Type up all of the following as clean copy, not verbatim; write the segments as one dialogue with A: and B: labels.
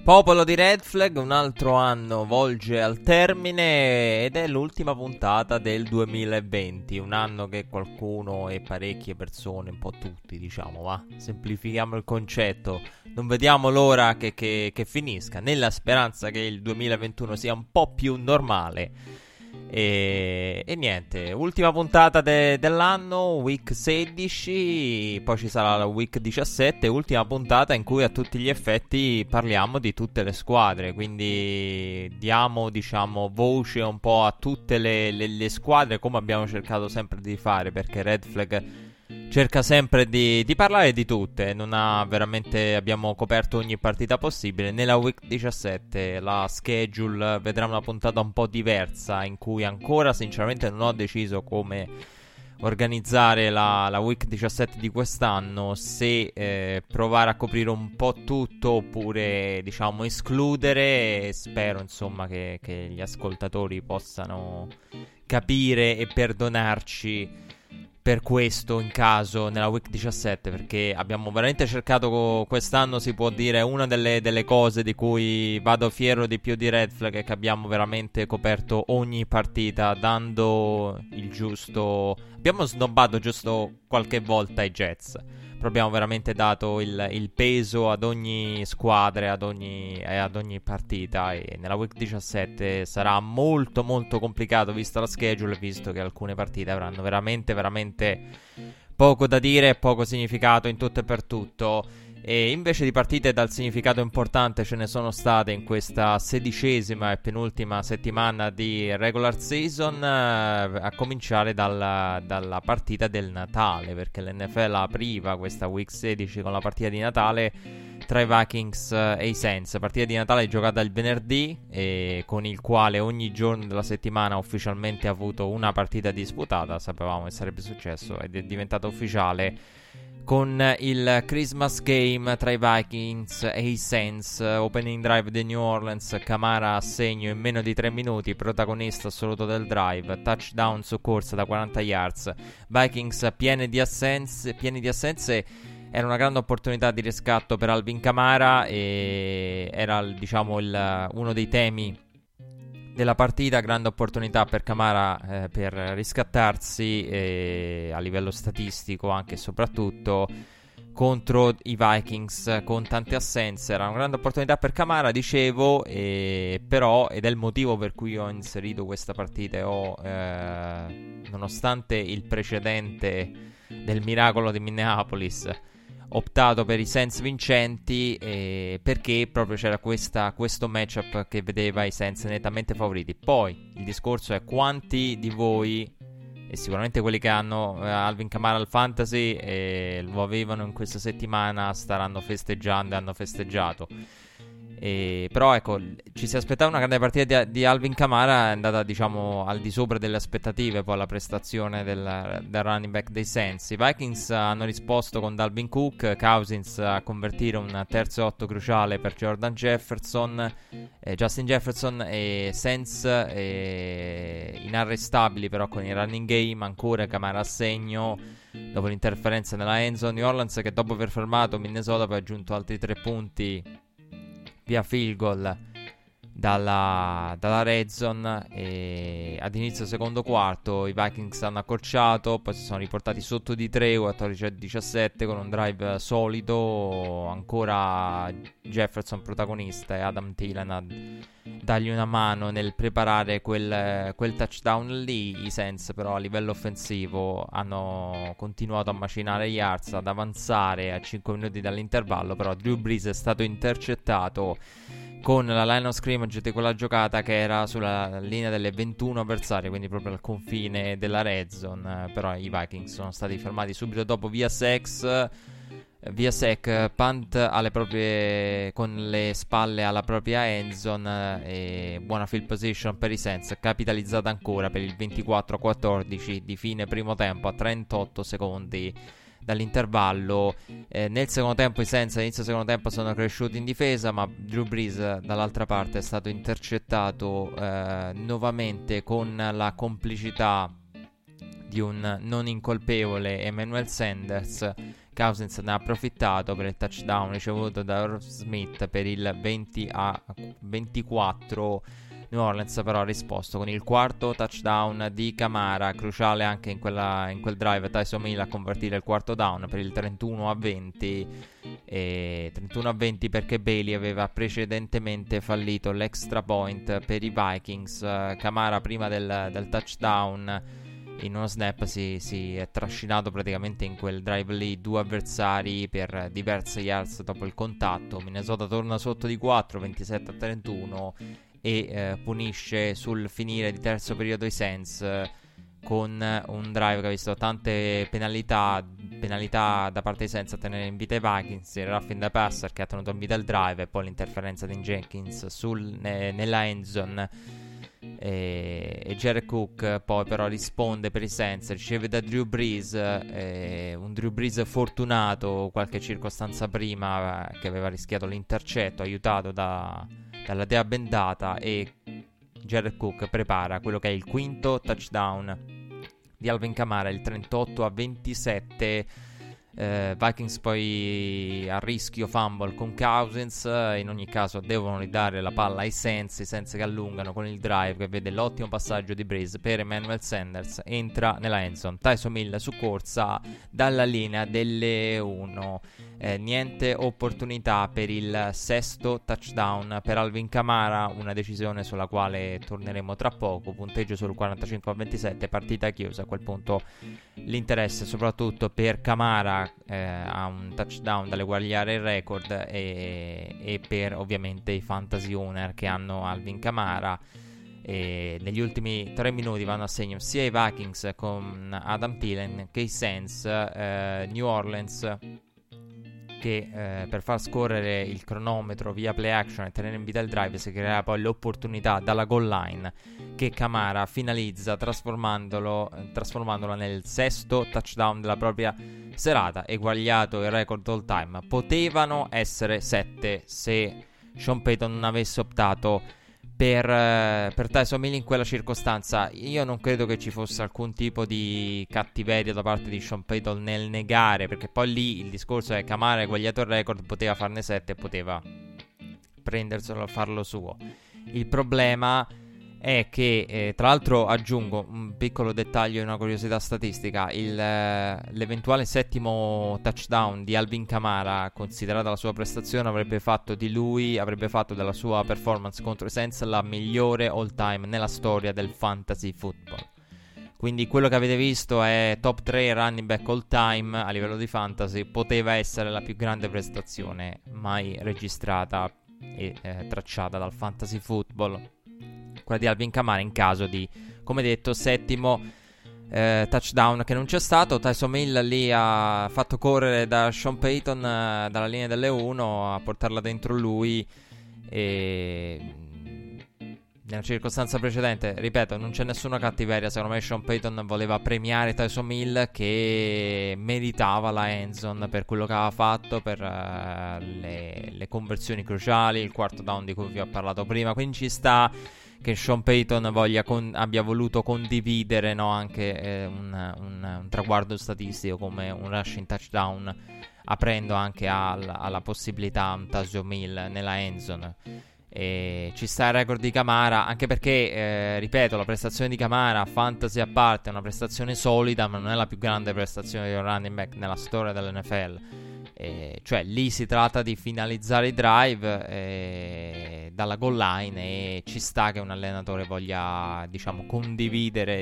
A: Popolo di Red Flag, un altro anno volge al termine ed è l'ultima puntata del 2020, un anno che qualcuno e parecchie persone, un po' tutti diciamo, ma semplifichiamo il concetto, non vediamo l'ora che finisca, nella speranza che il 2021 sia un po' più normale. E niente, ultima puntata dell'anno, week 16, poi ci sarà la week 17, ultima puntata in cui a tutti gli effetti parliamo di tutte le squadre, quindi diamo diciamo voce un po' a tutte le squadre come abbiamo cercato sempre di fare, perché Red Flag cerca sempre di parlare di tutte. Non ha veramente, abbiamo coperto ogni partita possibile. Nella week 17 la schedule vedrà una puntata un po' diversa, in cui ancora sinceramente non ho deciso come organizzare la week 17 di quest'anno, se provare a coprire un po' tutto oppure diciamo escludere. Spero insomma che gli ascoltatori possano capire e perdonarci per questo, in caso, nella week 17, perché abbiamo veramente cercato quest'anno, si può dire, una delle cose di cui vado fiero di più di Red Flag è che abbiamo veramente coperto ogni partita, dando il giusto. Abbiamo snobbato giusto qualche volta i Jets, però abbiamo veramente dato il peso ad ogni squadra, ad ogni partita. E nella week 17 sarà molto molto complicato vista la schedule, visto che alcune partite avranno veramente poco da dire e poco significato in tutto e per tutto. E invece di partite dal significato importante ce ne sono state in questa 16ª e penultima settimana di regular season, a cominciare dalla partita del Natale, perché l'NFL apriva questa week 16 con la partita di Natale tra i Vikings e i Saints. Partita di Natale giocata il venerdì, e con il quale ogni giorno della settimana ha ufficialmente avuto una partita disputata. Sapevamo che sarebbe successo ed è diventato ufficiale con il Christmas Game tra i Vikings e i Saints. Opening drive di New Orleans, Kamara a segno in meno di 3 minuti, protagonista assoluto del drive, touchdown su corsa da 40 yards. Vikings pieni di assenze. Era una grande opportunità di riscatto per Alvin Kamara e era diciamo uno dei temi della partita. Grande opportunità per Kamara per riscattarsi a livello statistico anche e soprattutto contro i Vikings con tante assenze. Era una grande opportunità per Kamara, dicevo, però, ed è il motivo per cui ho inserito questa partita, nonostante il precedente del miracolo di Minneapolis, optato per i Saints vincenti, perché proprio c'era questo matchup che vedeva i Saints nettamente favoriti. Poi il discorso è quanti di voi, e sicuramente quelli che hanno Alvin Kamara al fantasy e lo avevano in questa settimana, staranno festeggiando e hanno festeggiato. Però ecco, ci si aspettava una grande partita di Alvin Kamara, è andata diciamo al di sopra delle aspettative poi la prestazione del running back dei Saints. I Vikings hanno risposto con Dalvin Cook, Cousins a convertire un terzo e 8 cruciale per Justin Jefferson, e Saints inarrestabili però con il running game, ancora Kamara a segno dopo l'interferenza nella endzone. New Orleans, che dopo aver fermato Minnesota poi ha aggiunto altri 3 punti via field goal dalla red zone, e ad inizio secondo quarto i Vikings hanno accorciato, poi si sono riportati sotto di 3, 14-17 con un drive solido, ancora Jefferson protagonista e Adam Thielen a dargli una mano nel preparare quel touchdown lì. I Saints però a livello offensivo hanno continuato a macinare yards, ad avanzare a 5 minuti dall'intervallo, però Drew Brees è stato intercettato con la line of scrimmage di quella giocata che era sulla linea delle 21 avversarie, quindi proprio al confine della red zone. Però i Vikings sono stati fermati subito dopo via sec, punt alle proprie, con le spalle alla propria end zone, e buona field position per i Saints, capitalizzata ancora per il 24-14 di fine primo tempo a 38 secondi dall'intervallo. Nel secondo tempo i Saints all'inizio secondo tempo sono cresciuti in difesa, ma Drew Brees dall'altra parte è stato intercettato nuovamente con la complicità di un non incolpevole Emmanuel Sanders, Cousins ne ha approfittato per il touchdown ricevuto da Irv Smith per il 20-24. New Orleans però ha risposto con il quarto touchdown di Kamara, cruciale anche in quel drive. Tyson Hill a convertire il quarto down per il 31-20, e 31-20 perché Bailey aveva precedentemente fallito l'extra point per i Vikings. Kamara prima del touchdown in uno snap si è trascinato praticamente in quel drive lì due avversari per diverse yards dopo il contatto. Minnesota torna sotto di 4, 27-31, e punisce sul finire di terzo periodo i Saints con un drive che ha visto tante penalità da parte dei Saints a tenere in vita i Vikings. Il roughing the passer che ha tenuto in vita il drive, e poi l'interferenza di Jenkins nella end zone, e Jared Cook poi però risponde per i Saints, riceve da Drew Brees, un Drew Brees fortunato qualche circostanza prima che aveva rischiato l'intercetto, aiutato dalla dea bendata, e Jared Cook prepara quello che è il quinto touchdown di Alvin Kamara, il 38-27. Vikings poi a rischio fumble con Cousins. In ogni caso devono ridare la palla ai Saints che allungano con il drive che vede l'ottimo passaggio di Breeze per Emmanuel Sanders, entra nella endzone. Tyson Hill su corsa dalla linea delle 1, niente opportunità per il sesto touchdown per Alvin Kamara, una decisione sulla quale torneremo tra poco. Punteggio sul 45-27, partita chiusa. A quel punto l'interesse soprattutto per Kamara a un touchdown dall'eguagliare il record, e per ovviamente i fantasy owner che hanno Alvin Kamara. Negli ultimi 3 minuti vanno a segno sia i Vikings con Adam Thielen che i Saints. New Orleans che per far scorrere il cronometro via play action e tenere in vita il drive si crea poi l'opportunità dalla goal line che Kamara finalizza trasformandola nel sesto touchdown della propria serata, eguagliato il record all time. Potevano essere 7 se Sean Payton non avesse optato per Tyson Hill in quella circostanza. Io non credo che ci fosse alcun tipo di cattiveria da parte di Sean Payton nel negare, perché poi lì il discorso è: Kamara ha eguagliato il record, poteva farne 7 e poteva prenderselo a farlo suo. Il problema è che, tra l'altro aggiungo un piccolo dettaglio e una curiosità statistica: l'eventuale settimo touchdown di Alvin Kamara, considerata la sua prestazione, avrebbe fatto della sua performance contro i Saints la migliore all time nella storia del fantasy football. Quindi quello che avete visto è top 3 running back all time a livello di fantasy. Poteva essere la più grande prestazione mai registrata e tracciata dal fantasy football, quella di Alvin Kamara, in caso di, come detto, settimo touchdown che non c'è stato. Tyson Hill lì ha fatto correre da Sean Payton dalla linea delle 1 a portarla dentro lui, e nella circostanza precedente, ripeto, non c'è nessuna cattiveria. Secondo me Sean Payton voleva premiare Tyson Hill, che meritava la endzone per quello che aveva fatto, per le conversioni cruciali, il quarto down di cui vi ho parlato prima. Quindi ci sta che Sean Payton abbia voluto condividere, no, anche un traguardo statistico come un rushing touchdown, aprendo anche alla possibilità un Tyson Hill nella endzone. E ci sta il record di Kamara, anche perché ripeto, la prestazione di Kamara, fantasy a parte, è una prestazione solida, ma non è la più grande prestazione di un running back nella storia dell'NFL. Cioè lì si tratta di finalizzare i drive dalla goal line, e ci sta che un allenatore voglia, diciamo, dividere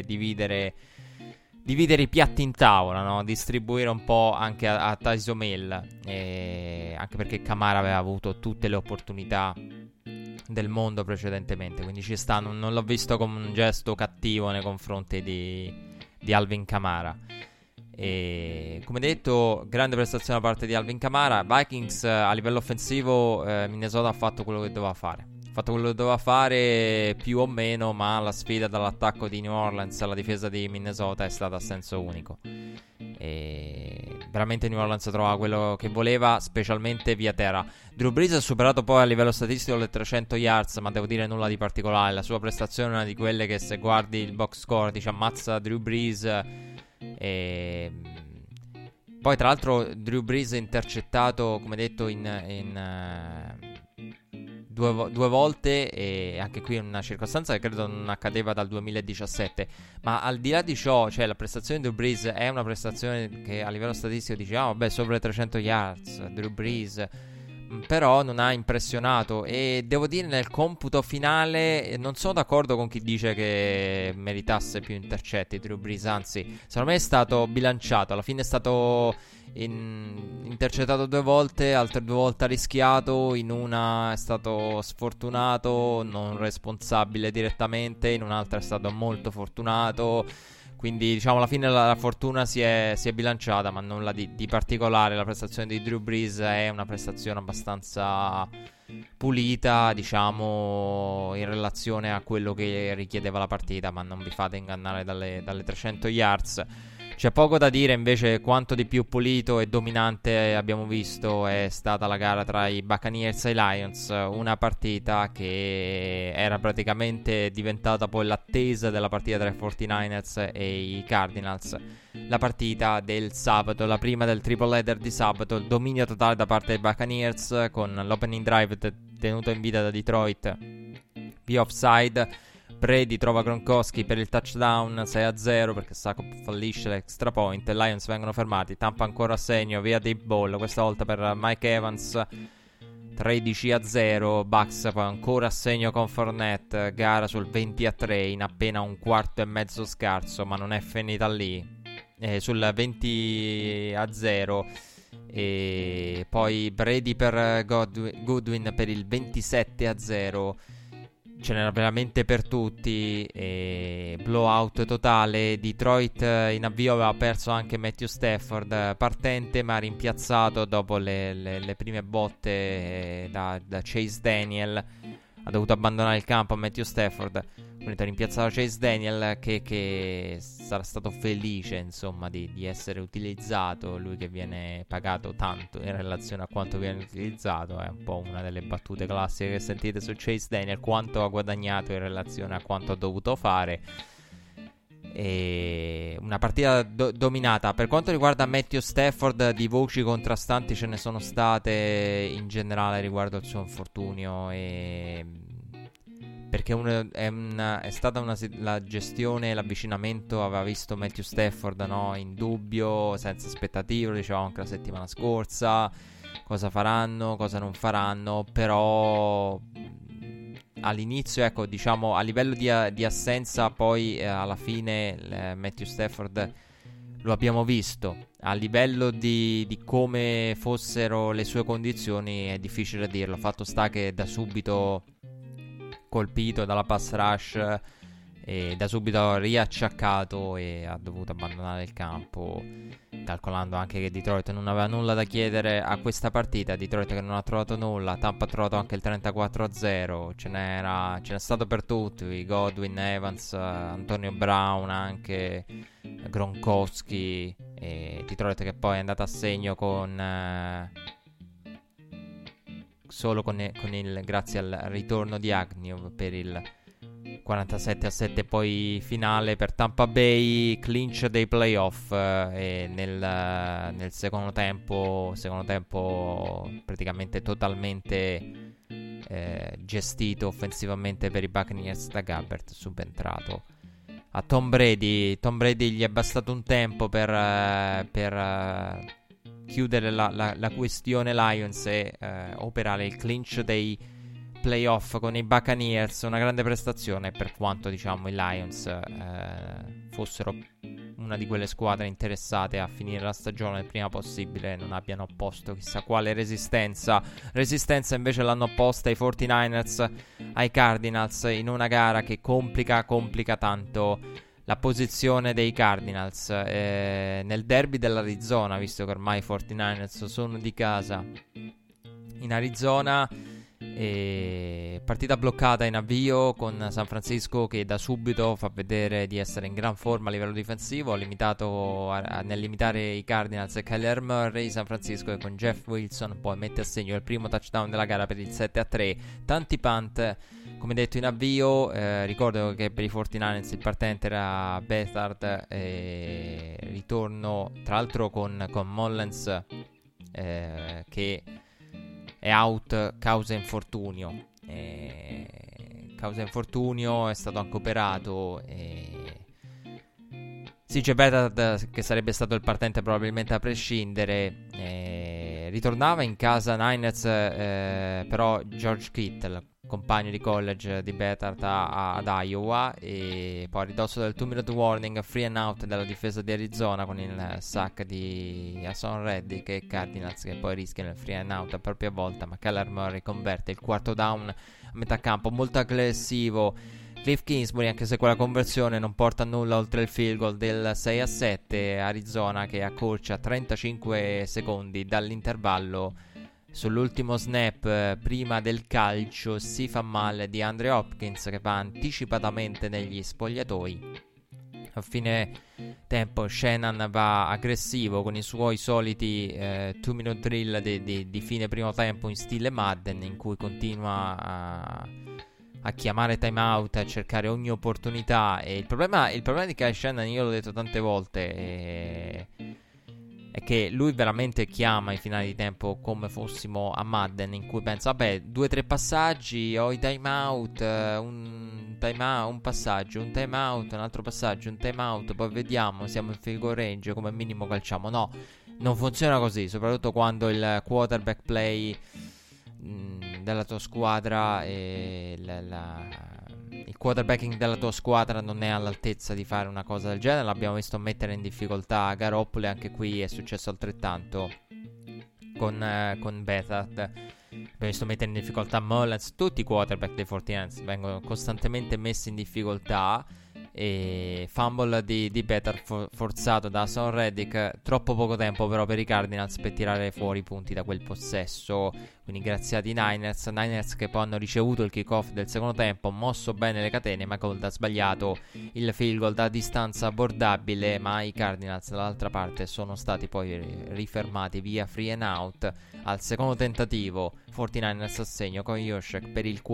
A: i piatti in tavola, no? Distribuire un po' anche a Tyson Hill, anche perché Kamara aveva avuto tutte le opportunità del mondo precedentemente, quindi ci sta. Non l'ho visto come un gesto cattivo nei confronti di Alvin Kamara. E come detto, grande prestazione da parte di Alvin Kamara. Vikings a livello offensivo, Minnesota ha fatto quello che doveva fare, più o meno, ma la sfida dall'attacco di New Orleans alla difesa di Minnesota è stata a senso unico, e veramente New Orleans trova quello che voleva, specialmente via terra. Drew Brees ha superato poi a livello statistico le 300 yards, ma devo dire nulla di particolare. La sua prestazione è una di quelle che, se guardi il box score, dice ammazza Drew Brees, Poi tra l'altro Drew Brees è intercettato, come detto, due volte, e anche qui in una circostanza che credo non accadeva dal 2017. Ma al di là di ciò, cioè la prestazione di Drew Brees è una prestazione che a livello statistico dice, vabbè, sopra le 300 yards, Drew Brees, però non ha impressionato. E devo dire, nel computo finale non sono d'accordo con chi dice che meritasse più intercetti Drew Brees, anzi secondo me è stato bilanciato. Alla fine è stato intercettato 2 volte, altre 2 volte ha rischiato, in una è stato sfortunato, non responsabile direttamente, in un'altra è stato molto fortunato. Quindi diciamo alla fine la fortuna si è bilanciata, ma nulla di particolare. La prestazione di Drew Brees è una prestazione abbastanza pulita, diciamo, in relazione a quello che richiedeva la partita, ma non vi fate ingannare dalle 300 yards. C'è poco da dire invece quanto di più pulito e dominante abbiamo visto è stata la gara tra i Buccaneers e i Lions, una partita che era praticamente diventata poi l'attesa della partita tra i 49ers e i Cardinals. La partita del sabato, la prima del triple header di sabato, il dominio totale da parte dei Buccaneers con l'opening drive tenuto in vita da Detroit via offside. Brady trova Gronkowski per il touchdown 6-0 perché Sakop fallisce l'extra point. I Lions vengono fermati. Tampa ancora a segno via deep ball, questa volta per Mike Evans 13-0. Bucks poi ancora a segno con Fournette. Gara sul 20-3 in appena un quarto e mezzo scarso, ma non è finita lì. Sul 20-0. E poi Brady per Goodwin per il 27-0. Ce n'era veramente per tutti. Blowout totale. Detroit in avvio aveva perso anche Matthew Stafford, partente ma rimpiazzato dopo le prime botte da Chase Daniel. Ha dovuto abbandonare il campo a Matthew Stafford. Quindi ha rimpiazzato Chase Daniel che sarà stato felice insomma di essere utilizzato. Lui che viene pagato tanto in relazione a quanto viene utilizzato. È un po' una delle battute classiche che sentite su Chase Daniel, quanto ha guadagnato in relazione a quanto ha dovuto fare. E una partita dominata. Per quanto riguarda Matthew Stafford, di voci contrastanti ce ne sono state in generale riguardo al suo infortunio, perché è stata la gestione, l'avvicinamento aveva visto Matthew Stafford, no, in dubbio, senza aspettative, lo dicevamo anche la settimana scorsa, cosa faranno, cosa non faranno, però all'inizio, ecco, diciamo a livello di assenza, poi alla fine Matthew Stafford lo abbiamo visto. A livello di come fossero le sue condizioni è difficile dirlo. Fatto sta che da subito colpito dalla pass rush e da subito riacciaccato e ha dovuto abbandonare il campo, calcolando anche che Detroit non aveva nulla da chiedere a questa partita. Detroit che non ha trovato nulla, Tampa ha trovato anche il 34-0, ce n'è stato per tutti, Godwin, Evans, Antonio Brown, anche Gronkowski, e Detroit che poi è andata a segno solo grazie al ritorno di Agnew per il 47-7 poi finale per Tampa Bay, clinch dei playoff, e nel secondo tempo praticamente totalmente gestito offensivamente per i Buccaneers da Gabbert, subentrato a Tom Brady. Tom Brady gli è bastato un tempo per chiudere la questione Lions e operare il clinch dei playoff con i Buccaneers. Una grande prestazione, per quanto diciamo i Lions fossero una di quelle squadre interessate a finire la stagione il prima possibile, non abbiano opposto chissà quale resistenza invece l'hanno opposta ai 49ers, ai Cardinals, in una gara che complica tanto la posizione dei Cardinals nel derby dell'Arizona, visto che ormai i 49ers sono di casa in Arizona. E partita bloccata in avvio con San Francisco che da subito fa vedere di essere in gran forma a livello difensivo, nel limitare i Cardinals e Kyler Murray. San Francisco che con Jeff Wilson poi mette a segno il primo touchdown della gara per il 7-3. Tanti punt, come detto in avvio. Ricordo che per i 49ers il partente era Beathard, ritorno tra l'altro con Mullens che è out causa infortunio. Causa infortunio, è stato anche operato. CJ Beathard, che sarebbe stato il partente probabilmente a prescindere, ritornava in casa Niners, però George Kittle, compagno di college di Beathard ad Iowa, e poi a ridosso del 2-minute warning, free and out della difesa di Arizona con il sack di Haason Reddick e Cardinals che poi rischiano il free and out a propria volta, ma Kyler Murray converte il quarto down a metà campo, molto aggressivo Cliff Kingsbury, anche se quella conversione non porta a nulla oltre il field goal del 6-7. Arizona che accorcia 35 secondi dall'intervallo. Sull'ultimo snap prima del calcio si fa male di Andre Hopkins, che va anticipatamente negli spogliatoi. A fine tempo Shannon va aggressivo con i suoi soliti 2-minute drill di fine primo tempo in stile Madden, in cui continua a chiamare timeout, a cercare ogni opportunità. E il problema di Kyle Shannon, io l'ho detto tante volte, è che lui veramente chiama i finali di tempo come fossimo a Madden, in cui pensa, vabbè, 2-3 passaggi, ho i timeout, un passaggio, un timeout, un altro passaggio, un timeout, poi vediamo, siamo in field goal range, come minimo calciamo. No, non funziona così, soprattutto quando il quarterback play della tua squadra e il quarterbacking della tua squadra non è all'altezza di fare una cosa del genere. L'abbiamo visto mettere in difficoltà Garoppolo, e anche qui è successo altrettanto con Beathard. Abbiamo visto mettere in difficoltà Mullens. Tutti i quarterback dei 49ers vengono costantemente messi in difficoltà. E fumble di Beathard forzato da Haason Reddick. Troppo poco tempo però per i Cardinals per tirare fuori i punti da quel possesso, quindi graziati i Niners che poi hanno ricevuto il kickoff del secondo tempo, mosso bene le catene, ma Gold ha sbagliato il field goal da distanza abbordabile. Ma i Cardinals dall'altra parte sono stati poi rifermati via free and out al secondo tentativo. 49ers a segno con Joshak per il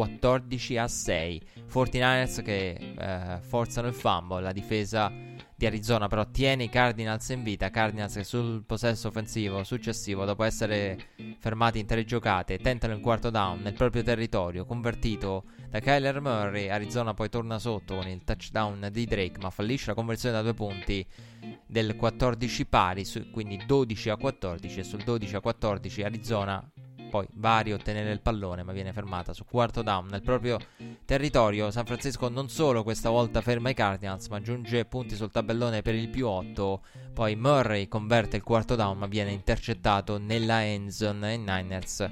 A: 14-6. 49ers che forzano il fumble. La difesa di Arizona però tiene i Cardinals in vita. Cardinals che sul possesso offensivo successivo, dopo essere fermati in 3 giocate, tentano il quarto down nel proprio territorio, convertito da Kyler Murray. Arizona poi torna sotto con il touchdown di Drake, ma fallisce la conversione da 2 punti del 14 pari, quindi 12-14. E sul 12-14 Arizona poi va a riottenere il pallone, ma viene fermata su quarto down nel proprio territorio. San Francisco non solo questa volta ferma i Cardinals, ma aggiunge punti sul tabellone per il +8. Poi Murray converte il quarto down, ma viene intercettato nella end zone. E Niners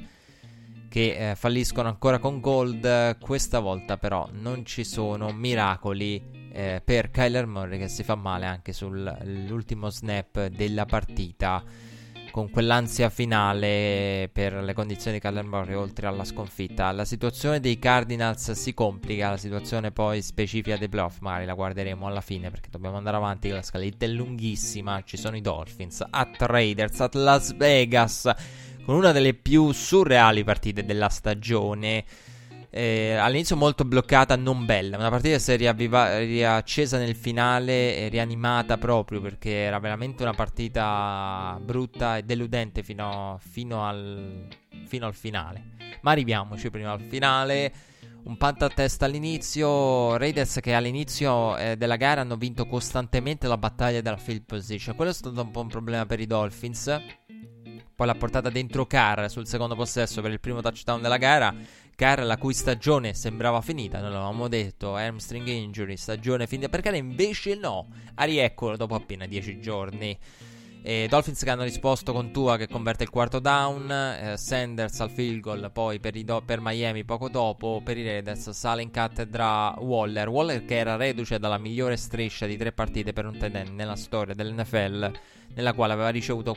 A: che falliscono ancora con Gold. Questa volta però non ci sono miracoli per Kyler Murray, che si fa male anche sull'ultimo snap della partita, con quell'ansia finale per le condizioni di Kyler Murray, oltre alla sconfitta. La situazione dei Cardinals si complica, la situazione poi specifica dei playoff magari la guarderemo alla fine, perché dobbiamo andare avanti, la scaletta è lunghissima. Ci sono i Dolphins at Raiders, at Las Vegas, con una delle più surreali partite della stagione. All'inizio molto bloccata, non bella, una partita che si è riaccesa nel finale e rianimata, proprio perché era veramente una partita brutta e deludente fino al finale. Ma arriviamoci prima al finale. Un punt a testa all'inizio. Raiders che all'inizio della gara hanno vinto costantemente la battaglia della field position. Quello è stato un po' un problema per i Dolphins. Poi l'ha portata dentro Carr sul secondo possesso per il primo touchdown della gara. Carr, la cui stagione sembrava finita, noi l'avevamo detto, hamstring injury, stagione finita per Carr, invece no, a rieccolo dopo appena 10 giorni. Dolphins che hanno risposto con Tua che converte il quarto down, Sanders al field goal, poi per Miami poco dopo. Per i Raiders sale in cattedra Waller che era reduce dalla migliore striscia di 3 partite per un tight end nella storia dell'NFL, nella quale aveva ricevuto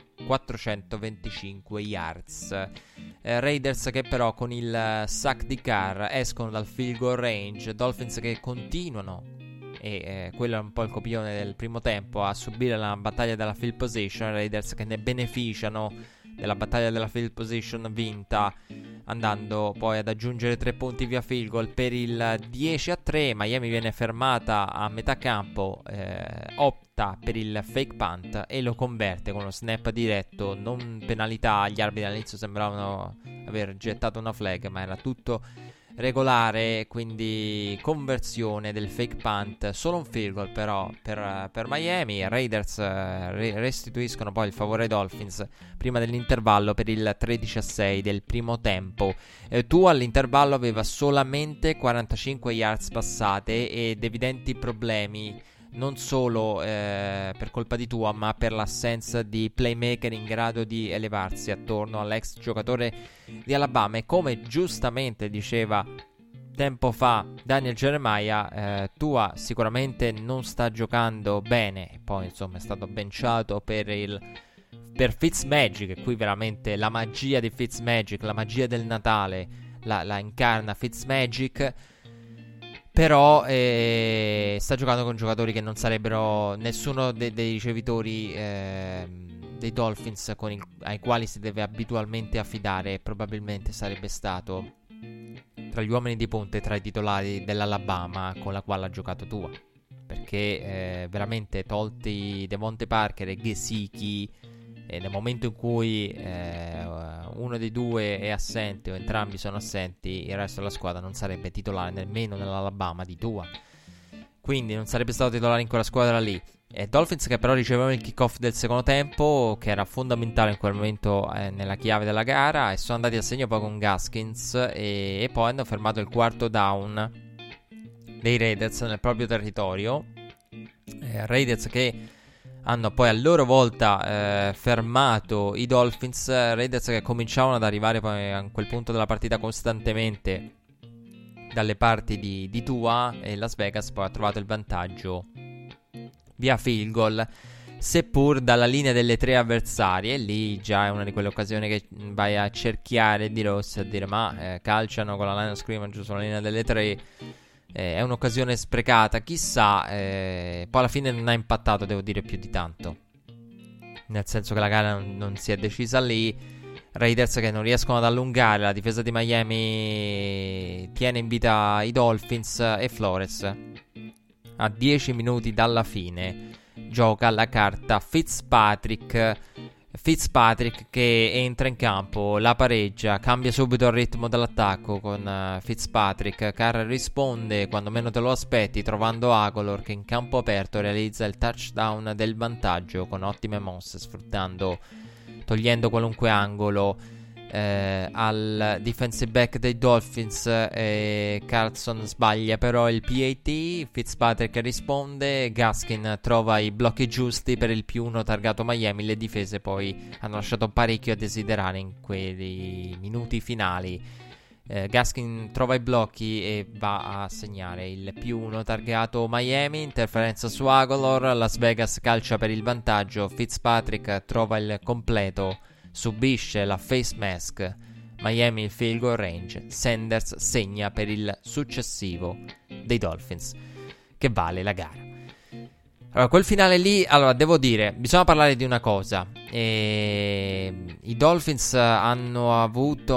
A: 425 yards. Raiders che però con il sack di Carr escono dal field goal range, Dolphins che continuano, e quello è un po' il copione del primo tempo, a subire la battaglia della field position. Raiders che ne beneficiano della battaglia della field position vinta, andando poi ad aggiungere 3 punti via field goal per il 10-3. Miami viene fermata a metà campo, opta per il fake punt e lo converte con uno snap diretto, non penalità. Gli arbitri all'inizio sembravano aver gettato una flag, ma era tutto regolare, quindi conversione del fake punt, solo un field goal però per Miami. Raiders restituiscono poi il favore ai Dolphins prima dell'intervallo per il 13-6 del primo tempo. Tu all'intervallo aveva solamente 45 yards passate ed evidenti problemi, non solo per colpa di Tua, ma per l'assenza di playmaker in grado di elevarsi attorno all'ex giocatore di Alabama. E come giustamente diceva tempo fa Daniel Jeremiah, Tua sicuramente non sta giocando bene, e poi insomma è stato benciato per Fitzmagic, e qui veramente la magia di Fitzmagic, la magia del Natale la incarna Fitzmagic. Però sta giocando con giocatori che non sarebbero nessuno dei ricevitori dei Dolphins ai quali si deve abitualmente affidare. Probabilmente sarebbe stato tra gli uomini di punta e tra i titolari dell'Alabama con la quale ha giocato Tua, perché veramente tolti Devontae Parker e Gesicki, nel momento in cui uno dei due è assente o entrambi sono assenti, il resto della squadra non sarebbe titolare nemmeno nell'Alabama di Tua, quindi non sarebbe stato titolare in quella squadra lì. Dolphins che però ricevevano il kickoff del secondo tempo, che era fondamentale in quel momento nella chiave della gara, e sono andati a segno poi con Gaskins, e poi hanno fermato il quarto down dei Raiders nel proprio territorio. Raiders che hanno poi a loro volta fermato i Dolphins. Raiders che cominciavano ad arrivare poi a quel punto della partita costantemente dalle parti di Tua, e Las Vegas poi ha trovato il vantaggio via field goal, seppur dalla linea delle 3 avversarie. E lì già è una di quelle occasioni che vai a cerchiare di rosse, a dire ma calciano con la line of scrimmage sulla linea delle 3, è un'occasione sprecata, chissà. Poi alla fine non ha impattato, devo dire, più di tanto, nel senso che la gara non si è decisa lì. Raiders che non riescono ad allungare, la difesa di Miami tiene in vita i Dolphins, e Flores a 10 minuti dalla fine gioca la carta Fitzpatrick che entra in campo, la pareggia, cambia subito il ritmo dell'attacco con Fitzpatrick. Carr risponde quando meno te lo aspetti, trovando Agholor che in campo aperto realizza il touchdown del vantaggio con ottime mosse, togliendo qualunque angolo al defensive back dei Dolphins. Carlson sbaglia però il PAT, Fitzpatrick risponde, Gaskin trova i blocchi giusti per il +1 targato Miami. Le difese poi hanno lasciato parecchio a desiderare in quei minuti finali. Gaskin trova i blocchi e va a segnare il +1 targato Miami. Interferenza su Agholor, Las Vegas calcia per il vantaggio, Fitzpatrick trova il completo, subisce la face mask, Miami il field goal range, Sanders segna per il successivo dei Dolphins che vale la gara. Allora, quel finale lì, allora devo dire, bisogna parlare di una cosa. I Dolphins hanno avuto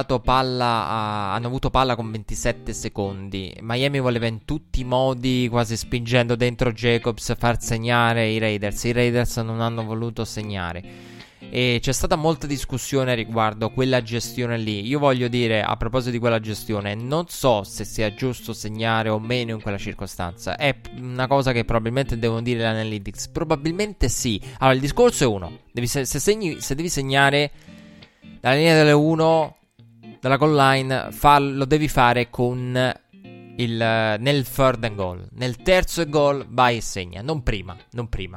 A: palla con 27 secondi. Miami voleva in tutti i modi, quasi spingendo dentro Jacobs, far segnare i Raiders. I Raiders non hanno voluto segnare. E c'è stata molta discussione riguardo quella gestione lì. Io voglio dire, a proposito di quella gestione, non so se sia giusto segnare o meno in quella circostanza. È una cosa che probabilmente devono dire le analytics. Probabilmente sì. Allora, il discorso è uno: se devi segnare dalla linea delle 1, dalla goal line, lo devi fare con nel third and goal. Nel terzo e goal vai e segna, non prima.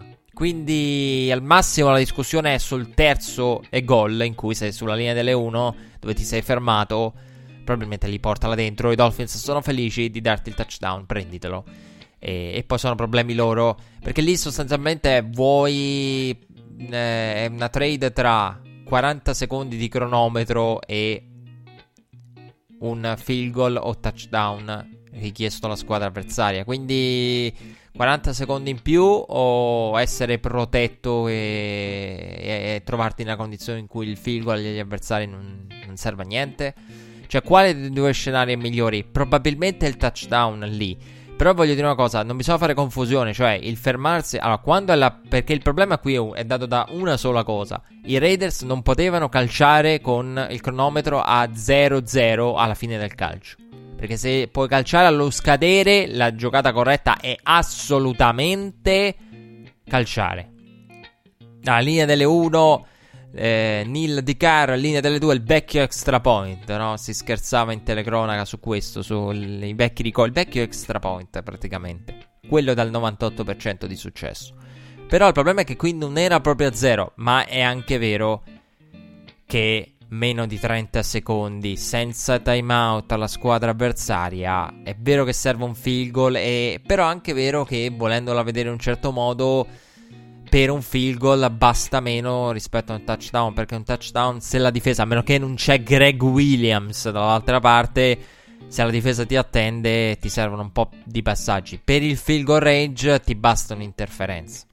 A: quindi al massimo la discussione è sul terzo e gol, in cui sei sulla linea delle 1, dove ti sei fermato, probabilmente li porta là dentro. I Dolphins sono felici di darti il touchdown, prenditelo. E poi sono problemi loro, perché lì sostanzialmente vuoi è una trade tra 40 secondi di cronometro e un field goal o touchdown richiesto alla squadra avversaria. Quindi 40 secondi in più o essere protetto e trovarti in una condizione in cui il field goal agli avversari non serve a niente. Cioè, quale dei due scenari è migliore? Probabilmente il touchdown lì. Però voglio dire una cosa, non bisogna fare confusione, cioè il fermarsi. Allora, quando perché il problema qui è dato da una sola cosa. I Raiders non potevano calciare con il cronometro a 0-0 alla fine del calcio. Perché se puoi calciare allo scadere, la giocata corretta è assolutamente calciare. Alla linea delle 1, Neil DiCaro, linea delle 2, il vecchio extra point, no? Si scherzava in telecronaca su questo, sui vecchi ricordi. Il vecchio extra point, praticamente. Quello dal 98% di successo. Però il problema è che qui non era proprio a 0, ma è anche vero che meno di 30 secondi senza timeout alla squadra avversaria, è vero che serve un field goal, però è anche vero che, volendola vedere in un certo modo, per un field goal basta meno rispetto a un touchdown, perché un touchdown, se la difesa, a meno che non c'è Greg Williams dall'altra parte, se la difesa ti attende ti servono un po' di passaggi. Per il field goal range ti basta un'interferenza,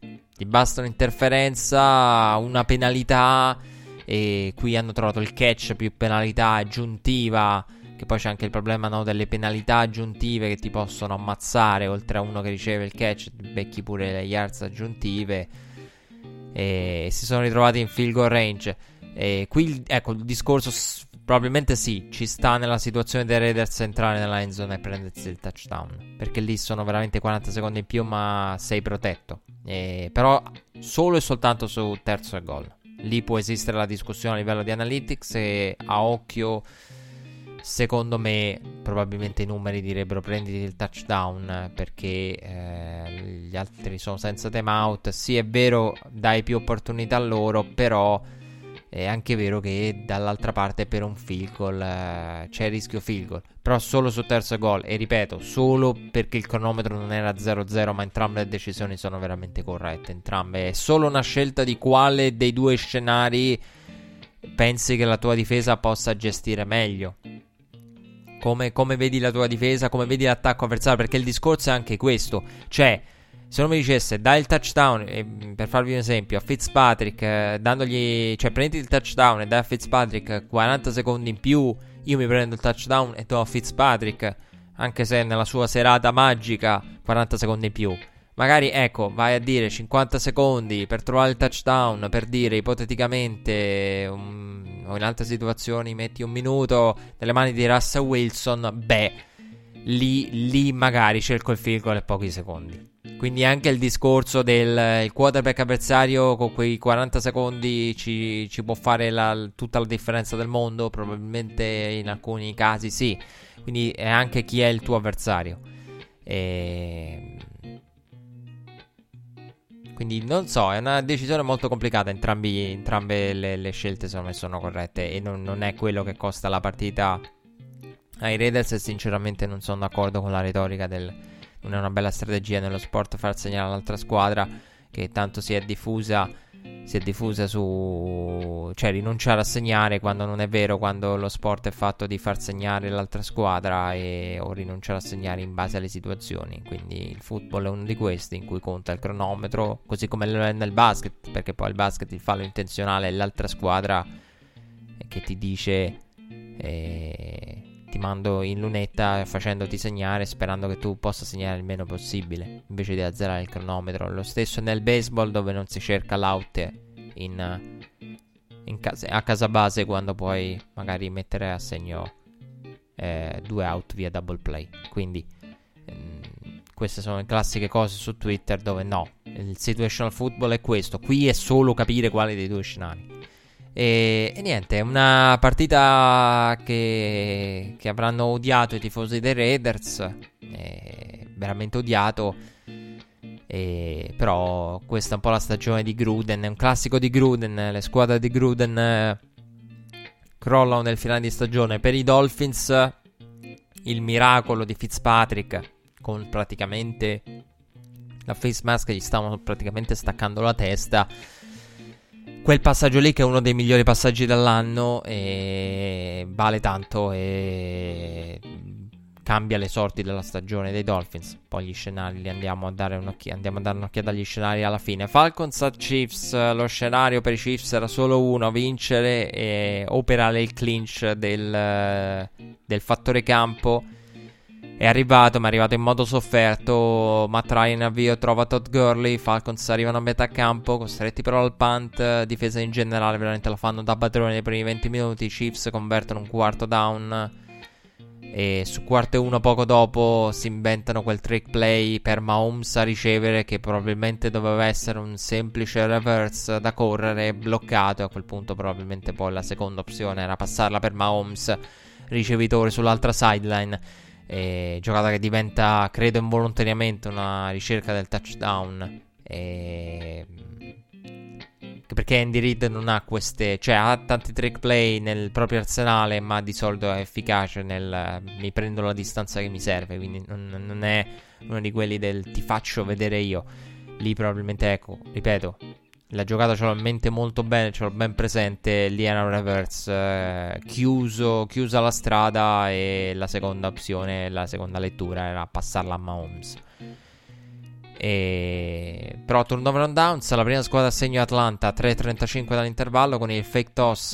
A: una penalità. E qui hanno trovato il catch più penalità aggiuntiva, che poi c'è anche il problema, no, delle penalità aggiuntive che ti possono ammazzare. Oltre a uno che riceve il catch, becchi pure le yards aggiuntive, e si sono ritrovati in field goal range. E qui, ecco, il discorso probabilmente sì, ci sta nella situazione dei Raiders entrare nella end zone e prendersi il touchdown, perché lì sono veramente 40 secondi in più, ma sei protetto. Però solo e soltanto su terzo e gol. Lì può esistere la discussione a livello di analytics, e a occhio, secondo me, probabilmente i numeri direbbero prenditi il touchdown, perché gli altri sono senza timeout. Sì, è vero, dai più opportunità a loro, però è anche vero che dall'altra parte per un field goal c'è il rischio field goal, però solo su terzo gol. E ripeto, solo perché il cronometro non era 0-0, ma entrambe le decisioni sono veramente corrette. Entrambe. È solo una scelta di quale dei due scenari pensi che la tua difesa possa gestire meglio. Come vedi la tua difesa, come vedi l'attacco avversario, perché il discorso è anche questo. Cioè, se uno mi dicesse dai il touchdown, per farvi un esempio, a Fitzpatrick, dandogli, cioè prenditi il touchdown e dai a Fitzpatrick 40 secondi in più, io mi prendo il touchdown e do a Fitzpatrick, anche se nella sua serata magica 40 secondi in più. Magari, ecco, vai a dire 50 secondi per trovare il touchdown, per dire ipoteticamente, o in altre situazioni metti un minuto nelle mani di Russell Wilson, beh, lì magari cerco il field goal e pochi secondi. Quindi anche il discorso del quarterback avversario con quei 40 secondi ci può fare tutta la differenza del mondo. Probabilmente in alcuni casi sì. Quindi è anche chi è il tuo avversario. Quindi non so, è una decisione molto complicata. Entrambe le scelte secondo me sono corrette, e non è quello che costa la partita ai Raiders. E sinceramente non sono d'accordo con la retorica non è una bella strategia nello sport far segnare all'altra squadra, che tanto si è diffusa su, cioè rinunciare a segnare, quando non è vero, quando lo sport è fatto di far segnare l'altra squadra o rinunciare a segnare in base alle situazioni. Quindi il football è uno di questi in cui conta il cronometro, così come nel basket, perché poi il basket, il fallo intenzionale è l'altra squadra che ti dice ti mando in lunetta facendoti segnare, sperando che tu possa segnare il meno possibile, invece di azzerare il cronometro. Lo stesso nel baseball, dove non si cerca l'out a casa base, quando puoi magari mettere a segno 2 out via double play. Quindi queste sono le classiche cose su Twitter, dove no, il situational football è questo. Qui è solo capire quale dei due scenari. E niente, è una partita che avranno odiato i tifosi dei Raiders, veramente odiato. Però questa è un po' la stagione di Gruden, è un classico di Gruden, le squadre di Gruden crollano nel finale di stagione. Per i Dolphins il miracolo di Fitzpatrick, con praticamente la face mask, gli stavano praticamente staccando la testa. Quel passaggio lì, che è uno dei migliori passaggi dell'anno, vale tanto e cambia le sorti della stagione dei Dolphins. Poi gli scenari li andiamo a dare un'occhiata agli scenari alla fine. Falcons at Chiefs, lo scenario per i Chiefs era solo uno: vincere e operare il clinch del fattore campo. È arrivato, ma è arrivato in modo sofferto. Matt Ryan avvio, trova Todd Gurley. Falcons arrivano a metà campo, costretti però al punt. Difesa in generale veramente la fanno da padrone nei primi 20 minuti. I Chiefs convertono un quarto down e su quarto e uno poco dopo si inventano quel trick play per Mahomes a ricevere, che probabilmente doveva essere un semplice reverse da correre, bloccato. E a quel punto probabilmente poi la seconda opzione era passarla per Mahomes, ricevitore sull'altra sideline. Giocata che diventa, credo involontariamente, una ricerca del touchdown, perché Andy Reid non ha queste, cioè ha tanti trick play nel proprio arsenale, ma di solito è efficace nel mi prendo la distanza che mi serve, quindi non è uno di quelli del ti faccio vedere io. Lì probabilmente, ecco, ripeto, la giocata ce l'ho in mente molto bene, ce l'ho ben presente. Lì era un reverse chiusa la strada, e la seconda opzione, la seconda lettura era passarla a Mahomes. Però turnover on downs, la prima squadra a segno Atlanta, 3:35 dall'intervallo, con il fake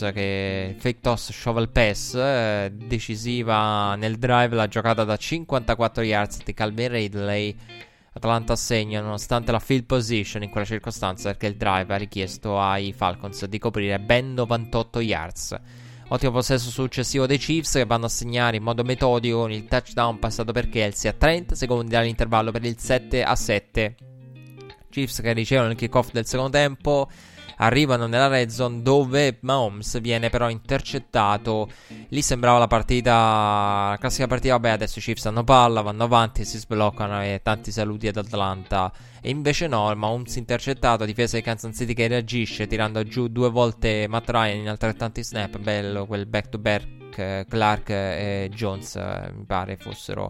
A: toss shovel pass, decisiva nel drive la giocata da 54 yards di Calvin Ridley. Atlanta segna nonostante la field position in quella circostanza, perché il drive ha richiesto ai Falcons di coprire ben 98 yards. Ottimo possesso successivo dei Chiefs, che vanno a segnare in modo metodico con il touchdown passato per Kelsey a 30 secondi dall'intervallo per il 7-7. Chiefs che ricevono il kickoff del secondo tempo arrivano nella red zone, dove Mahomes viene però intercettato. Lì sembrava la classica partita, vabbè, adesso i Chiefs hanno palla, vanno avanti, si sbloccano e tanti saluti ad Atlanta. E invece no, Mahomes intercettato, difesa di Kansas City che reagisce tirando giù 2 volte Matt Ryan in altrettanti snap. Bello quel back to back, Clark e Jones mi pare fossero...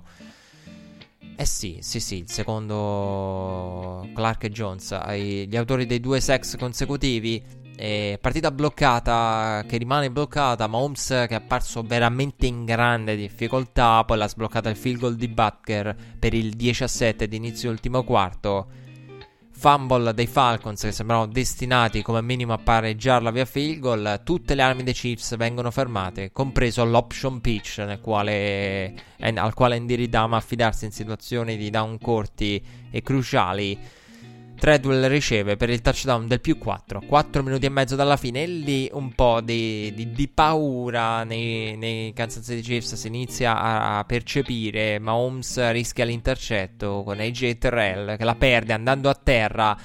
A: Sì, il secondo, Clark e Jones, gli autori dei 2 sacks consecutivi. Partita bloccata, che rimane bloccata. Mahomes che è apparso veramente in grande difficoltà. Poi l'ha sbloccata il field goal di Butker per il 10-7 di inizio ultimo quarto. Fumble dei Falcons, che sembravano destinati come minimo a pareggiarla via field goal. Tutte le armi dei Chiefs vengono fermate, compreso l'option pitch, al quale Andy Reid ama affidarsi in situazioni di down corti e cruciali. Treadwell riceve per il touchdown del più 4 minuti e mezzo dalla fine, e lì un po' di paura nei Kansas City Chiefs si inizia a percepire. Mahomes rischia l'intercetto con AJ Terrell, che la perde andando a terra,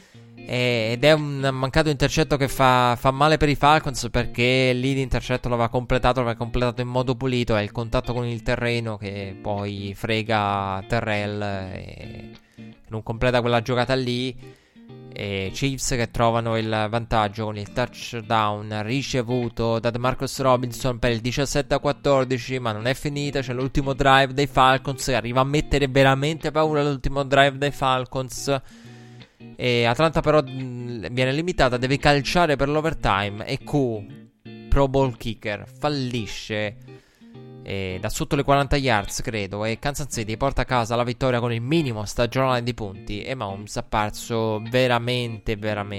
A: ed è un mancato intercetto che fa male per i Falcons, perché lì l'intercetto l'aveva completato in modo pulito. È il contatto con il terreno che poi frega Terrell e non completa quella giocata lì. E Chiefs che trovano il vantaggio con il touchdown ricevuto da DeMarcus Robinson per il 17-14. Ma non è finita, c'è l'ultimo drive dei Falcons, che arriva a mettere veramente paura. L'ultimo drive dei Falcons, e Atlanta però viene limitata, deve calciare per l'overtime, e Pro Bowl kicker, fallisce da sotto le 40 yards credo, e Kansas City porta a casa la vittoria con il minimo stagionale di punti. E Mahomes è apparso veramente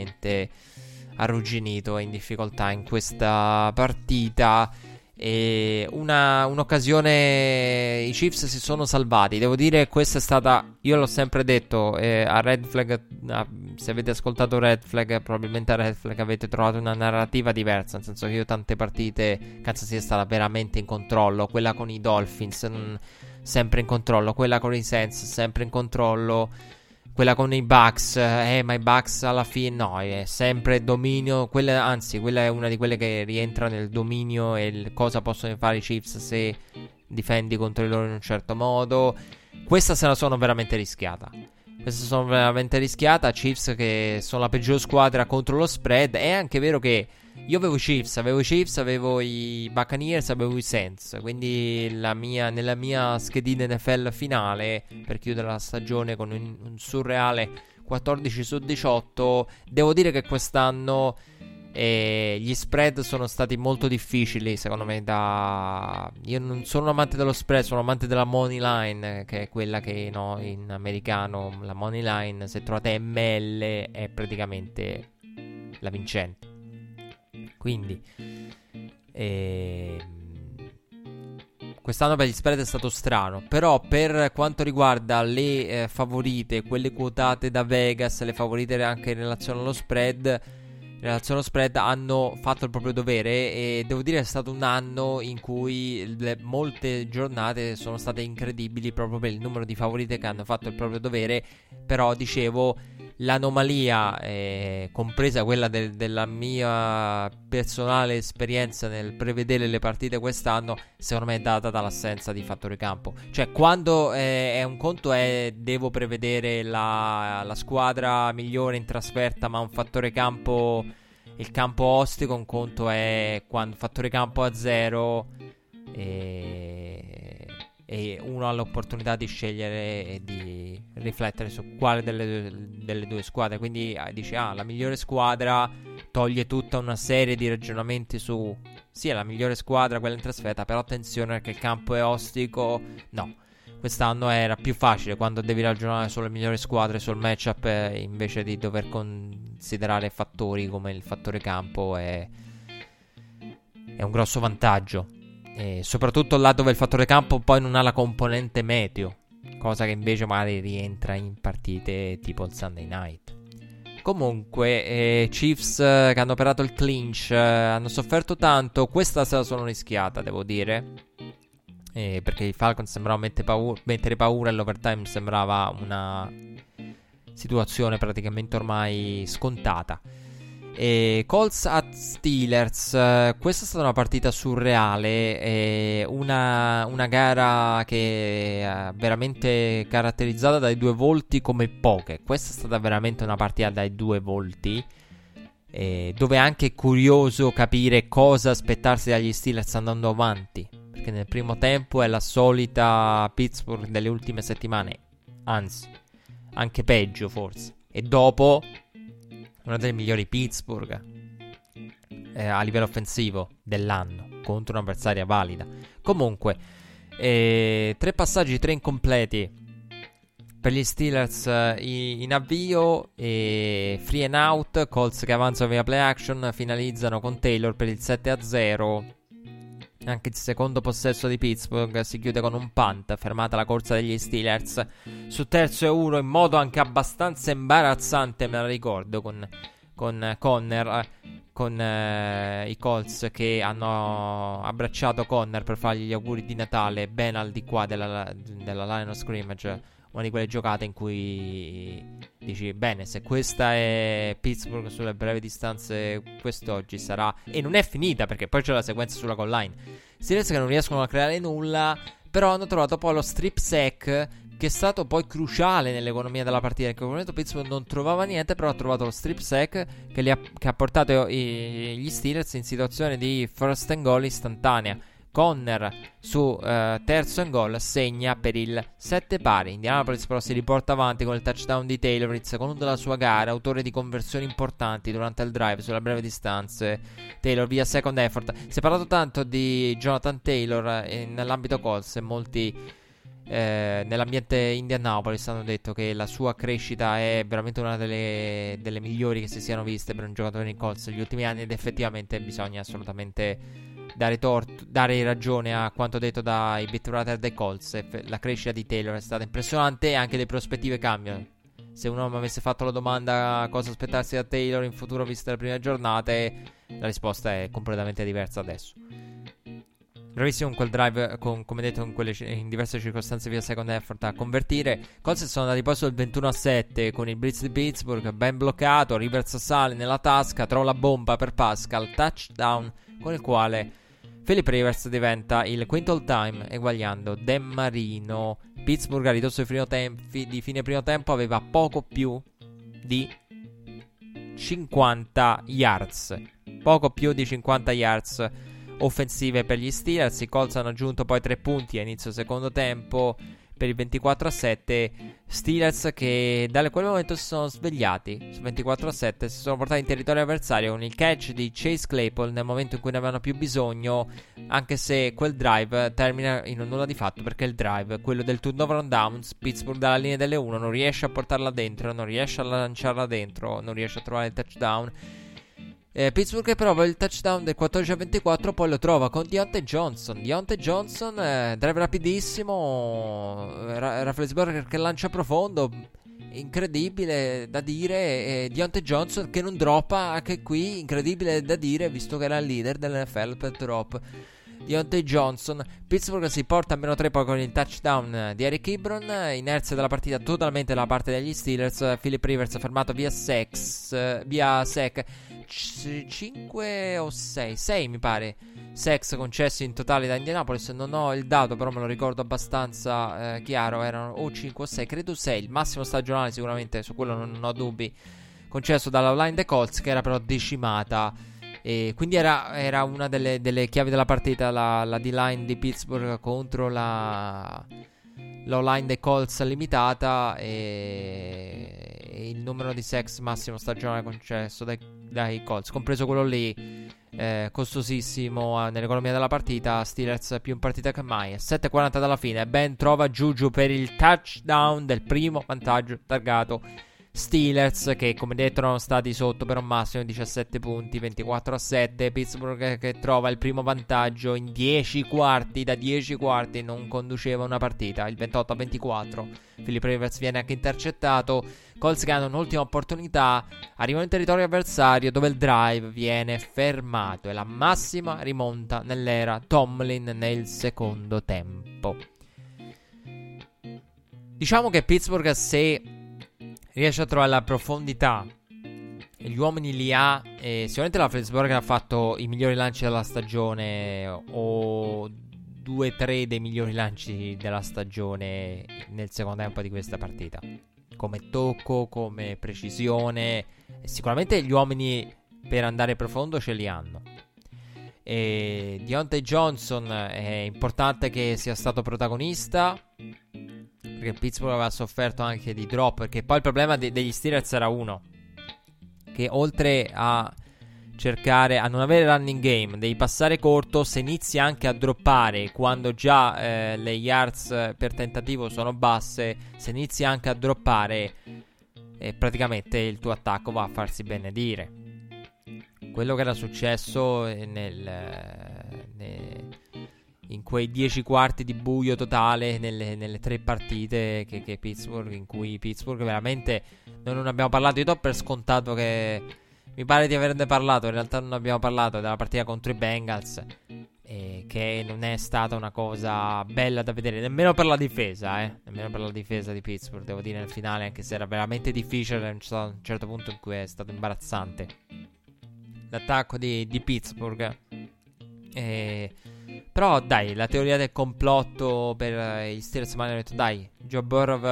A: arrugginito e in difficoltà in questa partita. E un'occasione, i Chiefs si sono salvati, devo dire. Questa è stata, io l'ho sempre detto, a Red Flag, se avete ascoltato Red Flag, probabilmente a Red Flag avete trovato una narrativa diversa, nel senso che io tante partite Kansas City è stata veramente in controllo. Quella con i Dolphins sempre in controllo, quella con i Saints sempre in controllo, quella con i Bucks, ma i Bucks alla fine no, è sempre dominio. Quella è una di quelle che rientra nel dominio e cosa possono fare i Chiefs se difendi contro di loro in un certo modo. Questa se la sono veramente rischiata. Questa sono veramente rischiata. Chiefs che sono la peggior squadra contro lo spread. È anche vero che io avevo i Chiefs, avevo i Buccaneers, avevo i Saints. Quindi nella mia schedina NFL finale, per chiudere la stagione con un surreale 14 su 18, devo dire che quest'anno gli spread sono stati molto difficili, secondo me. Io non sono un amante dello spread, sono un amante della money line, che è quella che, no, in americano la money line, se trovate ML, è praticamente la vincente. Quindi quest'anno per gli spread è stato strano. Però per quanto riguarda le favorite, quelle quotate da Vegas, le favorite anche in relazione allo spread, hanno fatto il proprio dovere. E devo dire è stato un anno in cui molte giornate sono state incredibili proprio per il numero di favorite che hanno fatto il proprio dovere. Però dicevo, l'anomalia, compresa quella della mia personale esperienza nel prevedere le partite quest'anno, secondo me è data dall'assenza di fattore campo. Cioè, quando è un conto è devo prevedere la squadra migliore in trasferta, ma un fattore campo, il campo ostico, un conto è quando fattore campo a 0 e uno ha l'opportunità di scegliere e di riflettere su quale delle due squadre. Quindi dici, la migliore squadra, toglie tutta una serie di ragionamenti su sì, è la migliore squadra quella in trasferta, però attenzione perché il campo è ostico. No, quest'anno era più facile quando devi ragionare sulle migliori squadre, sul matchup, invece di dover considerare fattori come il fattore campo. È un grosso vantaggio. E soprattutto là dove il fattore campo poi non ha la componente meteo, cosa che invece magari rientra in partite tipo il Sunday Night. Comunque Chiefs che hanno operato il clinch, hanno sofferto tanto. Questa se la sono rischiata, devo dire, perché i Falcons sembrava mettere paura e l'overtime sembrava una situazione praticamente ormai scontata. Colts at Steelers, questa è stata una partita surreale, una gara che è veramente caratterizzata dai due volti come poche. Questa è stata veramente una partita dai due volti, dove è anche curioso capire cosa aspettarsi dagli Steelers andando avanti, perché nel primo tempo è la solita Pittsburgh delle ultime settimane, anzi anche peggio forse, e dopo una delle migliori Pittsburgh a livello offensivo dell'anno contro un'avversaria valida. Comunque 3 passaggi, 3 incompleti per gli Steelers in avvio, free and out. Colts che avanzano via play action, finalizzano con Taylor per il 7-0. Anche il secondo possesso di Pittsburgh si chiude con un punt, fermata la corsa degli Steelers su 3-1 in modo anche abbastanza imbarazzante, me la ricordo, con Conner, con i Colts che hanno abbracciato Conner per fargli gli auguri di Natale ben al di qua della line of scrimmage. Una di quelle giocate in cui dici, bene, se questa è Pittsburgh sulle brevi distanze quest'oggi sarà... E non è finita, perché poi c'è la sequenza sulla goal line. Steelers che non riescono a creare nulla, però hanno trovato poi lo strip sack, che è stato poi cruciale nell'economia della partita. In quel momento Pittsburgh non trovava niente, però ha trovato lo strip sack che ha portato gli Steelers in situazione di first and goal istantanea. Conner su terzo and goal segna per il 7-0. Indianapolis però si riporta avanti con il touchdown di Taylor, il secondo della sua gara, autore di conversioni importanti durante il drive sulle brevi distanze. Taylor via second effort. Si è parlato tanto di Jonathan Taylor nell'ambito Colts, e molti nell'ambiente Indianapolis hanno detto che la sua crescita è veramente una delle migliori che si siano viste per un giocatore nei Colts negli ultimi anni, ed effettivamente bisogna assolutamente dare ragione a quanto detto dai beat writer dei Colts. La crescita di Taylor è stata impressionante e anche le prospettive cambiano. Se uno mi avesse fatto la domanda cosa aspettarsi da Taylor in futuro viste le prime giornate, la risposta è completamente diversa adesso. Bravissimo in quel drive, come detto in diverse circostanze via second effort a convertire. Colts sono andati poi sul 21-7 con il blitz di Pittsburgh ben bloccato. Rivers sale nella tasca, trova la bomba per Pascal, touchdown con il quale Philip Rivers diventa il quinto all time, eguagliando Dan Marino. Pittsburgh a ridosso di fine primo tempo aveva poco più di 50 yards. Poco più di 50 yards offensive per gli Steelers. I Colts hanno aggiunto poi 3 punti a inizio secondo tempo per il 24-7. Steelers che da quel momento si sono svegliati su 24-7, si sono portati in territorio avversario con il catch di Chase Claypool nel momento in cui ne avevano più bisogno, anche se quel drive termina in un nulla di fatto, perché il drive, quello del turnover on downs, Pittsburgh dalla linea delle 1 non riesce a portarla dentro, non riesce a lanciarla dentro, non riesce a trovare il touchdown. Pittsburgh che prova il touchdown del 14-24, poi lo trova con Deontay Johnson, drive rapidissimo, Roethlisberger che lancia profondo, incredibile da dire, Deontay Johnson che non droppa, anche qui incredibile da dire visto che era il leader dell'NFL per drop. Deontay Johnson, Pittsburgh si porta a -3 poi con il touchdown di Eric Ebron. Inerzia della partita totalmente dalla parte degli Steelers. Philip Rivers fermato via sec 5 o 6 mi pare sacks concessi in totale da Indianapolis. Non ho il dato, però me lo ricordo abbastanza chiaro, erano o 5 o 6, credo 6, il massimo stagionale sicuramente, su quello non ho dubbi, concesso dalla line dei Colts, che era però decimata. E quindi era una delle chiavi della partita, la D-line di Pittsburgh contro la O-line dei Colts limitata, e il numero di sacks massimo stagionale concesso dai Colts, compreso quello lì costosissimo nell'economia della partita. Steelers più in partita che mai. 7:40 dalla fine, Ben trova Juju per il touchdown del primo vantaggio targato Steelers, che come detto erano stati sotto per un massimo di 17 punti, 24-7. Pittsburgh che trova il primo vantaggio in 10 quarti, da 10 quarti non conduceva una partita, il 28-24. Philip Rivers viene anche intercettato. Colts che hanno un'ultima opportunità, arrivano in territorio avversario dove il drive viene fermato, e la massima rimonta nell'era Tomlin nel secondo tempo. Diciamo che Pittsburgh, se riesce a trovare la profondità e gli uomini li ha, sicuramente la Roethlisberger ha fatto i migliori lanci della stagione, o 2-3 dei migliori lanci della stagione nel secondo tempo di questa partita, come tocco, come precisione. Sicuramente gli uomini per andare profondo ce li hanno. E Deontay Johnson è importante che sia stato protagonista, perché Pittsburgh aveva sofferto anche di drop, perché poi il problema degli Steelers era uno, che oltre a cercare a non avere running game, devi passare corto. Se inizi anche a droppare quando già le yards per tentativo sono basse, se inizi anche a droppare, praticamente il tuo attacco va a farsi benedire. Quello che era successo in quei 10 quarti di buio totale nelle 3 partite che Pittsburgh, in cui Pittsburgh veramente, noi non abbiamo parlato. Io do per scontato che, mi pare di averne parlato, in realtà non abbiamo parlato della partita contro i Bengals, che non è stata una cosa bella da vedere, nemmeno per la difesa, nemmeno per la difesa di Pittsburgh, devo dire, nel finale, anche se era veramente difficile a un certo punto in cui è stato imbarazzante l'attacco di Pittsburgh. Però dai, la teoria del complotto per gli Steelers, mi hanno detto dai, Joe Burrow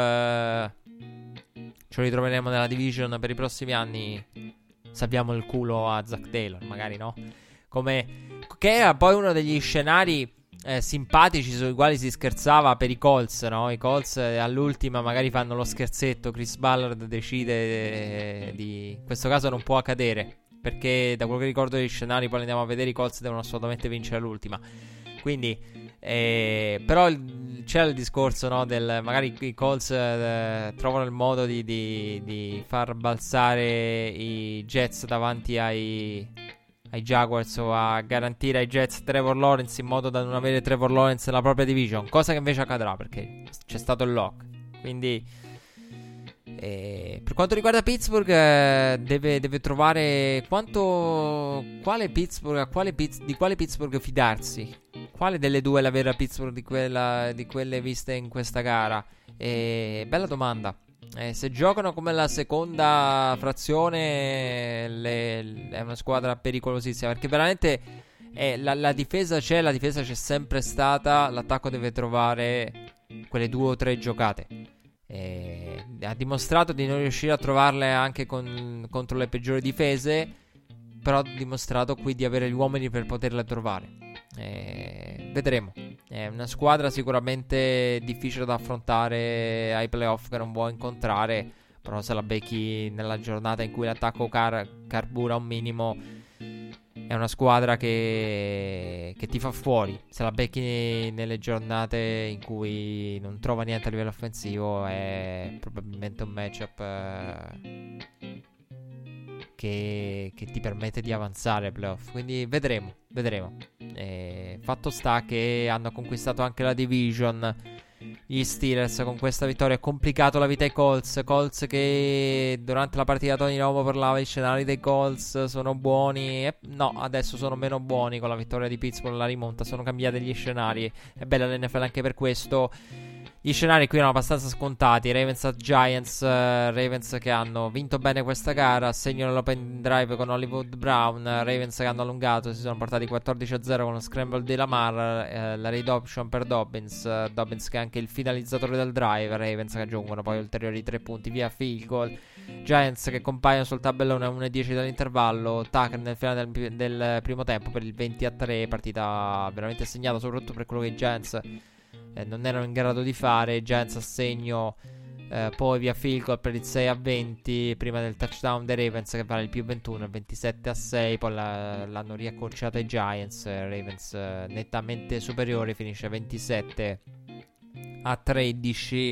A: ce lo ritroveremo nella division per i prossimi anni, salviamo il culo a Zach Taylor, magari, no? Che era poi uno degli scenari simpatici sui quali si scherzava per i Colts, no? I Colts all'ultima magari fanno lo scherzetto, Chris Ballard decide in questo caso non può accadere, perché da quello che ricordo degli scenari, poi andiamo a vedere, i Colts devono assolutamente vincere l'ultima. Quindi però c'era il discorso, no, del magari i Colts trovano il modo di far balzare i Jets davanti ai Jaguars, o a garantire ai Jets Trevor Lawrence, in modo da non avere Trevor Lawrence nella propria division, cosa che invece accadrà perché c'è stato il lock. Quindi per quanto riguarda Pittsburgh, deve trovare di quale Pittsburgh fidarsi, quale delle due è la vera Pittsburgh di quelle viste in questa gara. Bella domanda. Se giocano come la seconda frazione, è una squadra pericolosissima, perché veramente la difesa c'è sempre stata, l'attacco deve trovare
B: quelle 2 o 3 giocate. Ha dimostrato di non riuscire a trovarle anche contro le peggiori difese, però ha dimostrato qui di avere gli uomini per poterle trovare. Vedremo. È una squadra sicuramente difficile da affrontare ai playoff, che non vuoi incontrare, però se la becchi nella giornata in cui l'attacco carbura un minimo, è una squadra che ti fa fuori. Se la becchi nelle giornate in cui non trova niente a livello offensivo, è probabilmente un matchup che ti permette di avanzare ai playoff. Quindi vedremo. Fatto sta che hanno conquistato anche la division, gli Steelers, con questa vittoria. Ha complicato la vita ai Colts che durante la partita Tony Romo parlava, gli scenari dei Colts sono buoni, no, adesso sono meno buoni. Con la vittoria di Pittsburgh, la rimonta, sono cambiati gli scenari. È bella l'NFL anche per questo. Gli scenari qui erano abbastanza scontati. Ravens at Giants, Ravens che hanno vinto bene questa gara, segnano l'open drive con Hollywood Brown. Ravens che hanno allungato, si sono portati 14-0 con lo scramble di Lamar, la read option per Dobbins. Dobbins che è anche il finalizzatore del drive. Ravens che aggiungono poi ulteriori 3 punti via field goal. Giants che compaiono sul tabellone a 1:10 dall'intervallo. Tucker nel finale del primo tempo per il 20-3, partita veramente segnata soprattutto per quello che i Giants non erano in grado di fare. Giants a segno, poi via field goal per il 6-20 prima del touchdown dei Ravens che vale il più 21, il 27-6. Poi l'hanno riaccorciata i Giants. Ravens nettamente superiore, finisce 27-13.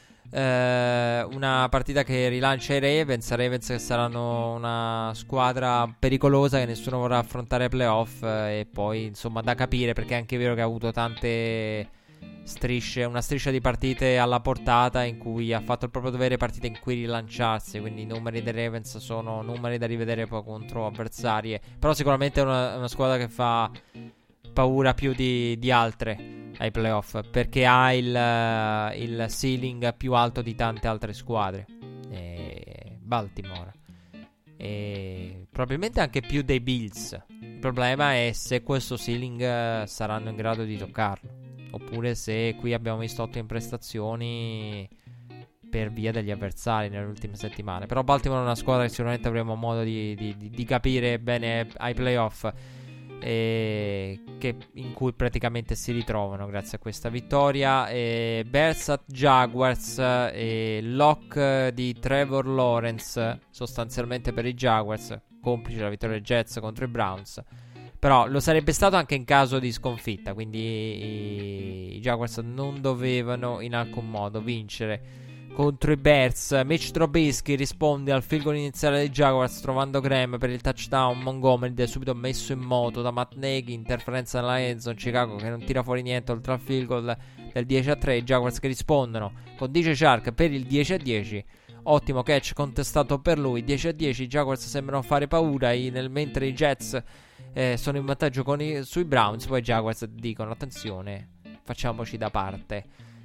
B: Una partita che rilancia i Ravens che saranno una squadra pericolosa che nessuno vorrà affrontare ai playoff, e poi insomma da capire, perché è anche vero che ha avuto tante una striscia di partite alla portata in cui ha fatto il proprio dovere, partite in cui rilanciarsi. Quindi i numeri dei Ravens sono numeri da rivedere poi contro avversarie, però sicuramente è una squadra che fa paura più di altre ai playoff, perché ha il ceiling più alto di tante altre squadre. Baltimore, probabilmente anche più dei Bills. Il problema è se questo ceiling saranno in grado di toccarlo, oppure se qui abbiamo visto ottime prestazioni per via degli avversari nelle ultime settimane. Però Baltimore è una squadra che sicuramente avremo modo di capire bene ai playoff, in cui praticamente si ritrovano grazie a questa vittoria. Bears at Jaguars, lock di Trevor Lawrence sostanzialmente per i Jaguars, complice la vittoria dei Jets contro i Browns. Però lo sarebbe stato anche in caso di sconfitta, quindi i Jaguars non dovevano in alcun modo vincere contro i Bears. Mitch Trubisky risponde al field goal iniziale dei Jaguars trovando Graham per il touchdown. Montgomery è subito messo in moto da Matt Nagy, interferenza nella endzone. Chicago che non tira fuori niente oltre al field goal del 10-3. I Jaguars che rispondono con DJ Chark per il 10-10. Ottimo catch contestato per lui, 10-10. I Jaguars sembrano fare paura mentre i Jets sono in vantaggio sui Browns. Poi i Jaguars dicono attenzione, facciamoci da parte.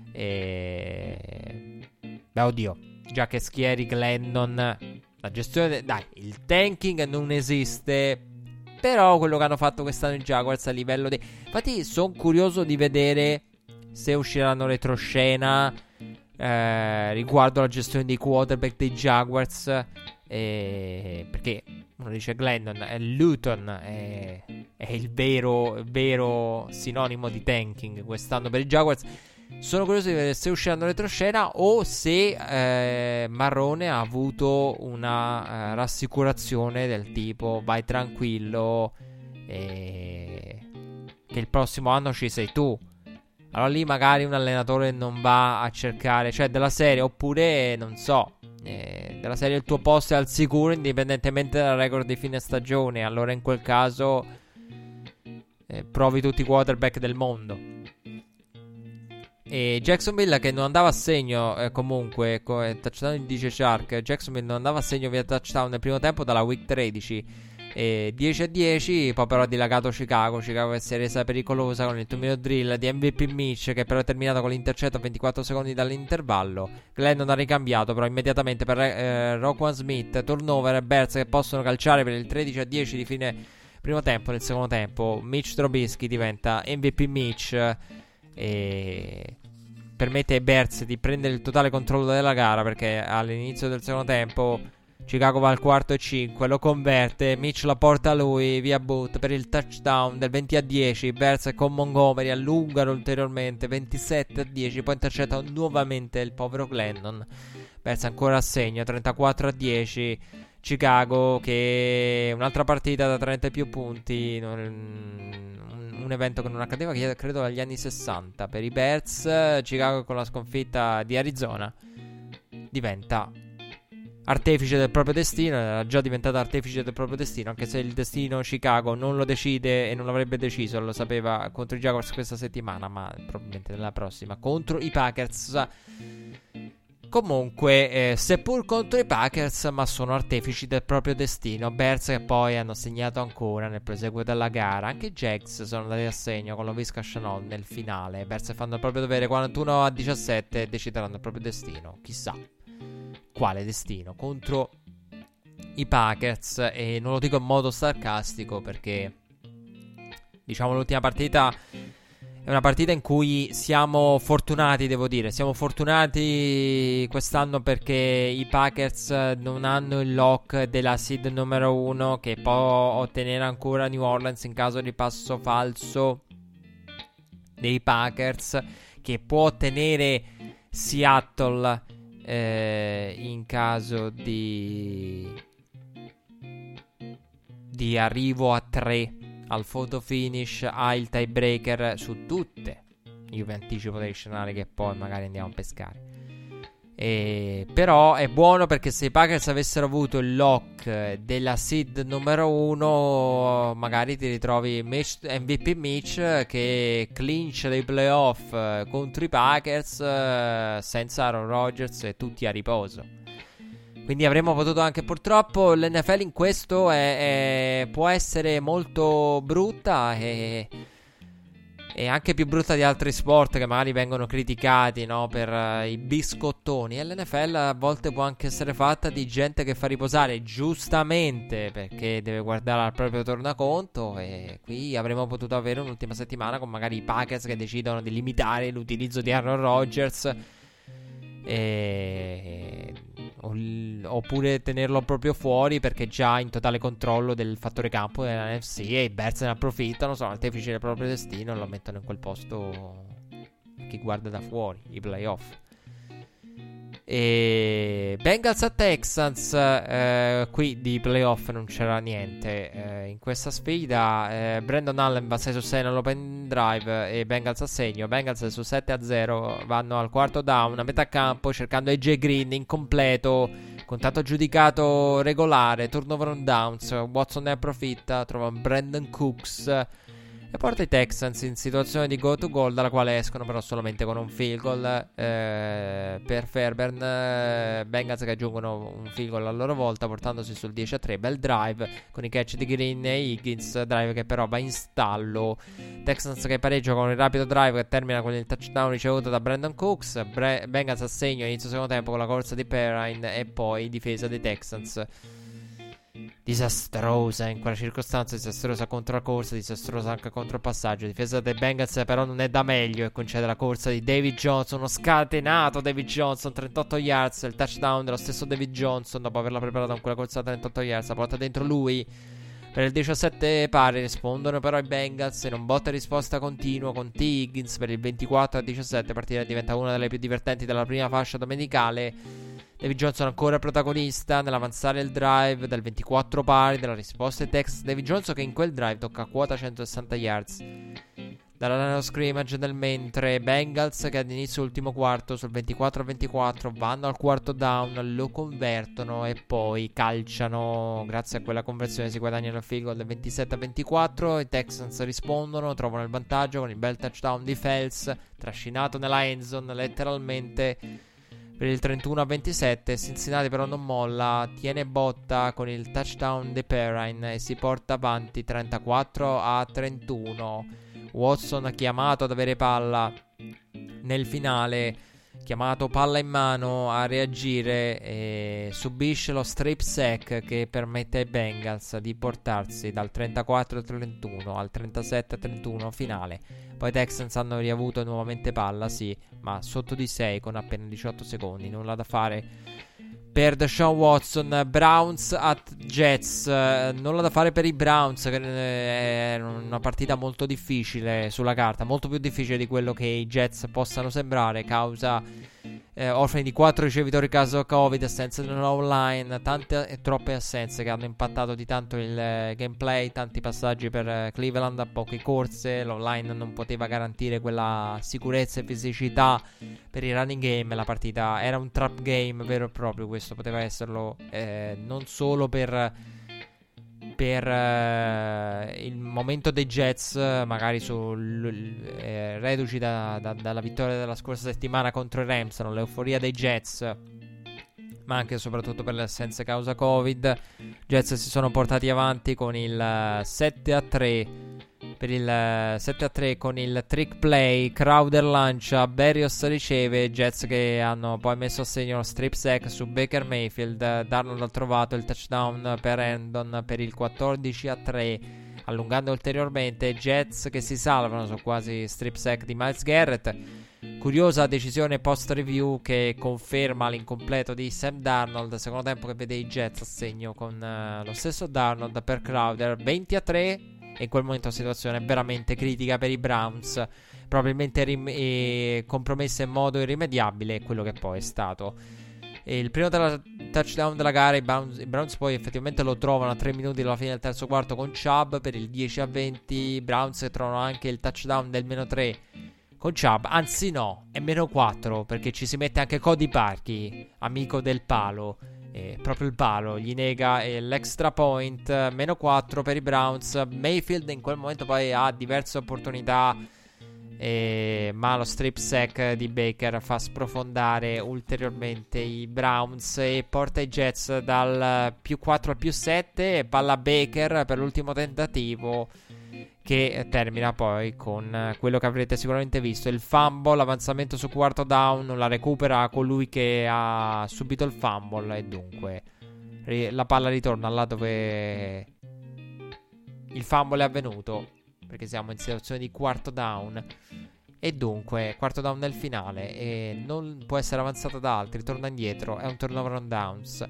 B: Beh, oddio, già che schieri Glennon, la gestione il tanking non esiste, però quello che hanno fatto quest'anno i Jaguars a livello di... Infatti sono curioso di vedere se usciranno retroscena riguardo la gestione dei quarterback dei Jaguars, perché uno dice Glennon, Luton è il vero sinonimo di tanking quest'anno per i Jaguars. Sono curioso di vedere se usciranno retroscena o se Marrone ha avuto una rassicurazione del tipo vai tranquillo, che il prossimo anno ci sei tu. Allora lì magari un allenatore non va a cercare, cioè della serie, oppure non so, della serie il tuo posto è al sicuro indipendentemente dal record di fine stagione. Allora in quel caso provi tutti i quarterback del mondo. E Jacksonville che non andava a segno, comunque touchdown di DJ Shark. Jacksonville non andava a segno via touchdown nel primo tempo dalla week 13, 10-10. Poi però ha dilagato Chicago che si è resa pericolosa con il 2-minute drill di MVP Mitch, che però è terminato con l'intercetto a 24 secondi dall'intervallo. Glennon ha ricambiato però immediatamente per Roquan Smith. Turnover, Bears che possono calciare per il 13-10 di fine primo tempo. Nel secondo tempo Mitch Trubisky diventa MVP Mitch, permette ai Bears di prendere il totale controllo della gara, perché all'inizio del secondo tempo Chicago va al quarto e 5, lo converte, Mitch la porta a lui via boot per il touchdown del 20-10. Bears con Montgomery allungano ulteriormente 27-10, poi intercettano nuovamente il povero Glennon. Bears ancora a segno 34-10. Chicago, che un'altra partita da 30 e più punti, un evento che non accadeva credo dagli anni 60 per i Bears. Chicago con la sconfitta di Arizona diventa artefice del proprio destino. Era già diventata artefice del proprio destino, anche se il destino Chicago non lo decide e non l'avrebbe deciso, lo sapeva contro i Jaguars questa settimana, ma probabilmente nella prossima contro i Packers. Comunque, seppur contro i Packers, ma sono artefici del proprio destino. Bears che poi hanno segnato ancora nel proseguo della gara. Anche i Jags sono andati a segno con Laviska Shenault nel finale. Bears fanno il proprio dovere 41-17 e decideranno il proprio destino. Chissà quale destino contro i Packers. E non lo dico in modo sarcastico, perché diciamo l'ultima partita è una partita in cui siamo fortunati, devo dire. Siamo fortunati quest'anno perché i Packers non hanno il lock della seed numero 1 che può ottenere ancora New Orleans in caso di passo falso dei Packers, che può ottenere Seattle in caso di arrivo a 3 al photo finish. Ha il tiebreaker su tutte. Io vi anticipo dei scenari che poi magari andiamo a pescare. Però è buono, perché se i Packers avessero avuto il lock della seed numero 1, magari ti ritrovi MVP Mitch che clinch dei playoff contro i Packers senza Aaron Rodgers e tutti a riposo. Quindi avremmo potuto anche, purtroppo l'NFL in questo può essere molto brutta e anche più brutta di altri sport che magari vengono criticati, no, per i biscottoni. E l'NFL a volte può anche essere fatta di gente che fa riposare, giustamente, perché deve guardare al proprio tornaconto. E qui avremmo potuto avere un'ultima settimana con magari i Packers che decidono di limitare l'utilizzo di Aaron Rodgers, oppure tenerlo proprio fuori perché già in totale controllo del fattore campo della NFC, e i Bears ne approfittano, sono artefici del proprio destino e lo mettono in quel posto che guarda da fuori i playoff. E Bengals a Texans, qui di playoff non c'era niente in questa sfida. Brandon Allen va 6 su 6 nell'open drive e Bengals a segno. Bengals su 7-0 vanno al quarto down a metà campo cercando AJ Green incompleto, contatto giudicato regolare, turnover on downs. Watson ne approfitta, trova Brandon Cooks e porta i Texans in situazione di go to goal, dalla quale escono però solamente con un field goal per Fairbairn. Bengals che aggiungono un field goal a loro volta, portandosi sul 10-3. Bel drive con i catch di Green e Higgins, drive che però va in stallo. Texans che pareggia con il rapido drive che termina con il touchdown ricevuto da Brandon Cooks. Bengals a segno inizio secondo tempo con la corsa di Perrine e poi difesa dei Texans disastrosa in quella circostanza, disastrosa contro la corsa, disastrosa anche contro il passaggio. Difesa dei Bengals però non è da meglio e concede la corsa di David Johnson, uno scatenato David Johnson, 38 yards, il touchdown dello stesso David Johnson dopo averla preparata con quella corsa da 38 yards, la porta dentro lui per il 17 pari. Rispondono però i Bengals in un botta e risposta continuo con T. Higgins per il 24-17. Partita diventa una delle più divertenti della prima fascia domenicale. David Johnson ancora protagonista nell'avanzare il drive del 24 pari della risposta ai Texans. David Johnson che in quel drive tocca quota 160 yards dalla line of scrimmage, nel mentre Bengals che ad inizio ultimo quarto sul 24-24 vanno al quarto down, lo convertono e poi calciano. Grazie a quella conversione si guadagnano il field goal del 27-24. I Texans rispondono, trovano il vantaggio con il bel touchdown di Fels trascinato nella end zone letteralmente per il 31-27. Cincinnati però non molla, tiene botta con il touchdown di Perrine e si porta avanti 34-31. Watson chiamato ad avere palla nel finale, chiamato palla in mano a reagire, e subisce lo strip sack che permette ai Bengals di portarsi dal 34-31 al 37-31 finale. Poi i Texans hanno riavuto nuovamente palla, sì, ma sotto di 6 con appena 18 secondi, nulla da fare per Deshaun Watson. Browns at Jets, nulla da fare per i Browns, che è una partita molto difficile sulla carta, molto più difficile di quello che i Jets possano sembrare, causa orfani di 4 ricevitori caso Covid, assenze nell'online, tante e troppe assenze che hanno impattato di tanto il gameplay, tanti passaggi per Cleveland, poche corse, l'online non poteva garantire quella sicurezza e fisicità per il running game. La partita era un trap game vero e proprio, questo poteva esserlo, non solo per il momento dei Jets, magari reduci dalla vittoria della scorsa settimana contro i Rams, l'euforia dei Jets, ma anche e soprattutto per le assenze causa Covid. Jets si sono portati avanti con il 7-3, per il 7-3 con il trick play, Crowder lancia, Berrios riceve, Jets che hanno poi messo a segno lo strip sack su Baker Mayfield. Darnold ha trovato il touchdown per Hendon per il 14-3, allungando ulteriormente. Jets che si salvano su quasi strip sack di Myles Garrett. Curiosa decisione post review che conferma l'incompleto di Sam Darnold, secondo tempo che vede i Jets a segno con lo stesso Darnold per Crowder. 20-3, e in quel momento la situazione è veramente critica per i Browns, probabilmente compromessa in modo irrimediabile, quello che poi è stato. E il primo touchdown della gara, i Browns poi effettivamente lo trovano a 3 minuti dalla fine del terzo quarto con Chubb per il 10-20. I Browns trovano anche il touchdown del -3 con Chubb, anzi no, è -4 perché ci si mette anche Cody Parkey, amico del palo. Proprio il palo gli nega l'extra point. -4 per i Browns. Mayfield in quel momento poi ha diverse opportunità, ma lo strip sack di Baker fa sprofondare ulteriormente i Browns e porta i Jets dal +4 al +7. Palla Baker per l'ultimo tentativo, che termina poi con quello che avrete sicuramente visto, il fumble, l'avanzamento su quarto down, la recupera colui che ha subito il fumble e dunque la palla ritorna là dove il fumble è avvenuto, perché siamo in situazione di quarto down e dunque quarto down nel finale e non può essere avanzata da altri, torna indietro, è un turnover on downs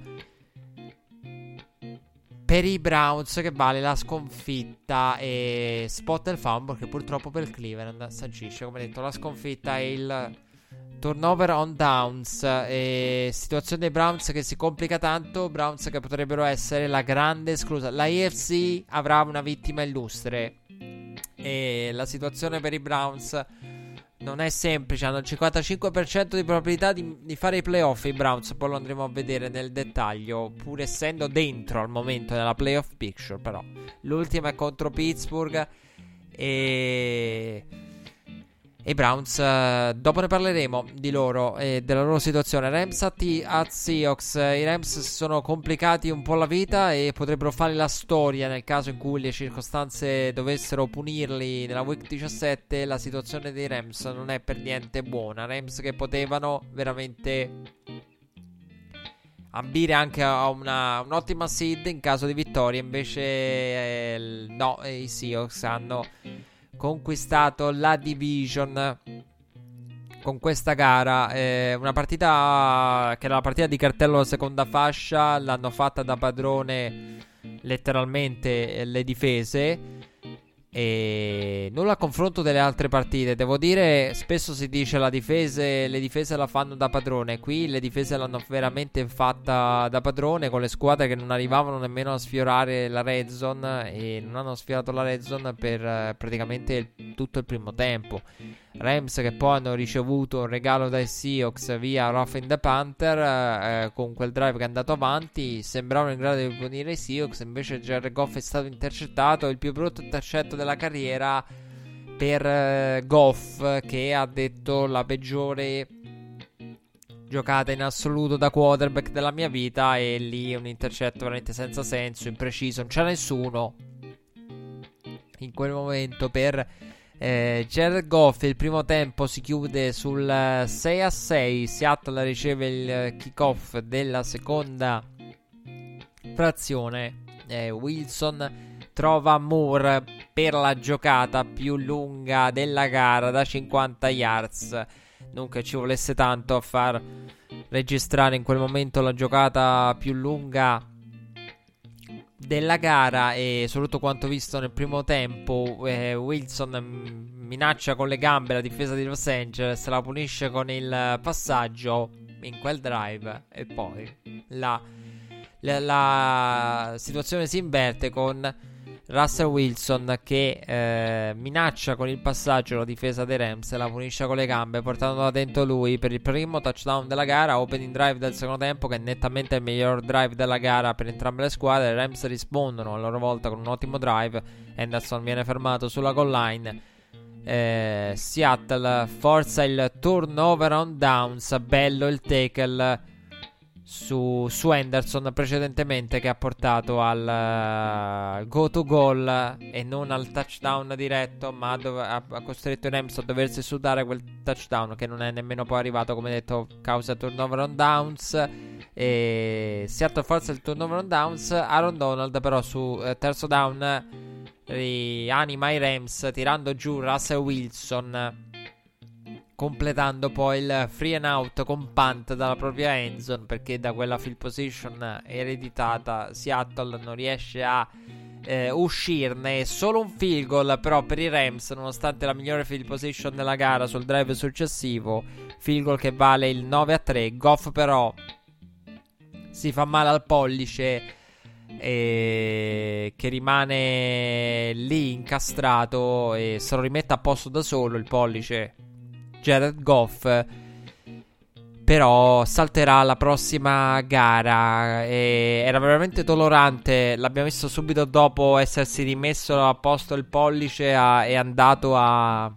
B: per i Browns, che vale la sconfitta e spot il fumble che purtroppo per Cleveland sancisce, come detto, la sconfitta e il turnover on downs. E situazione dei Browns che si complica tanto, Browns che potrebbero essere la grande esclusa. La AFC avrà una vittima illustre e la situazione per i Browns non è semplice, hanno il 55% di probabilità di fare i playoff i Browns, poi lo andremo a vedere nel dettaglio, pur essendo dentro al momento nella playoff picture. Però l'ultima è contro Pittsburgh e i Browns, dopo ne parleremo di loro e della loro situazione. Rams at Seahawks. I Rams si sono complicati un po' la vita e potrebbero fare la storia nel caso in cui le circostanze dovessero punirli nella week 17. La situazione dei Rams non è per niente buona. Rams che potevano veramente ambire anche a un'ottima seed in caso di vittoria, invece no, i Seahawks hanno conquistato la division con questa gara. Una partita che era la partita di cartello della seconda fascia, l'hanno fatta da padrone letteralmente le difese e nulla a confronto delle altre partite. Devo dire, spesso si dice le difese la fanno da padrone. Qui le difese l'hanno veramente fatta da padrone, con le squadre che non arrivavano nemmeno a sfiorare la red zone e non hanno sfiorato la red zone per praticamente tutto il primo tempo. Rams che poi hanno ricevuto un regalo dai Seahawks via Roughing the Panther, con quel drive che è andato avanti, sembravano in grado di punire i Seahawks, invece Jared Goff è stato intercettato, il più brutto intercetto della carriera per Goff, che ha detto la peggiore giocata in assoluto da quarterback della mia vita, e lì un intercetto veramente senza senso, impreciso, non c'era nessuno in quel momento per Jared Goff. Il primo tempo si chiude sul 6-6. Seattle riceve il kickoff della seconda frazione. Wilson trova Moore per la giocata più lunga della gara da 50 yards. Non che ci volesse tanto a far registrare in quel momento la giocata più lunga della gara, e soprattutto quanto visto nel primo tempo. Wilson minaccia con le gambe la difesa di Los Angeles, la punisce con il passaggio in quel drive, e poi la situazione si inverte con Russell Wilson che minaccia con il passaggio la difesa dei Rams e la punisce con le gambe, portandola dentro lui per il primo touchdown della gara, opening drive del secondo tempo, che è nettamente il miglior drive della gara per entrambe le squadre. I Rams rispondono a loro volta con un ottimo drive. Henderson viene fermato sulla goal line. Seattle forza il turnover on downs. Bello il tackle su Henderson precedentemente, che ha portato al go to goal e non al touchdown diretto, ma ha costretto i Rams a doversi sudare quel touchdown, che non è nemmeno poi arrivato, come detto, causa turnover on downs. E Seattle forza il turnover on downs. Aaron Donald però su terzo down rianima i Rams tirando giù Russell Wilson, completando poi il free and out con punt dalla propria end zone, perché da quella field position ereditata Seattle non riesce a uscirne. Solo un field goal però per i Rams, nonostante la migliore field position della gara sul drive successivo, field goal che vale il 9-3. Goff però si fa male al pollice, che rimane lì incastrato e se lo rimette a posto da solo il pollice Jared Goff, però salterà la prossima gara. E era veramente dolorante. L'abbiamo visto subito dopo essersi rimesso a posto il pollice, è andato a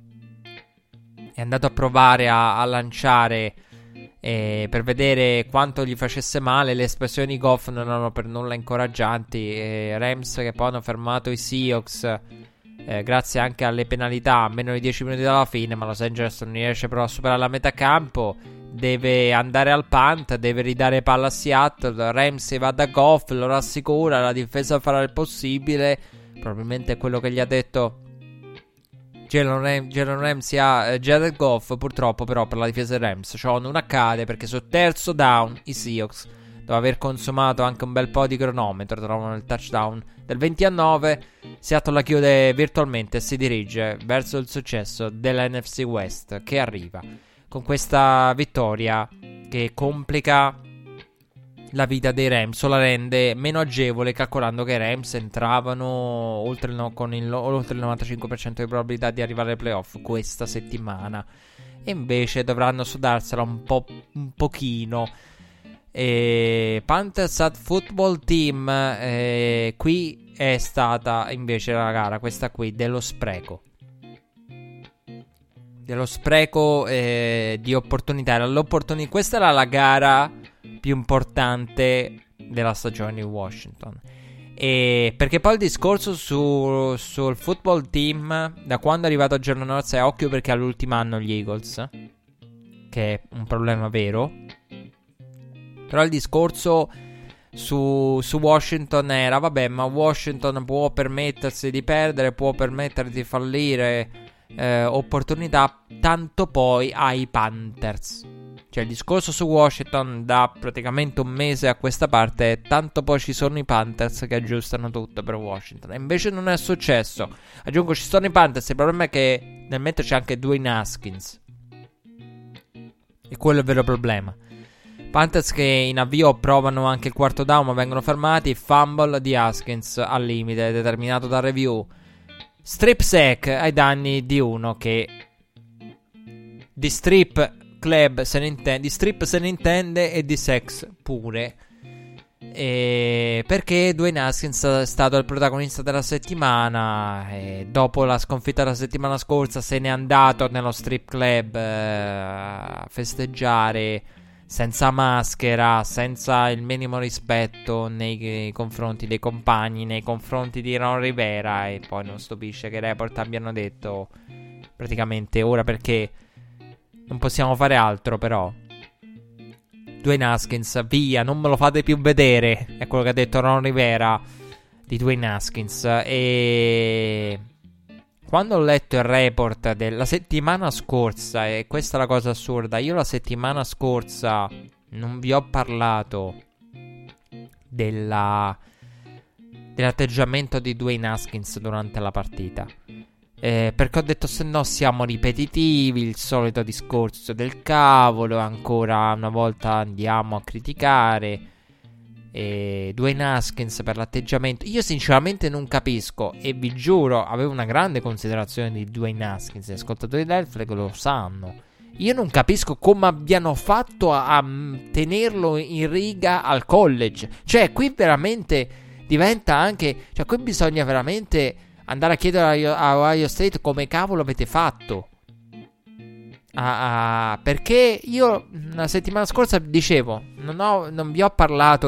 B: provare a lanciare per vedere quanto gli facesse male. Le espressioni di Goff non erano per nulla incoraggianti. Rams che poi hanno fermato i Seahawks grazie anche alle penalità a meno di 10 minuti dalla fine, ma Los Angeles non riesce però a superare la metà campo. Deve andare al punt, deve ridare palla a Seattle. Ramsey va da Goff, lo rassicura, la difesa farà il possibile. Probabilmente è quello che gli ha detto Jalen Ramsey a Jared Goff. Purtroppo però per la difesa dei Rams ciò non accade, perché su terzo down i Seahawks, dopo aver consumato anche un bel po' di cronometro, trovano il touchdown del 20-9. Seattle la chiude virtualmente e si dirige verso il successo della NFC West, che arriva con questa vittoria che complica la vita dei Rams, o la rende meno agevole, calcolando che i Rams entravano oltre il 95% di probabilità di arrivare ai playoff questa settimana, e invece dovranno sudarsela un pochino. Panthers at Football Team, qui è stata invece la gara, questa qui, dello spreco di opportunità. Questa era la gara più importante della stagione di Washington, perché poi il discorso sul football team, da quando è arrivato Jalen Hurts, è occhio perché all'ultimo anno gli Eagles, che è un problema vero. Però il discorso su Washington era: vabbè, ma Washington può permettersi di perdere, può permettersi di fallire opportunità, tanto poi ai Panthers. Cioè il discorso su Washington da praticamente un mese a questa parte è: tanto poi ci sono i Panthers che aggiustano tutto per Washington. E invece non è successo. Aggiungo, ci sono i Panthers, il problema è che nel mentre c'è anche Dwayne Haskins, e quello è il vero problema. Panthers che in avvio provano anche il quarto down ma vengono fermati. Fumble di Haskins al limite determinato dal review. Strip sack ai danni di uno che di strip club se ne intende, di strip se ne intende, e di sex pure. Perché Dwayne Haskins è stato il protagonista della settimana, e dopo la sconfitta della settimana scorsa se n'è andato nello strip club a festeggiare senza maschera, senza il minimo rispetto nei confronti dei compagni, nei confronti di Ron Rivera. E poi non stupisce che i report abbiano detto praticamente: ora perché non possiamo fare altro, però Dwayne Haskins via, non me lo fate più vedere, è quello che ha detto Ron Rivera. di Dwayne Haskins. E quando ho letto il report della settimana scorsa, e questa è la cosa assurda, io la settimana scorsa non vi ho parlato dell'atteggiamento di Dwayne Haskins durante la partita, perché ho detto se no siamo ripetitivi, il solito discorso del cavolo, ancora una volta andiamo a criticare Dwayne Haskins per l'atteggiamento. Io sinceramente non capisco, e vi giuro avevo una grande considerazione di Dwayne Haskins, gli ascoltatori del Flag lo sanno. Io non capisco come abbiano fatto a tenerlo in riga al college. Cioè qui veramente diventa anche, cioè qui bisogna veramente andare a chiedere a Ohio State come cavolo avete fatto. Perché io la settimana scorsa dicevo, non vi ho parlato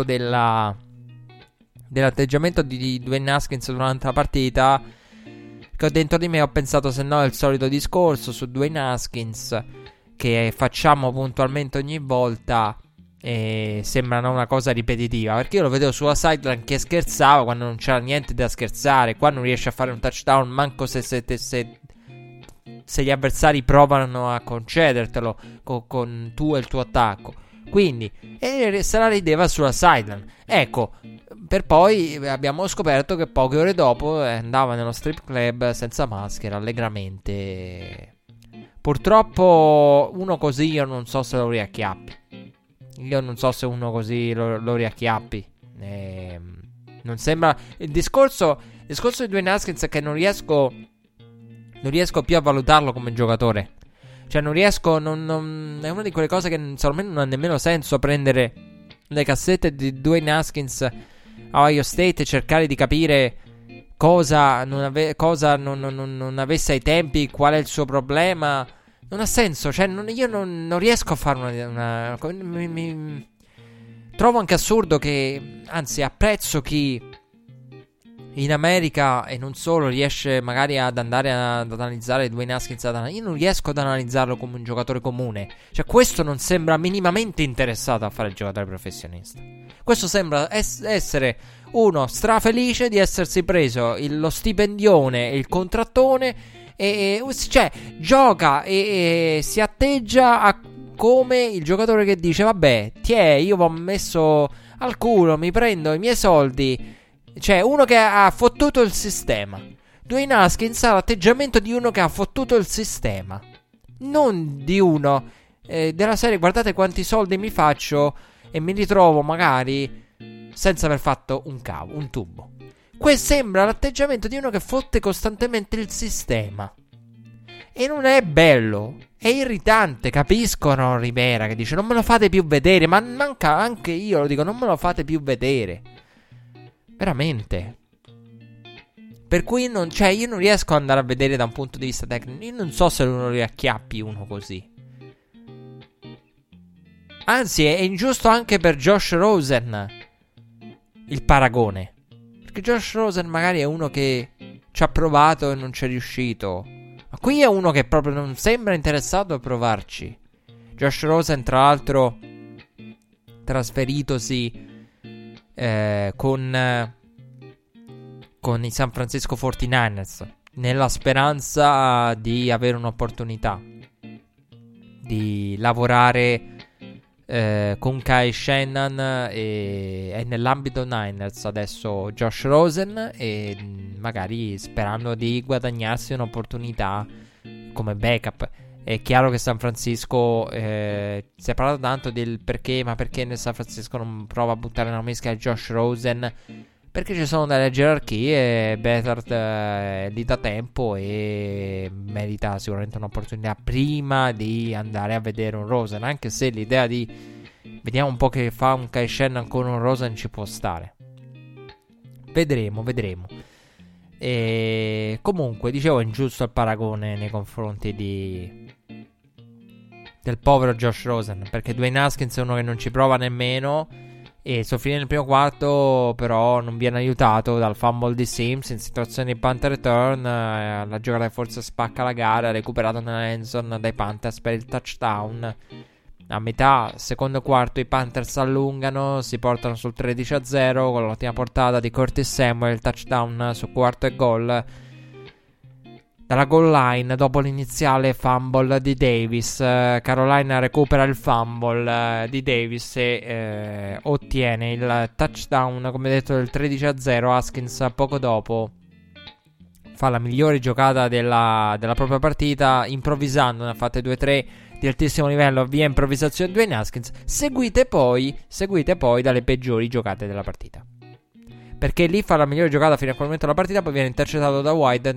B: dell'atteggiamento di Dwayne Haskins durante la partita, che dentro di me ho pensato se no è il solito discorso su Dwayne Haskins che facciamo puntualmente ogni volta. E sembra una cosa ripetitiva, perché io lo vedevo sulla sideline che scherzava quando non c'era niente da scherzare. Qua non riesce a fare un touchdown manco se gli avversari provano a concedertelo con tu e il tuo attacco. Quindi se la rideva sulla sideline. Ecco, per poi abbiamo scoperto che poche ore dopo andava nello strip club senza maschera allegramente. Purtroppo uno così io non so se lo riacchiappi. Io non so se uno così lo riacchiappi. Non sembra. Il discorso di Dwayne Haskins è che non riesco più a valutarlo come giocatore. Cioè non riesco. È una di quelle cose che secondo me non ha nemmeno senso prendere le cassette di Dwayne Haskins a Ohio State e cercare di capire cosa non avesse ai tempi, qual è il suo problema. Non ha senso, cioè io non riesco a fare trovo anche assurdo che, anzi apprezzo chi in America e non solo riesce magari ad andare ad analizzare Dwayne Haskins. Io non riesco ad analizzarlo come un giocatore comune. Cioè questo non sembra minimamente interessato a fare il giocatore professionista. Questo sembra essere uno strafelice di essersi preso lo stipendione e il contrattone. Cioè gioca e si atteggia come il giocatore che dice vabbè, io vi ho messo al culo, mi prendo i miei soldi. Cioè uno che ha fottuto il sistema. Dwayne Haskins ha l'atteggiamento di uno che ha fottuto il sistema, non di uno della serie guardate quanti soldi mi faccio e mi ritrovo magari senza aver fatto un tubo. Questo sembra l'atteggiamento di uno che fotte costantemente il sistema. E non è bello. È irritante. Capisco Ron Rivera che dice non me lo fate più vedere. Ma manca anche io lo dico, non me lo fate più vedere. Veramente. Per cui io non riesco ad andare a vedere da un punto di vista tecnico. Io non so se uno riacchiappi uno così. Anzi è ingiusto anche per Josh Rosen il paragone. Perché Josh Rosen magari è uno che ci ha provato e non ci è riuscito. Ma qui è uno che proprio non sembra interessato a provarci. Josh Rosen tra l'altro trasferitosi con i San Francisco 49ers nella speranza di avere un'opportunità di lavorare con Kai Shannon e nell'ambito Niners adesso Josh Rosen, e magari sperando di guadagnarsi un'opportunità come backup. È chiaro che San Francisco si è parlato tanto del perché, ma perché nel San Francisco non prova a buttare una mischia a Josh Rosen? Perché ci sono delle gerarchie. Beathard è lì da tempo e merita sicuramente un'opportunità prima di andare a vedere un Rosen. Anche se l'idea di vediamo un po' che fa un Kai Shannon con un Rosen ci può stare. Vedremo. E comunque dicevo è ingiusto il paragone nei confronti del povero Josh Rosen, perché Dwayne Haskins è uno che non ci prova nemmeno. E sul fine del primo quarto però non viene aiutato dal fumble di Sims in situazione di punt return, la giocata che forse spacca la gara, recuperato nella end zone dai Panthers per il touchdown. A metà secondo quarto i Panthers allungano, si portano sul 13-0 con l'ottima portata di Curtis Samuel, touchdown su quarto e gol dalla goal line dopo l'iniziale fumble di Davis. Carolina recupera il fumble di Davis e ottiene il touchdown, come detto, del 13-0. Haskins poco dopo fa la migliore giocata della propria partita, improvvisando, ne ha fatte 2-3 di altissimo livello via improvvisazione. Dwayne Haskins, seguite poi dalle peggiori giocate della partita, perché lì fa la migliore giocata fino a quel momento della partita, poi viene intercettato da White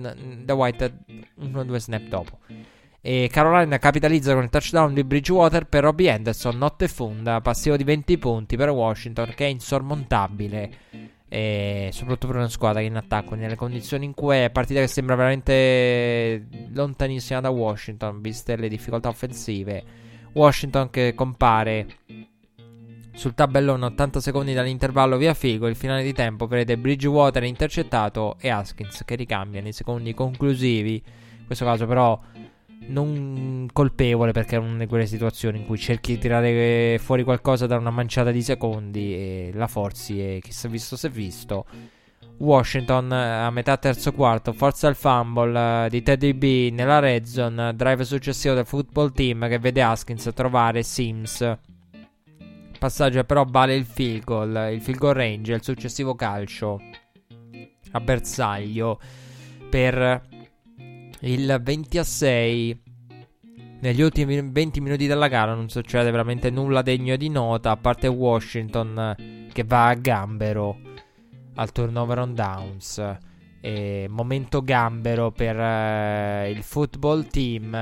B: 1-2 snap dopo. E Carolina capitalizza con il touchdown di Bridgewater per Robbie Anderson, notte fonda, passivo di 20 punti per Washington, che è insormontabile, e soprattutto per una squadra che in attacco, nelle condizioni in cui è, partita che sembra veramente lontanissima da Washington viste le difficoltà offensive. Washington che compare sul tabellone 80 secondi dall'intervallo via field goal. Il finale di tempo prevede Bridgewater intercettato e Haskins che ricambia nei secondi conclusivi, in questo caso però non colpevole, perché è una di quelle situazioni in cui cerchi di tirare fuori qualcosa da una manciata di secondi e la forzi, e chi si è visto si è visto. Washington a metà terzo quarto forza il fumble di Teddy B nella red zone, drive successivo del football team che vede Haskins trovare Sims. Passaggio però vale il field goal range, il successivo calcio a bersaglio per il 20-6. Negli ultimi 20 minuti della gara non succede veramente nulla degno di nota, a parte Washington che va a gambero al turnover on downs. Momento gambero per il football team,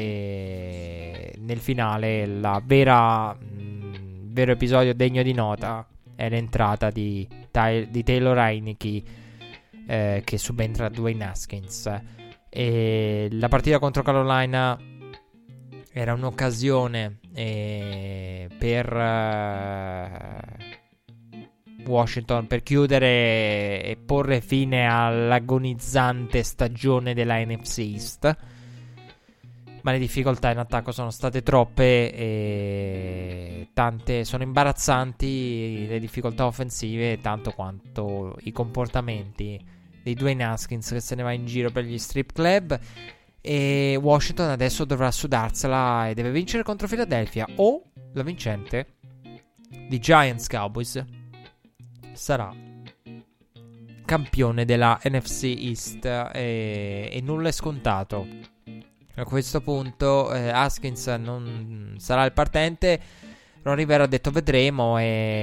B: e nel finale il vero episodio degno di nota è l'entrata di Taylor Heineke, che subentra a Dwayne Haskins. E la partita contro Carolina era un'occasione per Washington per chiudere e porre fine all'agonizzante stagione della NFC East, ma le difficoltà in attacco sono state troppe e tante sono imbarazzanti, le difficoltà offensive tanto quanto i comportamenti di Dwayne Haskins che se ne va in giro per gli strip club. E Washington adesso dovrà sudarsela e deve vincere contro Philadelphia, o la vincente di Giants Cowboys sarà campione della NFC East, e nulla è scontato. A questo punto Haskins non sarà il partente. Ron Rivera ha detto vedremo,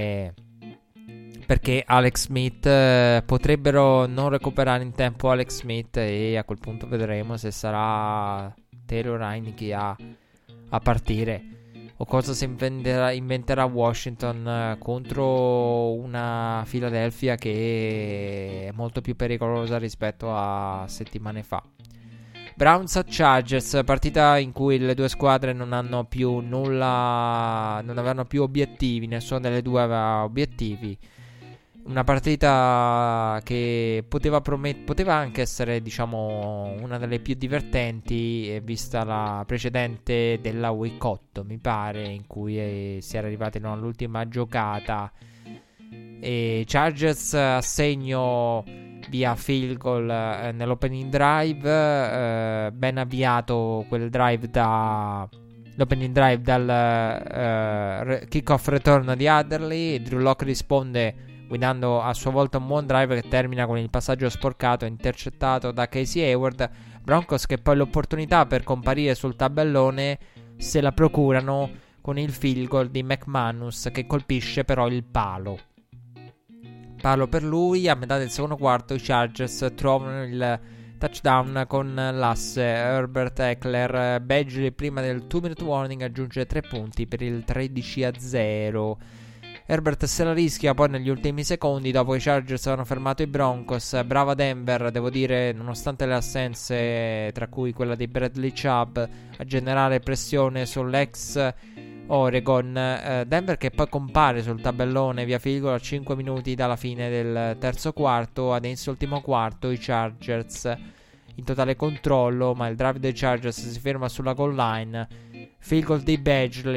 B: perché Alex Smith potrebbero non recuperare in tempo Alex Smith, e a quel punto vedremo se sarà Taylor Heineke a partire o cosa si inventerà Washington contro una Philadelphia che è molto più pericolosa rispetto a settimane fa. Browns a Chargers, partita in cui le due squadre non hanno più nulla, non avevano più obiettivi, nessuna delle due aveva obiettivi. Una partita che poteva anche essere, diciamo, una delle più divertenti, vista la precedente della Week 8, mi pare, in cui si era arrivati all'ultima giocata. E Chargers a segno via field goal nell'opening drive, ben avviato quel drive l'opening drive dal kickoff return di Adderley. Drew Lock risponde guidando a sua volta un buon drive che termina con il passaggio sporcato e intercettato da Casey Hayward. Broncos che poi l'opportunità per comparire sul tabellone se la procurano con il field goal di McManus, che colpisce però il palo per lui. A metà del secondo quarto i Chargers trovano il touchdown con l'asse Herbert Eckler. Badgley prima del 2-minute warning aggiunge 3 punti per il 13-0. Herbert se la rischia poi negli ultimi secondi dopo che i Chargers avevano fermato i Broncos. Brava Denver, devo dire, nonostante le assenze, tra cui quella di Bradley Chubb, a generare pressione sull'ex Oregon. Denver che poi compare sul tabellone via field goal a 5 minuti dalla fine del terzo quarto. Ad inizio ultimo quarto i Chargers in totale controllo, ma il drive dei Chargers si ferma sulla goal line. Field goal di Badgley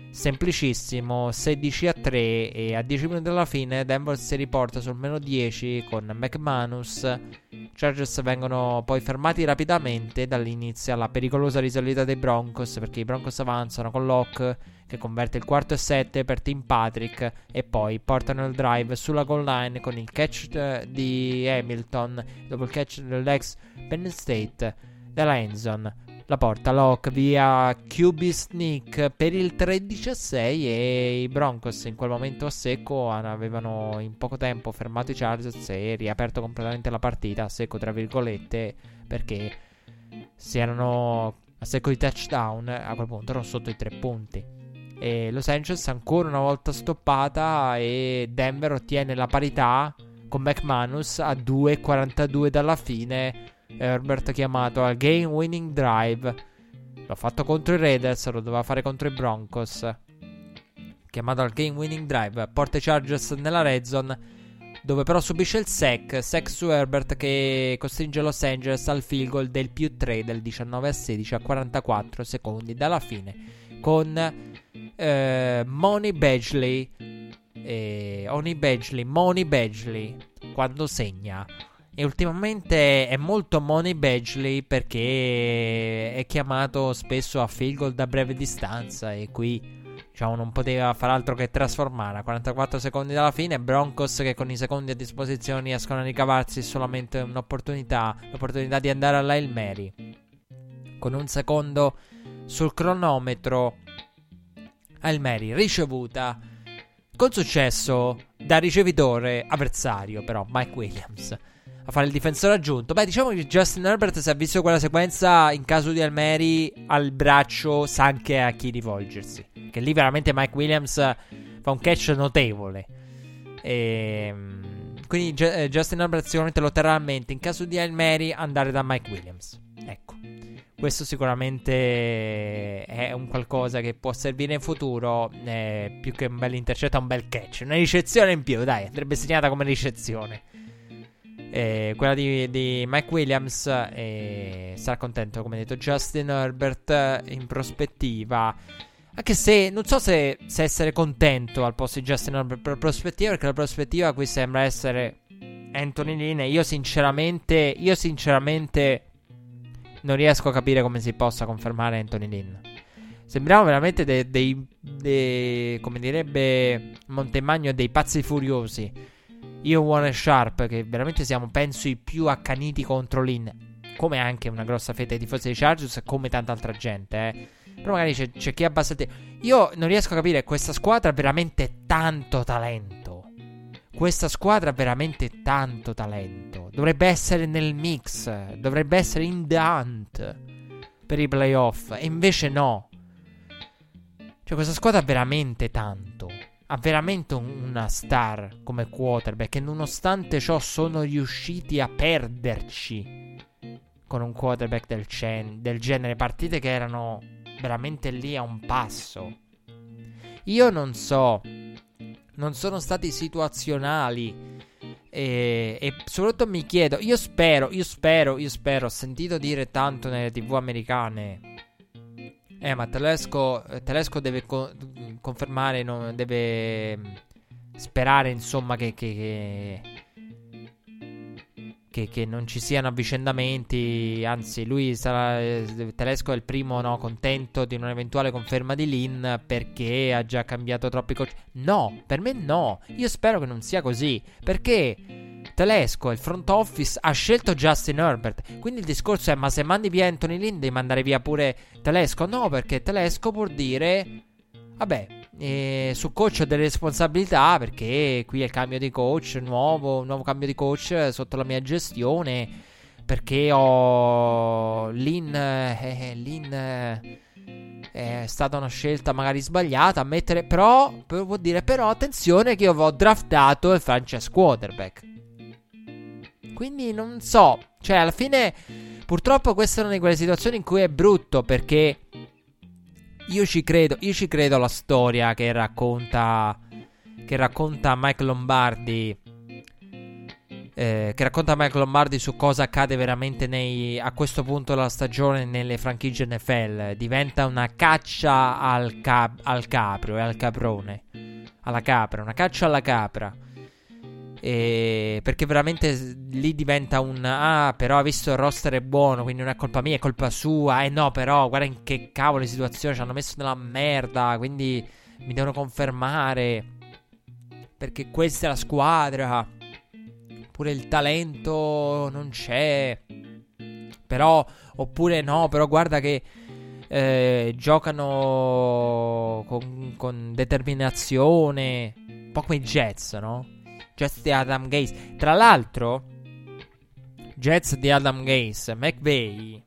B: semplicissimo, 16-3, e a 10 minuti dalla fine Denver si riporta sul meno 10 con McManus. Chargers vengono poi fermati rapidamente. Dall'inizio la pericolosa risalita dei Broncos, perché i Broncos avanzano con Locke che converte il 4-7 per Tim Patrick, e poi portano il drive sulla goal line con il catch di Hamilton dopo il catch dell'ex Penn State della endzone. La porta Locke via QB sneak per il 3-16, e i Broncos in quel momento a secco avevano in poco tempo fermato i Chargers e riaperto completamente la partita, a secco tra virgolette, perché si erano a secco di touchdown, a quel punto erano sotto i 3 punti. E Los Angeles ancora una volta stoppata, e Denver ottiene la parità con McManus a 2:42 dalla fine. Herbert chiamato al game winning drive. L'ha fatto contro i Raiders, lo doveva fare contro i Broncos. Chiamato al game winning drive, porta i Chargers nella red zone, dove però subisce il sack su Herbert, che costringe Los Angeles al field goal del +3 del 19-16 a 44 secondi dalla fine, con Money Badgley quando segna. E ultimamente è molto Money Badgley, perché è chiamato spesso a field goal da breve distanza, e qui diciamo non poteva far altro che trasformare. A 44 secondi dalla fine, Broncos che con i secondi a disposizione riescono a ricavarsi solamente l'opportunità di andare alla Hail Mary. Con un secondo sul cronometro, Hail Mary ricevuta con successo da ricevitore avversario, però Mike Williams a fare il difensore aggiunto. Beh, diciamo che Justin Herbert, se ha visto quella sequenza, in caso di Hail Mary al braccio sa anche a chi rivolgersi, che lì veramente Mike Williams fa un catch notevole. Quindi Justin Herbert sicuramente lo terrà a mente in caso di Hail Mary andare da Mike Williams. Ecco, questo sicuramente è un qualcosa che può servire in futuro, più che un bel intercetto, un bel catch, una ricezione in più, dai, andrebbe segnata come ricezione. Quella di Mike Williams, sarà contento, come detto, Justin Herbert in prospettiva. Anche se non so se essere contento al posto di Justin Herbert per prospettiva, perché la prospettiva qui sembra essere Anthony Lynn, e io sinceramente non riesco a capire come si possa confermare Anthony Lynn. Sembriamo veramente come direbbe Montemagno, dei pazzi furiosi. Io, Warren Sharp, che veramente siamo, penso, i più accaniti contro Lynn, come anche una grossa fetta di tifosi dei Chargers, come tanta altra gente, Però magari c'è chi ha abbastanza. Io non riesco a capire, questa squadra ha veramente tanto talento. Dovrebbe essere nel mix, dovrebbe essere in the hunt per i playoff, e invece no. Cioè, questa squadra ha veramente tanto. Ha veramente una star come quarterback, e nonostante ciò sono riusciti a perderci con un quarterback del genere. Partite che erano veramente lì a un passo. Io non so, non sono stati situazionali, e soprattutto mi chiedo, io spero, ho sentito dire tanto nelle TV americane, ma Telesco deve confermare, deve sperare, insomma, che non ci siano avvicendamenti. Anzi, Telesco è il primo, no, contento di un'eventuale conferma di Lynn, perché ha già cambiato troppi coach. No, per me no. Io spero che non sia così, perché Telesco, il front office, ha scelto Justin Herbert. Quindi il discorso è: ma se mandi via Anthony Lynn, devi mandare via pure Telesco? No, perché Telesco può dire: vabbè, su coach ho delle responsabilità, perché qui è il cambio di coach, nuovo cambio di coach sotto la mia gestione, perché Lynn è stata una scelta magari sbagliata, ammettere, però vuol dire, però attenzione che io ho draftato il franchise quarterback. Quindi non so, cioè alla fine purtroppo questa è una di quelle situazioni in cui è brutto, perché io ci credo alla storia che racconta Mike Lombardi, che racconta Michael Lombardi su cosa accade veramente a questo punto della stagione nelle franchigie NFL. Diventa una caccia al capro e al caprone, alla capra, una caccia alla capra. Perché veramente lì diventa però ha visto il roster è buono, quindi non è colpa mia, è colpa sua. No, però guarda in che cavolo di situazione ci hanno messo nella merda, quindi mi devono confermare, perché questa è la squadra. Pure il talento non c'è. Però, oppure no, però guarda che giocano con determinazione, un po' come i Jets, no? Jets di Adam Gase. Tra l'altro, Jets di Adam Gase, McVay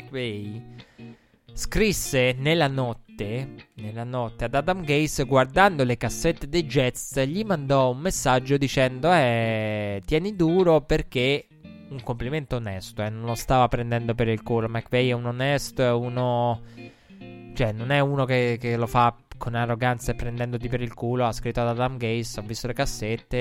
B: scrisse nella notte ad Adam Gase, guardando le cassette dei Jets, gli mandò un messaggio dicendo tieni duro, perché un complimento onesto, non lo stava prendendo per il culo. McVay è un onesto, è uno, cioè non è uno che lo fa con arroganza e prendendoti per il culo. Ha scritto ad Adam Gase: ho visto le cassette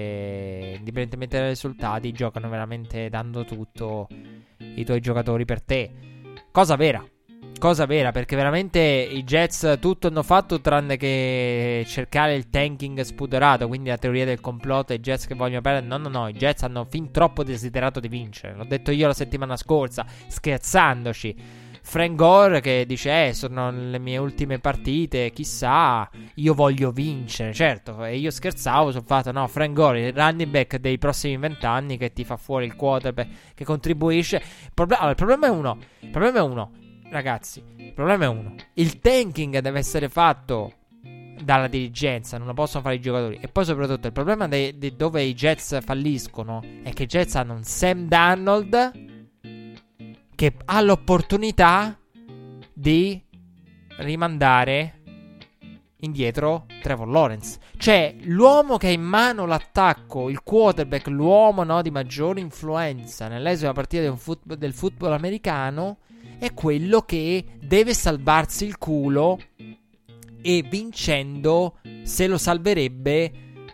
B: e, indipendentemente dai risultati, giocano veramente dando tutto i tuoi giocatori per te. Cosa vera, perché veramente i Jets tutto hanno fatto tranne che cercare il tanking spuderato, quindi la teoria del complotto, i Jets che vogliono perdere. No, i Jets hanno fin troppo desiderato di vincere. L'ho detto io la settimana scorsa, scherzandoci. Frank Gore che dice sono le mie ultime partite, chissà, io voglio vincere, certo. E io scherzavo sul fatto, no, Frank Gore, il running back dei prossimi 20 anni, che ti fa fuori il quarterback, che contribuisce. Allora, il problema è uno, ragazzi, il problema è uno: il tanking deve essere fatto dalla dirigenza, non lo possono fare i giocatori. E poi soprattutto il problema dove i Jets falliscono è che i Jets hanno un Sam Darnold che ha l'opportunità di rimandare indietro Trevor Lawrence. Cioè, l'uomo che ha in mano l'attacco, il quarterback, l'uomo, no, di maggiore influenza nell'esito della partita del football americano, è quello che deve salvarsi il culo, e vincendo se lo salverebbe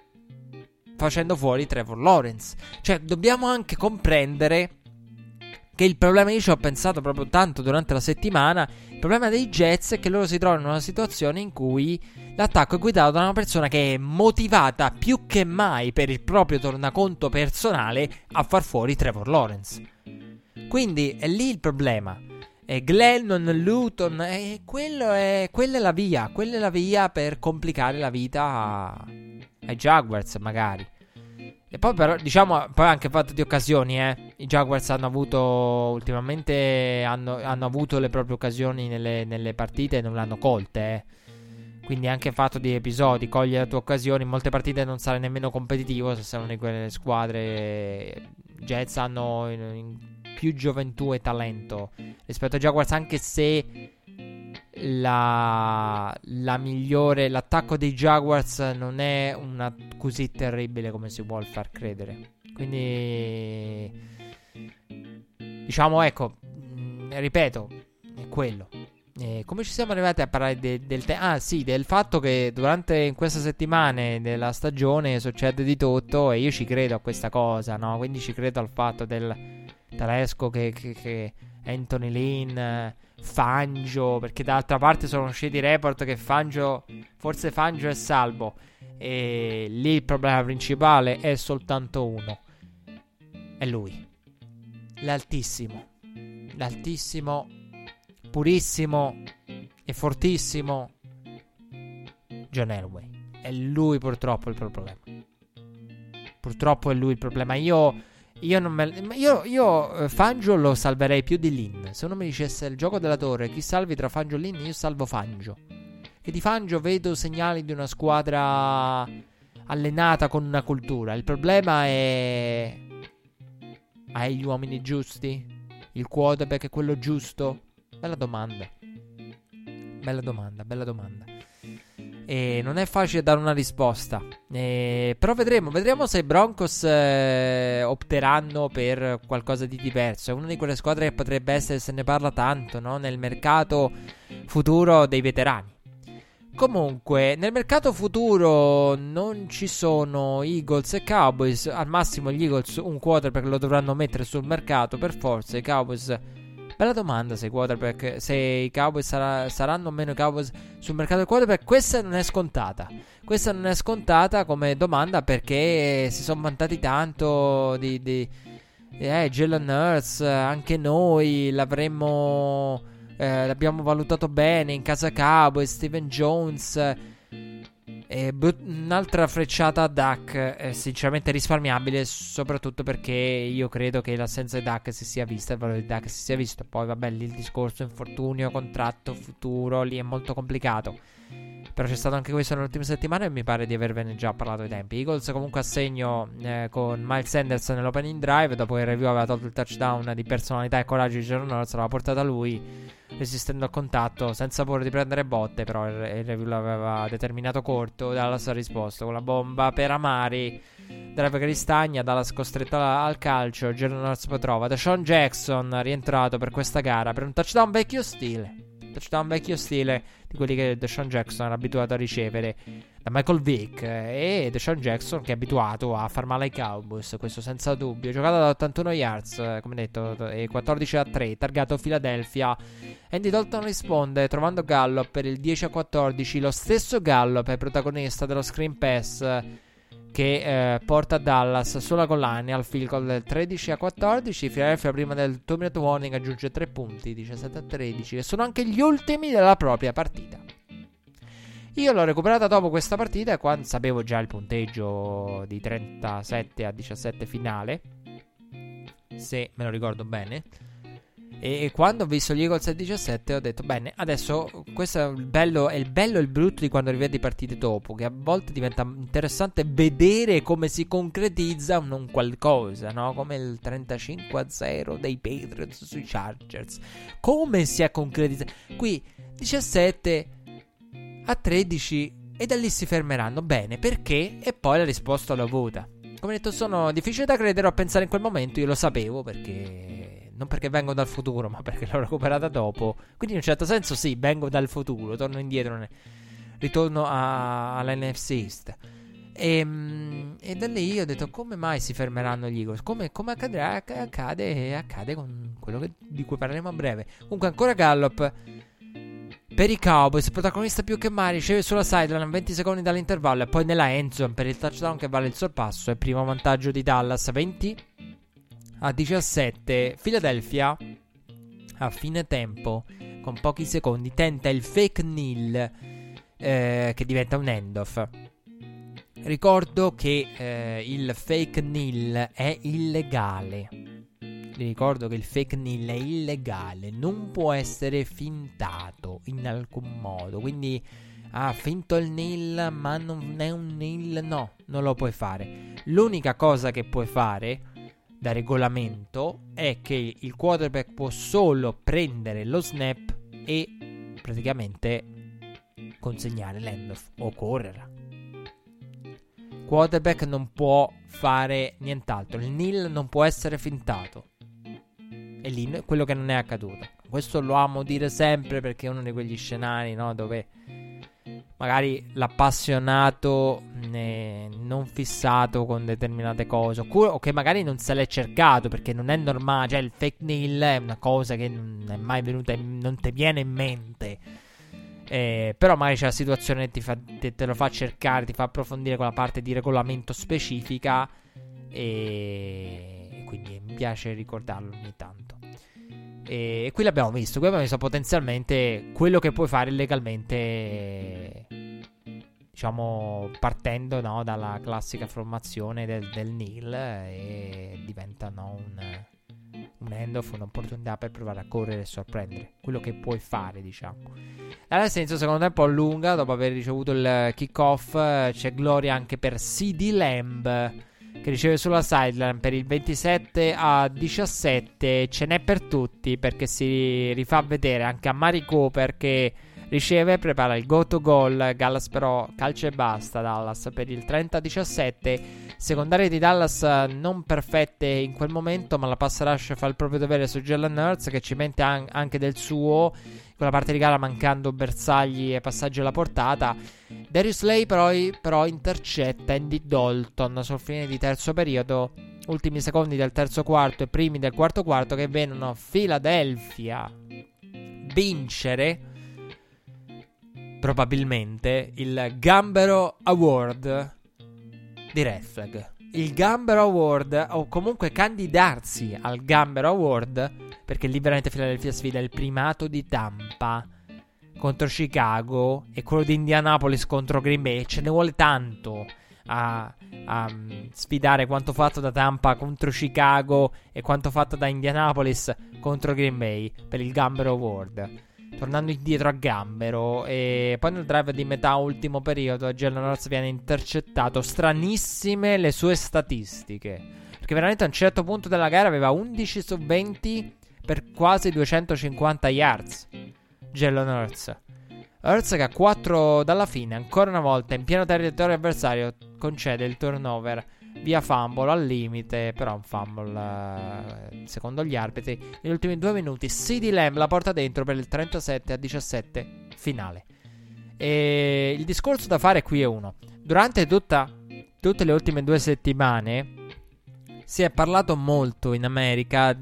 B: facendo fuori Trevor Lawrence. Cioè, dobbiamo anche comprendere che il problema, io ci ho pensato proprio tanto durante la settimana, il problema dei Jets è che loro si trovano in una situazione in cui l'attacco è guidato da una persona che è motivata più che mai per il proprio tornaconto personale a far fuori Trevor Lawrence. Quindi è lì il problema. Glennon, Luton, quella è la via per complicare la vita ai Jaguars, magari. E poi però, diciamo, poi anche fatto di occasioni, I Jaguars hanno avuto ultimamente, hanno avuto le proprie occasioni nelle partite e non le hanno colte, Quindi anche fatto di episodi, cogli le tue occasioni. In molte partite non sarai nemmeno competitivo se sei una di quelle squadre. Jets hanno in più gioventù e talento rispetto ai Jaguars, anche se la migliore, l'attacco dei Jaguars non è una così terribile come si vuol far credere. Quindi diciamo, ecco, ripeto, è quello. Come ci siamo arrivati a parlare del fatto che in queste settimane della stagione succede di tutto, e io ci credo a questa cosa, no? Quindi ci credo al fatto del Tedesco che Anthony Lynn, Fangio, perché dall'altra parte sono usciti i report che forse Fangio è salvo, e lì il problema principale è soltanto uno: è lui, l'altissimo, purissimo e fortissimo John Elway. È lui purtroppo il problema. Purtroppo è lui il problema. Io Fangio lo salverei più di Lynn. Se uno mi dicesse il gioco della torre, chi salvi tra Fangio e Lynn, io salvo Fangio. Che di Fangio vedo segnali di una squadra allenata con una cultura. Il problema è: hai gli uomini giusti? Il quarterback è quello giusto? Bella domanda. E non è facile dare una risposta. Però vedremo se i Broncos opteranno per qualcosa di diverso. È una di quelle squadre che potrebbe essere, se ne parla tanto, no? Nel mercato futuro dei veterani. Comunque, nel mercato futuro non ci sono Eagles e Cowboys. Al massimo gli Eagles un quarterback lo dovranno mettere sul mercato per forza. I Cowboys, bella domanda se i Cowboys saranno o meno i Cowboys sul mercato del quarterback. Questa non è scontata. Questa non è scontata come domanda, perché si sono vantati tanto di Jalen Hurts. Anche noi l'abbiamo valutato bene in casa Cowboys. Steven Jones, un'altra frecciata a Dak, sinceramente risparmiabile, soprattutto perché io credo che l'assenza di Dak si sia vista, il valore di Dak si sia visto. Poi vabbè, lì il discorso infortunio, contratto futuro, lì è molto complicato. Però c'è stato anche questo nelle ultime settimane e mi pare di avervene già parlato ai tempi. Eagles comunque a segno con Miles Sanders nell'opening drive. Dopo che il review aveva tolto il touchdown di personalità e coraggio di Jalen Hurts, l'aveva portata lui, resistendo al contatto senza paura di prendere botte. Però il review l'aveva determinato corto. Dallas ha risposto con la bomba per Amari, drive che ristagna, Dallas costretto al calcio. Jalen Hurts poi trova DeSean Jackson, rientrato per questa gara, per un touchdown vecchio stile di quelli che DeSean Jackson era abituato a ricevere da Michael Vick, e DeSean Jackson che è abituato a far male ai Cowboys, questo senza dubbio. Giocata da 81 yards, come detto, e 14-3, targato Philadelphia. Andy Dalton risponde trovando Gallup per il 10-14. Lo stesso Gallup è protagonista dello screen pass che porta Dallas sulla goal line al field goal del 13-14. Philadelphia prima del 2-minute warning aggiunge 3 punti, 17-13, che sono anche gli ultimi della propria partita. Io l'ho recuperata dopo questa partita, quando sapevo già il punteggio di 37-17 finale, se me lo ricordo bene. E quando ho visto gli Eagles al 17 ho detto bene, adesso questo è il bello e il brutto di quando rivedi partite dopo, che a volte diventa interessante vedere come si concretizza un qualcosa, no? Come il 35-0 dei Patriots sui Chargers, come si è concretizzato. Qui 17-13 e da lì si fermeranno. Bene, perché? E poi la risposta l'ho avuta. Come detto, sono difficile da credere a pensare in quel momento. Io lo sapevo, perché non perché vengo dal futuro, ma perché l'ho recuperata dopo. Quindi in un certo senso sì, vengo dal futuro, torno indietro, ritorno all'NFC East. E da lì ho detto: come mai si fermeranno gli Eagles? Come accadrà? Accade con quello di cui parleremo a breve. Comunque ancora Gallup per i Cowboys, protagonista più che mai, riceve sulla sideline 20 secondi dall'intervallo e poi nella endzone per il touchdown che vale il sorpasso e primo vantaggio di Dallas 20-17. Philadelphia a fine tempo con pochi secondi tenta il fake kneel che diventa un handoff. Ricordo che il fake kneel è illegale. Vi ricordo che il fake kneel è illegale, non può essere fintato in alcun modo. Quindi ha finto il kneel ma non è un kneel, no, non lo puoi fare. L'unica cosa che puoi fare da regolamento è che il quarterback può solo prendere lo snap e praticamente consegnare l'handoff o correre. Quarterback non può fare nient'altro, il kneel non può essere fintato. E lì quello che non è accaduto. Questo lo amo dire sempre perché è uno di quegli scenari, no, dove magari l'appassionato non fissato con determinate cose, o che magari non se l'è cercato perché non è normale. Cioè il fake kneel è una cosa che non è mai venuta, non ti viene in mente, però magari c'è la situazione che te lo fa cercare, ti fa approfondire quella parte di regolamento specifica, e quindi mi piace ricordarlo ogni tanto. E qui l'abbiamo visto. Qui abbiamo visto potenzialmente quello che puoi fare illegalmente, diciamo, partendo, no, dalla classica formazione del kneel, e diventa, no, un handoff, un'opportunità per provare a correre e sorprendere. Quello che puoi fare, diciamo. Nel senso, secondo me un po' lunga. Dopo aver ricevuto il kickoff, c'è gloria anche per CeeDee Lamb, che riceve sulla sideline per il 27-17. Ce n'è per tutti, perché si rifà vedere anche a Amari Cooper che riceve, prepara il go to goal, Dallas però calcia e basta, Dallas per il 30-17. Secondarie di Dallas non perfette in quel momento, ma la pass rush fa il proprio dovere su Jalen Hurts, che ci mette anche del suo quella parte di gara, mancando bersagli e passaggi alla portata. Darius Slay però intercetta Andy Dalton sul fine di terzo periodo, ultimi secondi del terzo quarto e primi del quarto quarto, che vedono Philadelphia vincere probabilmente il Gambero Award di Red Flag. Il Gambero Award, o comunque candidarsi al Gambero Award, perché lì veramente Philadelphia sfida il primato di Tampa contro Chicago e quello di Indianapolis contro Green Bay. Ce ne vuole tanto a sfidare quanto fatto da Tampa contro Chicago e quanto fatto da Indianapolis contro Green Bay per il Gambero Award. Tornando indietro a Gambero, e poi nel drive di metà ultimo periodo Jalen Hurts viene intercettato. Stranissime le sue statistiche, perché veramente a un certo punto della gara aveva 11 su 20 per quasi 250 yards Jalen Hurts che a 4 dalla fine, ancora una volta in pieno territorio avversario, concede il turnover via fumble al limite, però un fumble secondo gli arbitri. Negli ultimi 2 minuti CeeDee Lamb la porta dentro per il 37-17 finale. E il discorso da fare qui è uno: durante tutte le ultime 2 settimane si è parlato molto in America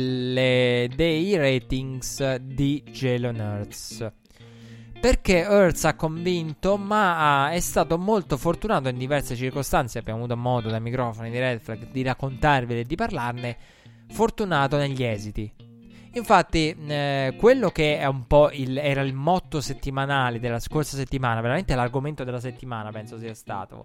B: dei ratings di Jalen Hurts, perché Hurts ha convinto, ma è stato molto fortunato in diverse circostanze. Abbiamo avuto modo dai microfoni di Red Flag di raccontarveli e di parlarne. Fortunato negli esiti. Infatti quello che è un po' era il motto settimanale della scorsa settimana, veramente l'argomento della settimana penso sia stato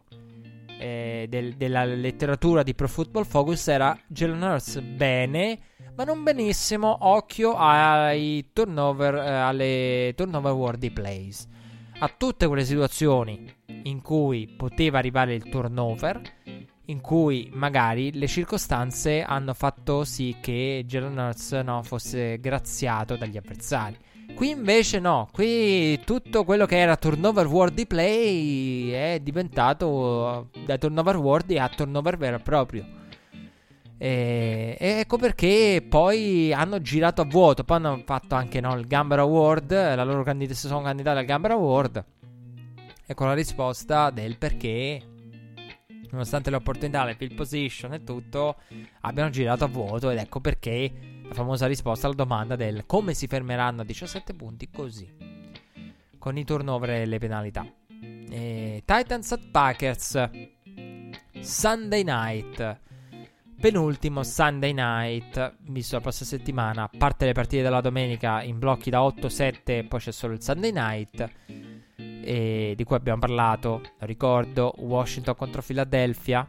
B: della letteratura di Pro Football Focus, era Jalen Hurts bene ma non benissimo, occhio ai turnover, alle turnover worthy plays, a tutte quelle situazioni in cui poteva arrivare il turnover, in cui magari le circostanze hanno fatto sì che Jalen Hurts fosse graziato dagli avversari. Qui invece no, qui tutto quello che era turnover worthy play è diventato da turnover worthy a turnover vero e proprio. E ecco perché poi hanno girato a vuoto. Poi hanno fatto anche il Gambero Award, la loro si sono candidati al Gambero Award. Ecco la risposta del perché, nonostante le opportunità, le field position e tutto, abbiano girato a vuoto. Ed ecco perché la famosa risposta alla domanda del come si fermeranno a 17 punti così, con i turnover e le penalità. Titans at Packers, Sunday night, penultimo Sunday night visto la prossima settimana. A parte le partite della domenica in blocchi da 8-7, poi c'è solo il Sunday night, di cui abbiamo parlato, lo ricordo, Washington contro Philadelphia.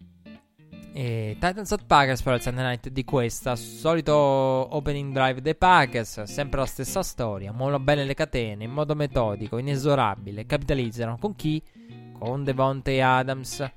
B: Titans at Packers però il Sunday night di questa, solito opening drive dei Packers, sempre la stessa storia, muovono bene le catene in modo metodico, inesorabile, capitalizzano con chi? Con Devontae Adams.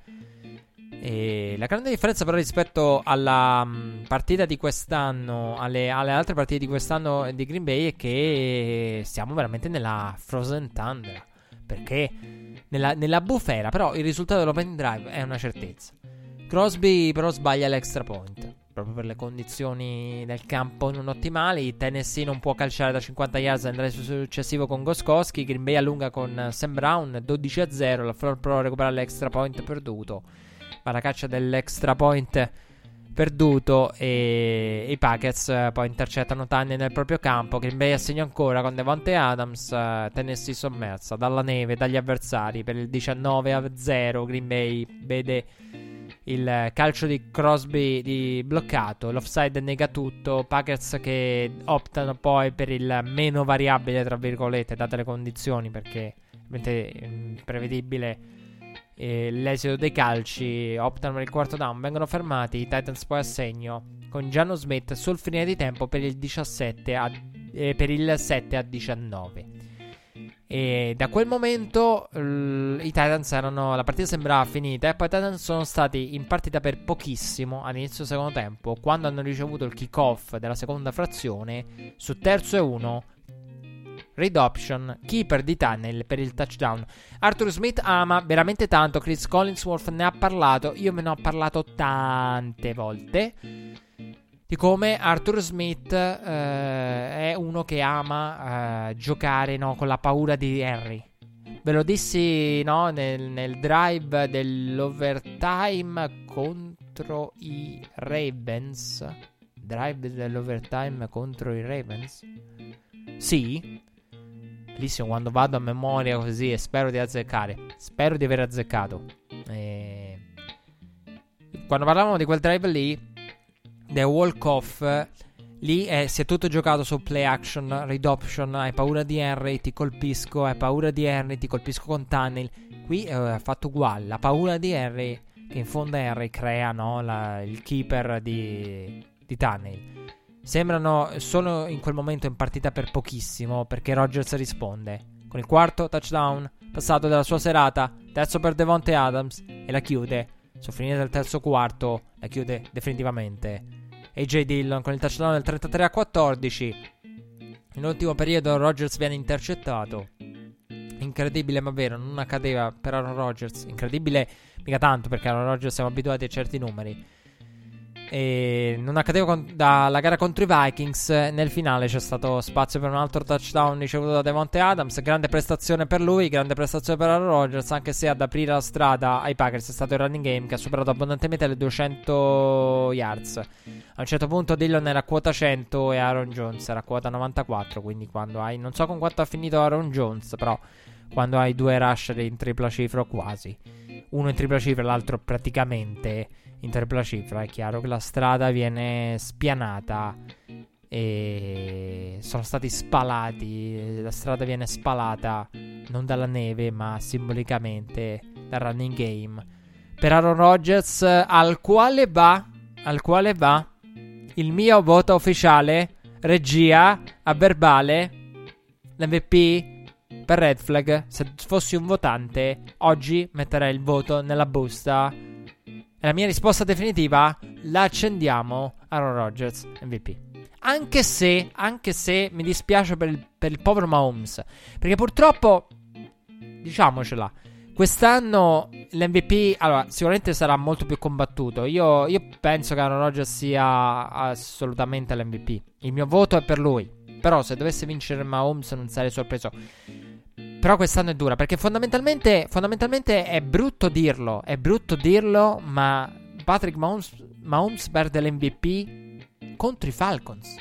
B: E la grande differenza però rispetto alla partita di quest'anno, alle altre partite di quest'anno di Green Bay, è che siamo veramente nella Frozen Tundra, perché nella bufera, però il risultato dell'opening drive è una certezza. Crosby però sbaglia l'extra point proprio per le condizioni del campo non ottimali. Tennessee non può calciare da 50 yards nel drive successivo con Gostkowski. Green Bay allunga con Sam Brown 12-0. La Flor Pro recupera l'extra point perduto, ma la caccia dell'extra point perduto, e i Packers poi intercettano Tannehill nel proprio campo. Green Bay assegna ancora con Devontae Adams. Tennessee sommersa dalla neve, dagli avversari per il 19-0. Green Bay vede il calcio di Crosby bloccato, l'offside nega tutto. Packers che optano poi per il meno variabile tra virgolette date le condizioni, perché è prevedibile l'esito dei calci. Optano per il quarto down, vengono fermati. I Titans poi a segno con Geno Smith sul finire di tempo per il 7-19. E da quel momento i Titans la partita sembrava finita, e poi i Titans sono stati in partita per pochissimo all'inizio del secondo tempo, quando hanno ricevuto il kick-off della seconda frazione su 3rd e 1. read option, keeper di tunnel per il touchdown. Arthur Smith ama veramente tanto, Chris Collinsworth ne ha parlato, io me ne ho parlato tante volte, di come Arthur Smith è uno che ama giocare, no, con la paura di Henry. Ve lo dissi, no, nel drive dell'overtime contro i Ravens. Drive dell'overtime contro i Ravens? Sì. Bellissimo quando vado a memoria così e spero di azzeccare. Spero di aver azzeccato. Quando parlavamo di quel drive lì, del walk-off, lì si è tutto giocato su play action, read option. Hai paura di Henry, ti colpisco. Hai paura di Henry, ti colpisco con tunnel. Qui è fatto uguale. La paura di Henry, che in fondo Henry crea, no, il keeper di tunnel. Sembrano solo in quel momento in partita per pochissimo, perché Rodgers risponde con il quarto touchdown passato della sua serata, terzo per Davante Adams, e la chiude. Sul finire del terzo quarto la chiude definitivamente AJ Dillon con il touchdown del 33-14. Nell'ultimo periodo Rodgers viene intercettato. Incredibile ma vero, non accadeva per Aaron Rodgers. Incredibile mica tanto, perché Aaron Rodgers siamo abituati a certi numeri. E non accadeva dalla gara contro i Vikings. Nel finale c'è stato spazio per un altro touchdown ricevuto da Davante Adams. Grande prestazione per lui, grande prestazione per Aaron Rodgers, anche se ad aprire la strada ai Packers è stato il running game, che ha superato abbondantemente le 200 yards. A un certo punto Dillon era a quota 100 e Aaron Jones era a quota 94. Quindi quando hai, non so con quanto ha finito Aaron Jones, però quando hai due rusher in tripla cifra o quasi, uno in tripla cifra e l'altro praticamente in tripla cifra, è chiaro che la strada viene spianata e sono stati spalati. La strada viene spalata non dalla neve, ma simbolicamente dal running game per Aaron Rodgers, al quale va il mio voto ufficiale, regia, a verbale, l'MVP per Red Flag. Se fossi un votante oggi metterei il voto nella busta. E la mia risposta definitiva: la accendiamo, Aaron Rodgers MVP. Anche se mi dispiace per il povero Mahomes, perché purtroppo, diciamocela, quest'anno l'MVP, allora, sicuramente sarà molto più combattuto. Io penso che Aaron Rodgers sia assolutamente l'MVP. Il mio voto è per lui. Però se dovesse vincere Mahomes non sarei sorpreso. Però quest'anno è dura, perché fondamentalmente è brutto dirlo, ma Patrick Mahomes perde l'MVP contro i Falcons.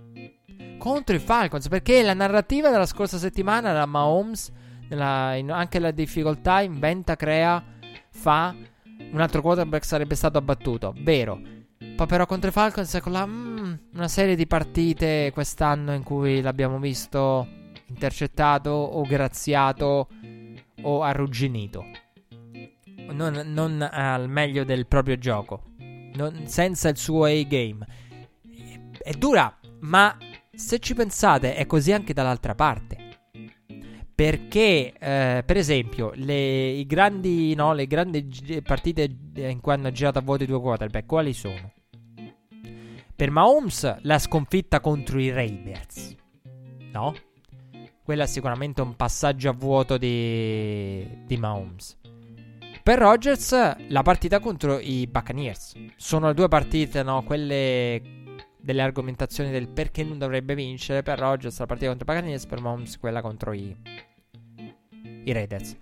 B: Perché la narrativa della scorsa settimana era Mahomes, anche la difficoltà, inventa, crea, fa, un altro quarterback sarebbe stato abbattuto, vero. Poi però contro i Falcons con una serie di partite quest'anno in cui l'abbiamo visto intercettato o graziato o arrugginito, non al meglio del proprio gioco, senza il suo A-game. È dura, ma se ci pensate è così anche dall'altra parte, perché per esempio le grandi partite in cui hanno girato a vuoto i due quarterback, quali sono? Per Mahomes la sconfitta contro i Raiders, no? Quella è sicuramente un passaggio a vuoto di Mahomes. Per Rodgers la partita contro i Buccaneers. Sono le due partite, no? Quelle delle argomentazioni del perché non dovrebbe vincere. Per Rodgers la partita contro i Buccaneers, per Mahomes quella contro i Raiders.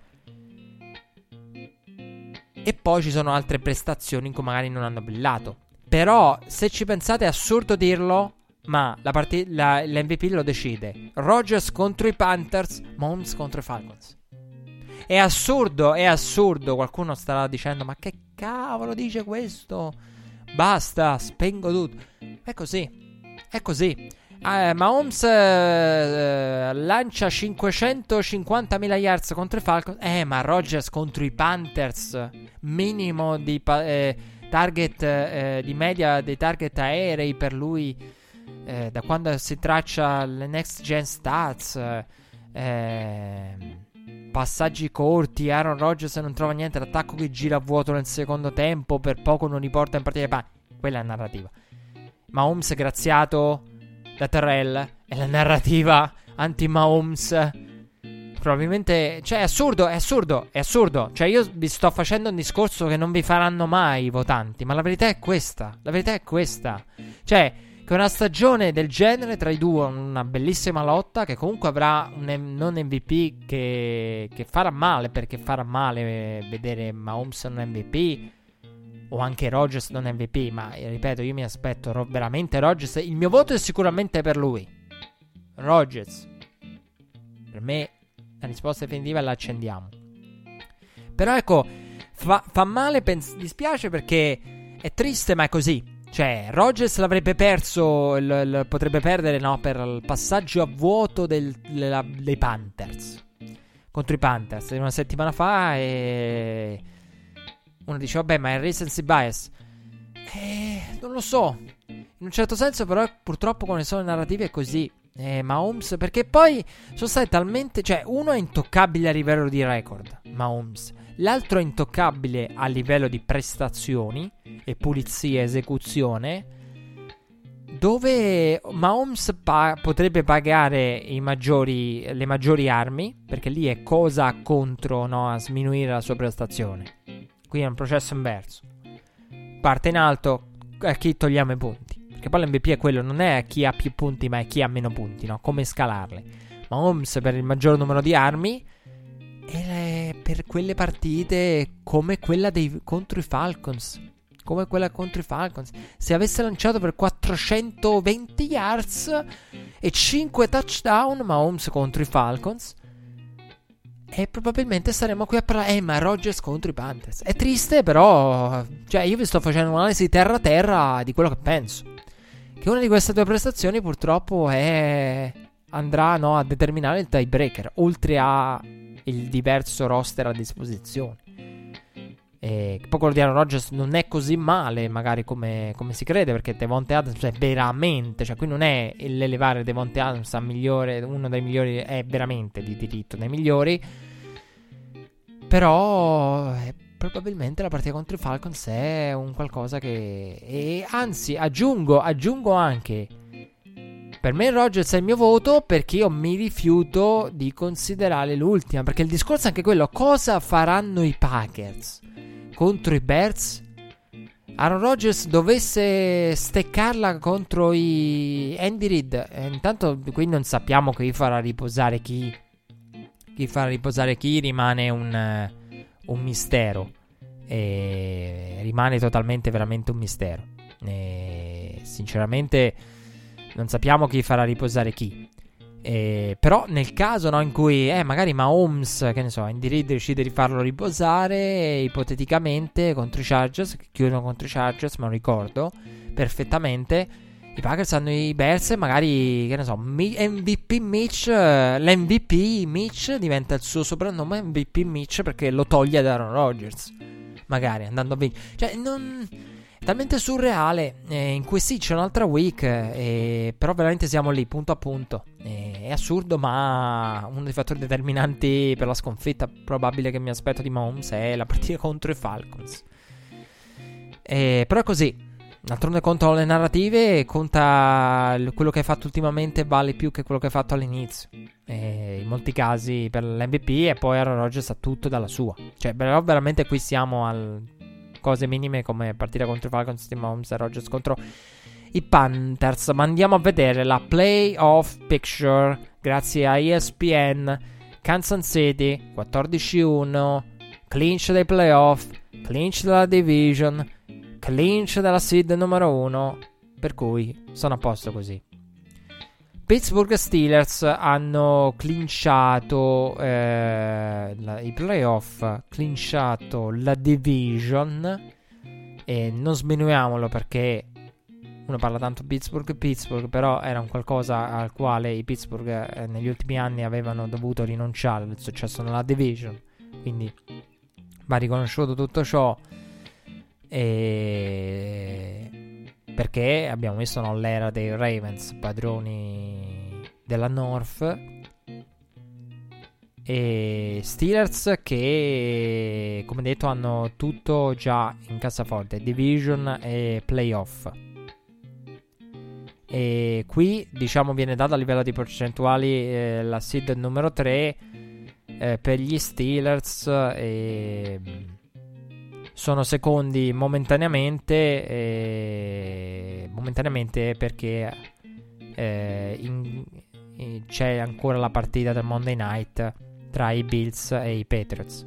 B: E poi ci sono altre prestazioni in cui magari non hanno brillato. Però se ci pensate è assurdo dirlo, ma l'MVP lo decide Rodgers contro i Panthers, Mahomes contro i Falcons. È assurdo. Qualcuno starà dicendo: ma che cavolo dice questo? Basta, spengo tutto. È così. Mahomes lancia 550.000 yards contro i Falcons. Ma Rodgers contro i Panthers, minimo di target, di media dei target aerei per lui, da quando si traccia le next gen stats, passaggi corti. Aaron Rodgers non trova niente, l'attacco che gira a vuoto nel secondo tempo, per poco non riporta in partita. Quella è la narrativa. Mahomes graziato da Terrell, e la narrativa anti-Mahomes. Probabilmente, cioè, è assurdo. Cioè, io vi sto facendo un discorso che non vi faranno mai i votanti, ma la verità è questa. Cioè, che una stagione del genere tra i due, una bellissima lotta, che comunque avrà un non MVP che farà male, perché farà male vedere Mahomes non MVP o anche Rodgers non MVP, ma ripeto, io mi aspetto veramente Rodgers. Il mio voto è sicuramente per lui, Rodgers. Per me la risposta definitiva la accendiamo. Però ecco, fa male, dispiace perché è triste, ma è così. Cioè, Rodgers l'avrebbe perso, potrebbe perdere, no, per il passaggio a vuoto dei Panthers. Contro i Panthers di una settimana fa. E uno dice, vabbè, ma è il recency bias. Non lo so. In un certo senso, però, purtroppo con le sole narrative è così. Mahomes, perché poi sono stati talmente, cioè, uno è intoccabile a livello di record, Mahomes, l'altro è intoccabile a livello di prestazioni e pulizia, esecuzione, dove Mahomes potrebbe pagare le maggiori armi, perché lì è cosa contro, no, a sminuire la sua prestazione. Qui è un processo inverso, parte in alto, a chi togliamo i punti. Perché poi l'MVP è quello, non è chi ha più punti, ma è chi ha meno punti, no? Come scalarli. Mahomes per il maggior numero di armi e per quelle partite come quella contro i Falcons. Se avesse lanciato per 420 yards e 5 touchdown Mahomes contro i Falcons, e probabilmente saremo qui a parlare. Ma Rodgers contro i Panthers. È triste, però, cioè, io vi sto facendo un'analisi terra di quello che penso. Che una di queste due prestazioni purtroppo andrà, no, a determinare il tiebreaker, oltre a il diverso roster a disposizione. E poi quello di Aaron Rodgers non è così male magari come si crede, perché Devontae Adams è veramente, cioè qui non è l'elevare Devontae Adams a migliore, uno dei migliori, è veramente di diritto dei migliori. Però probabilmente la partita contro i Falcons è un qualcosa che... E anzi, aggiungo anche, per me Rodgers è il mio voto, perché io mi rifiuto di considerare l'ultima, perché il discorso è anche quello: cosa faranno i Packers contro i Bears? Aaron Rodgers dovesse steccarla contro i Andy Reid, intanto qui non sappiamo chi farà riposare chi rimane un mistero, rimane totalmente veramente un mistero, sinceramente non sappiamo chi farà riposare chi, però nel caso, no, in cui magari Mahomes, che ne so, Andy Reid decide di farlo riposare ipoteticamente contro i Chargers, che chiudono contro i Chargers, me lo ricordo perfettamente, i Packers hanno i Bears e magari, che ne so, MVP Mitch, l'MVP Mitch diventa il suo soprannome, MVP Mitch, perché lo toglie da Aaron Rodgers, magari andando a vincere. Cioè, è talmente surreale, in cui sì, c'è un'altra week, però veramente siamo lì, punto a punto. È assurdo, ma uno dei fattori determinanti per la sconfitta probabile che mi aspetto di Mahomes è la partita contro i Falcons. Però è così. D'altronde contano le narrative, conta quello che hai fatto ultimamente, vale più che quello che hai fatto all'inizio, in molti casi per l'MVP, e poi Aaron Rodgers ha tutto dalla sua. Cioè, però veramente qui siamo a cose minime come partita contro i Falcons di Mahomes e Rodgers contro i Panthers. Ma andiamo a vedere la playoff picture grazie a ESPN. Kansas City 14-1, clinch dei playoff, clinch della division, clinch della seed numero 1, per cui sono a posto così. Pittsburgh Steelers hanno clinciato i playoff, clinciato la division, e non sminuiamolo perché uno parla tanto Pittsburgh, però era un qualcosa al quale i Pittsburgh negli ultimi anni avevano dovuto rinunciare, il successo nella division, quindi va riconosciuto tutto ciò. Perché abbiamo visto, no, l'era dei Ravens, padroni della North, e Steelers che, come detto, hanno tutto già in cassaforte, division e playoff. E qui diciamo viene data a livello di percentuali la seed numero 3 per gli Steelers, sono secondi momentaneamente perché c'è ancora la partita del Monday Night tra i Bills e i Patriots,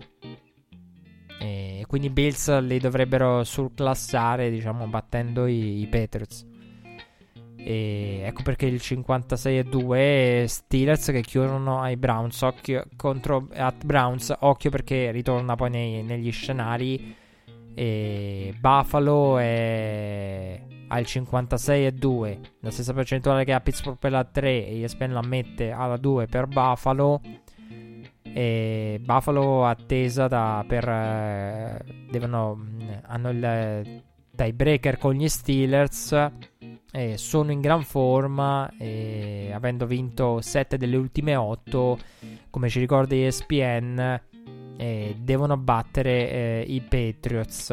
B: e quindi i Bills li dovrebbero surclassare, diciamo, battendo i Patriots. E ecco perché il 56-2 Steelers che chiudono ai Browns, occhio contro Browns, occhio perché ritorna poi negli scenari. E Buffalo ha il 56-2, la stessa percentuale che ha Pittsburgh per la 3, e ESPN la mette alla 2 per Buffalo. E Buffalo attesa hanno il tiebreaker con gli Steelers, sono in gran forma, avendo vinto 7 delle ultime 8, come ci ricorda ESPN. Devono battere i Patriots,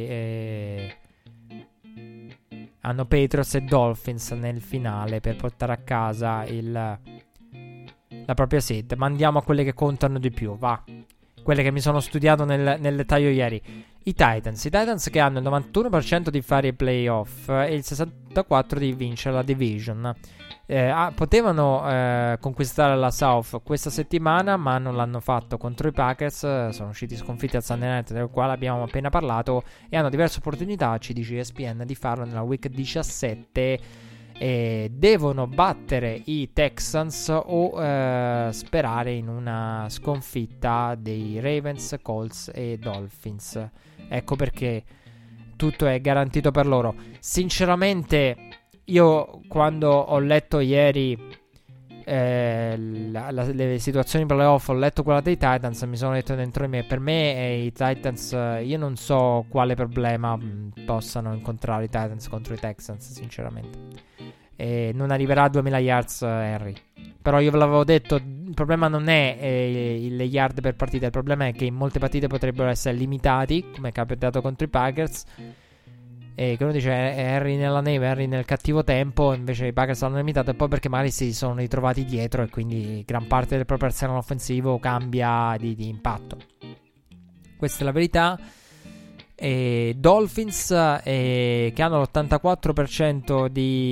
B: hanno Patriots e Dolphins nel finale per portare a casa la propria seed. Ma andiamo a quelle che contano di più, va, quelle che mi sono studiato nel dettaglio ieri. I Titans che hanno il 91% di fare i playoff e il 64% di vincere la division. Potevano conquistare la South questa settimana, ma non l'hanno fatto contro i Packers. Sono usciti sconfitti al Sunday Night, del quale abbiamo appena parlato, e hanno diverse opportunità, ci dice ESPN, di farlo nella week 17. Devono battere i Texans o sperare in una sconfitta dei Ravens, Colts e Dolphins. Ecco perché tutto è garantito per loro. Sinceramente, io quando ho letto ieri le situazioni playoff, ho letto quella dei Titans, mi sono detto dentro di me, per me i Titans, io non so quale problema possano incontrare i Titans contro i Texans, sinceramente. Non arriverà a 2000 yards Henry, però io ve l'avevo detto, il problema non è le yard per partita, il problema è che in molte partite potrebbero essere limitati, come è capitato contro i Packers. Che uno dice Henry nella neve, Henry nel cattivo tempo, invece i Packers l'hanno limitato, e poi perché magari si sono ritrovati dietro e quindi gran parte del proprio arsenale offensivo cambia di impatto. Questa è la verità. Dolphins che hanno l'84%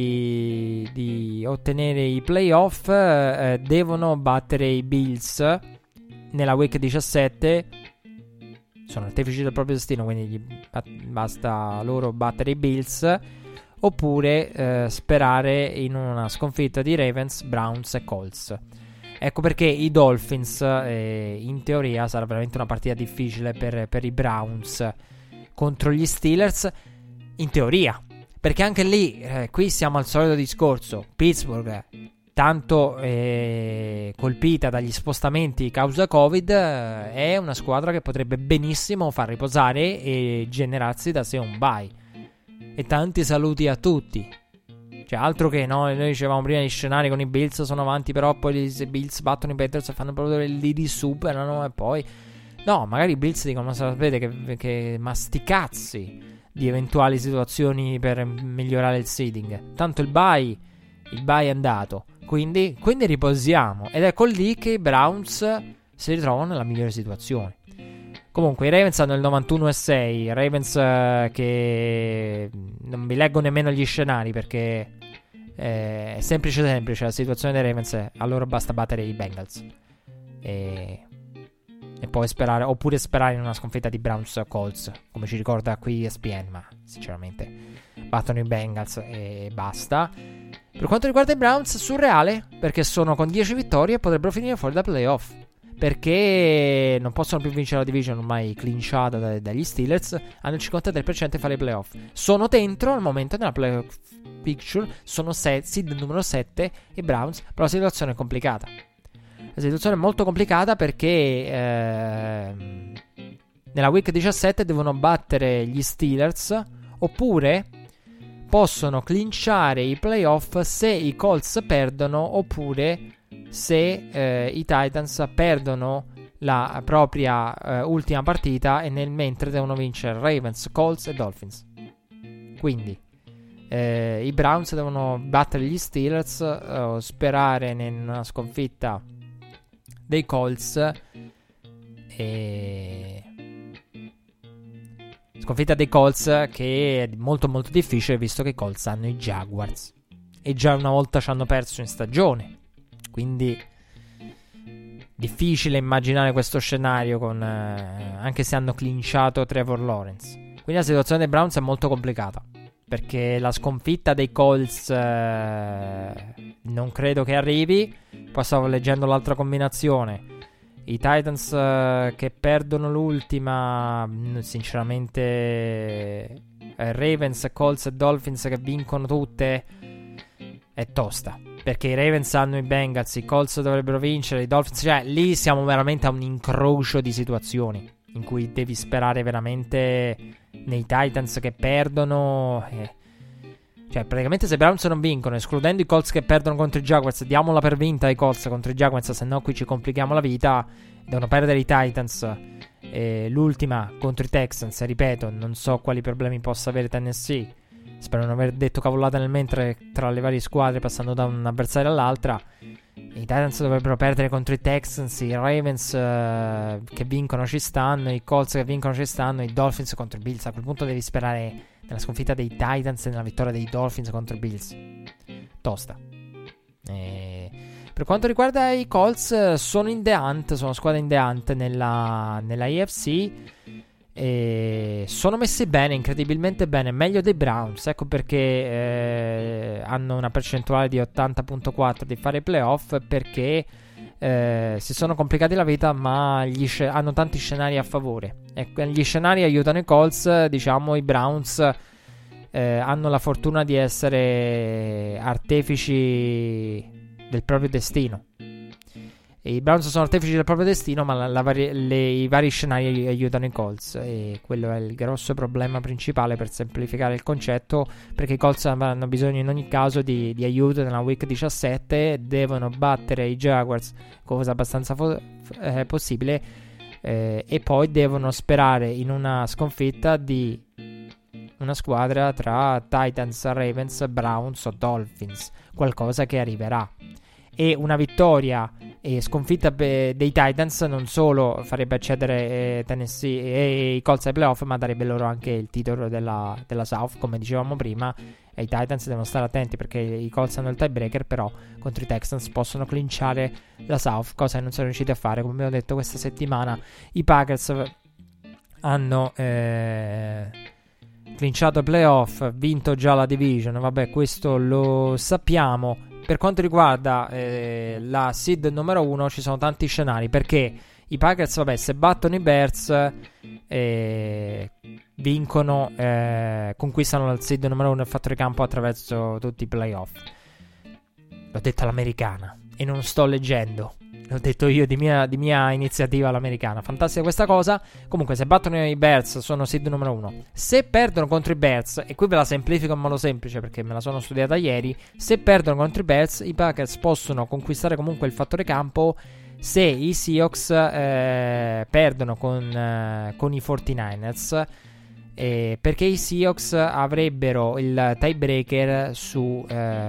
B: di ottenere i playoff, devono battere i Bills nella week 17. Sono artefici del proprio destino, quindi basta loro battere i Bills, oppure sperare in una sconfitta di Ravens, Browns e Colts. Ecco perché i Dolphins, in teoria sarà veramente una partita difficile per i Browns contro gli Steelers, in teoria, perché anche lì qui siamo al solito discorso. Pittsburgh, tanto colpita dagli spostamenti causa Covid, è una squadra che potrebbe benissimo far riposare e generarsi da sé un bye. E tanti saluti a tutti. Cioè, altro che noi dicevamo prima, gli scenari con i Bills sono avanti, però poi i Bills battono i Patriots e fanno proprio li superano, e poi no, magari i Bills dicono: ma sapete che masticazzi di eventuali situazioni per migliorare il seeding, tanto il bye è andato, quindi riposiamo. Ed ecco lì che i Browns si ritrovano nella migliore situazione. Comunque i Ravens hanno il 91-6. Ravens che non vi leggo nemmeno gli scenari, perché è semplice la situazione dei Ravens a loro basta battere i Bengals e poi sperare, oppure sperare in una sconfitta di Browns Colts, come ci ricorda qui ESPN, ma sinceramente battono i Bengals e basta. Per quanto riguarda i Browns, surreale, perché sono con 10 vittorie e potrebbero finire fuori da playoff, perché non possono più vincere la division ormai clinciata dagli Steelers. Hanno il 53% di fare i playoff, sono dentro al momento nella playoff picture, sono seed numero 7 i Browns, però la situazione è complicata. La situazione è molto complicata perché nella week 17 devono battere gli Steelers, oppure possono clinciare i playoff se i Colts perdono, oppure se i Titans perdono la propria ultima partita, e mentre devono vincere Ravens, Colts e Dolphins. Quindi I Browns devono battere gli Steelers o sperare in una sconfitta dei Colts. Sconfitta dei Colts che è molto molto difficile, visto che i Colts hanno i Jaguars e già una volta ci hanno perso in stagione, quindi difficile immaginare questo scenario con anche se hanno clinciato Trevor Lawrence. Quindi la situazione dei Browns è molto complicata, perché la sconfitta dei Colts non credo che arrivi. Poi stavo leggendo l'altra combinazione, i Titans che perdono l'ultima, sinceramente Ravens, Colts e Dolphins che vincono tutte, è tosta, perché i Ravens hanno i Bengals, i Colts dovrebbero vincere, i Dolphins, cioè lì siamo veramente a un incrocio di situazioni in cui devi sperare veramente nei Titans che perdono. Cioè praticamente se i Browns non vincono, escludendo i Colts che perdono contro i Jaguars, diamola per vinta ai Colts contro i Jaguars, se no qui ci complichiamo la vita. Devono perdere i Titans, l'ultima contro i Texans, ripeto, non so quali problemi possa avere Tennessee. Spero non aver detto cavolata nel mentre tra le varie squadre, passando da un avversario all'altra. I Titans dovrebbero perdere contro i Texans, i Ravens che vincono ci stanno, i Colts che vincono ci stanno, i Dolphins contro i Bills. A quel punto devi sperare nella sconfitta dei Titans e nella vittoria dei Dolphins contro i Bills. Tosta. Per quanto riguarda i Colts, sono in the hunt, sono squadra in the hunt nella AFC. E sono messi bene, incredibilmente bene, meglio dei Browns. Ecco perché hanno una percentuale di 80.4 di fare i playoff, perché si sono complicati la vita, ma hanno tanti scenari a favore. Ecco, gli scenari aiutano i Colts, diciamo. I Browns hanno la fortuna di essere artefici del proprio destino. I Browns sono artefici del proprio destino, ma i vari scenari aiutano i Colts, e quello è il grosso problema principale, per semplificare il concetto, perché i Colts avranno bisogno in ogni caso di aiuto nella week 17, devono battere i Jaguars, cosa abbastanza possibile, e poi devono sperare in una sconfitta di una squadra tra Titans, Ravens, Browns o Dolphins, qualcosa che arriverà. E una vittoria e sconfitta dei Titans non solo farebbe accedere Tennessee e i Colts ai playoff, ma darebbe loro anche il titolo della South, come dicevamo prima. E i Titans devono stare attenti, perché i Colts hanno il tiebreaker, però contro i Texans possono clinciare la South, cosa che non sono riusciti a fare. Come abbiamo detto questa settimana, i Packers hanno clinciato i playoff, vinto già la division, vabbè, questo lo sappiamo. Per quanto riguarda la seed numero 1, ci sono tanti scenari, perché i Packers, vabbè, se battono i Bears, vincono, conquistano la seed numero 1 nel fattore campo attraverso tutti i playoff. L'ho detto all'americana e non sto leggendo, l'ho detto io di mia iniziativa all'americana. Fantastica questa cosa. Comunque, se battono i Bears sono seed numero 1. Se perdono contro i Bears, e qui ve la semplifico in modo semplice perché me la sono studiata ieri, se perdono contro i Bears, i Packers possono conquistare comunque il fattore campo se i Seahawks perdono con i 49ers, perché i Seahawks avrebbero il tiebreaker su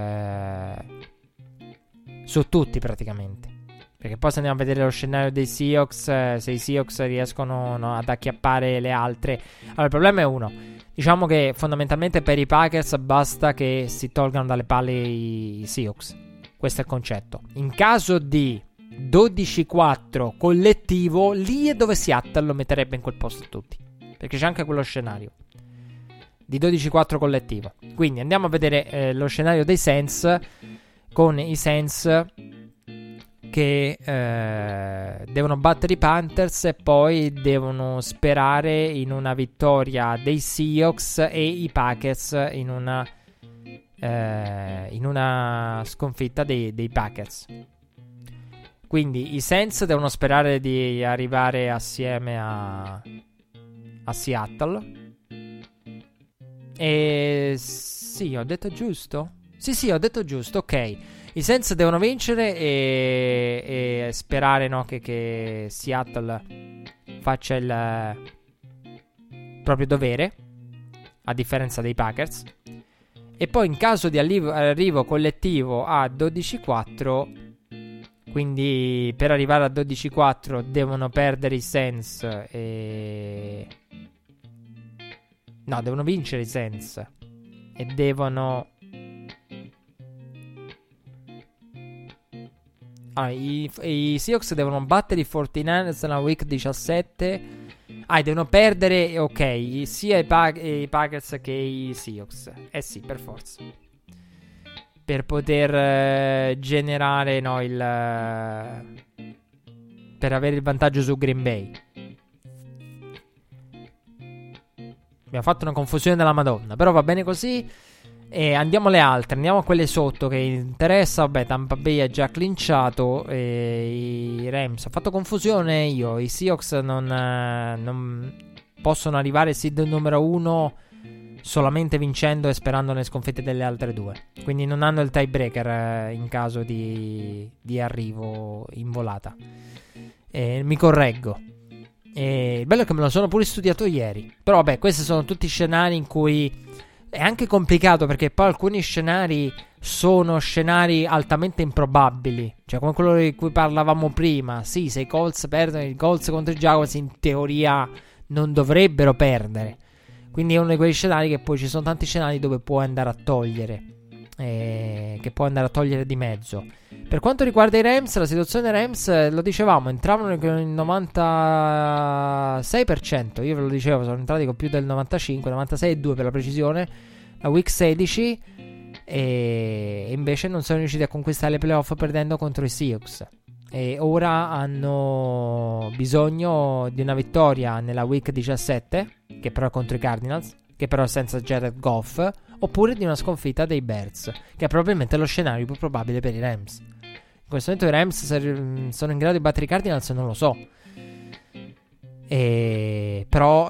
B: tutti praticamente. Perché poi se andiamo a vedere lo scenario dei Seahawks, se i Seahawks riescono ad acchiappare le altre. Allora il problema è uno, diciamo che fondamentalmente per i Packers basta che si tolgano dalle palle i Seahawks. Questo è il concetto. In caso di 12-4 collettivo, lì è dove Seattle lo metterebbe in quel posto tutti, perché c'è anche quello scenario di 12-4 collettivo. Quindi andiamo a vedere lo scenario dei Saints, con i Saints che devono battere i Panthers e poi devono sperare in una vittoria dei Seahawks, e i Packers in una sconfitta dei Packers. Quindi i Saints devono sperare di arrivare assieme a Seattle. E sì, ho detto giusto? Sì, ho detto giusto, ok. I Saints devono vincere e sperare, no, che Seattle faccia il proprio dovere, a differenza dei Packers. E poi in caso di arrivo collettivo a 12-4, quindi per arrivare a 12-4 devono perdere i Suns no, devono vincere i Suns e devono... I Seahawks devono battere i 49ers nella week 17. Devono perdere, ok, sia i Packers che i Seahawks. Sì, per forza. Per poter generare per avere il vantaggio su Green Bay. Abbiamo fatto una confusione della Madonna, però va bene così. E andiamo alle altre, andiamo a quelle sotto che interessa. Vabbè, Tampa Bay ha già clinciato, i Rams ho fatto confusione io. I Seahawks non possono arrivare seed numero 1 solamente vincendo e sperando nelle sconfitte delle altre due, quindi non hanno il tiebreaker in caso di arrivo in volata. Mi correggo. Il bello è che me lo sono pure studiato ieri. Però vabbè, questi sono tutti scenari in cui è anche complicato, perché poi alcuni scenari sono scenari altamente improbabili, cioè come quello di cui parlavamo prima. Sì, se i Colts perdono, i Colts contro i Jaguars in teoria non dovrebbero perdere, quindi è uno di quegli scenari che poi ci sono tanti scenari dove puoi andare a togliere, che puoi andare a togliere di mezzo. Per quanto riguarda i Rams, la situazione dei Rams, lo dicevamo, entravano con il 96%, io ve lo dicevo, sono entrati con più del 95, 96,2 per la precisione, la week 16, e invece non sono riusciti a conquistare le playoff perdendo contro i Seahawks. E ora hanno bisogno di una vittoria nella week 17, che però è contro i Cardinals, che però è senza Jared Goff, oppure di una sconfitta dei Bears, che è probabilmente lo scenario più probabile per i Rams. In questo momento i Rams sono in grado di battere i Cardinals, non lo so. Però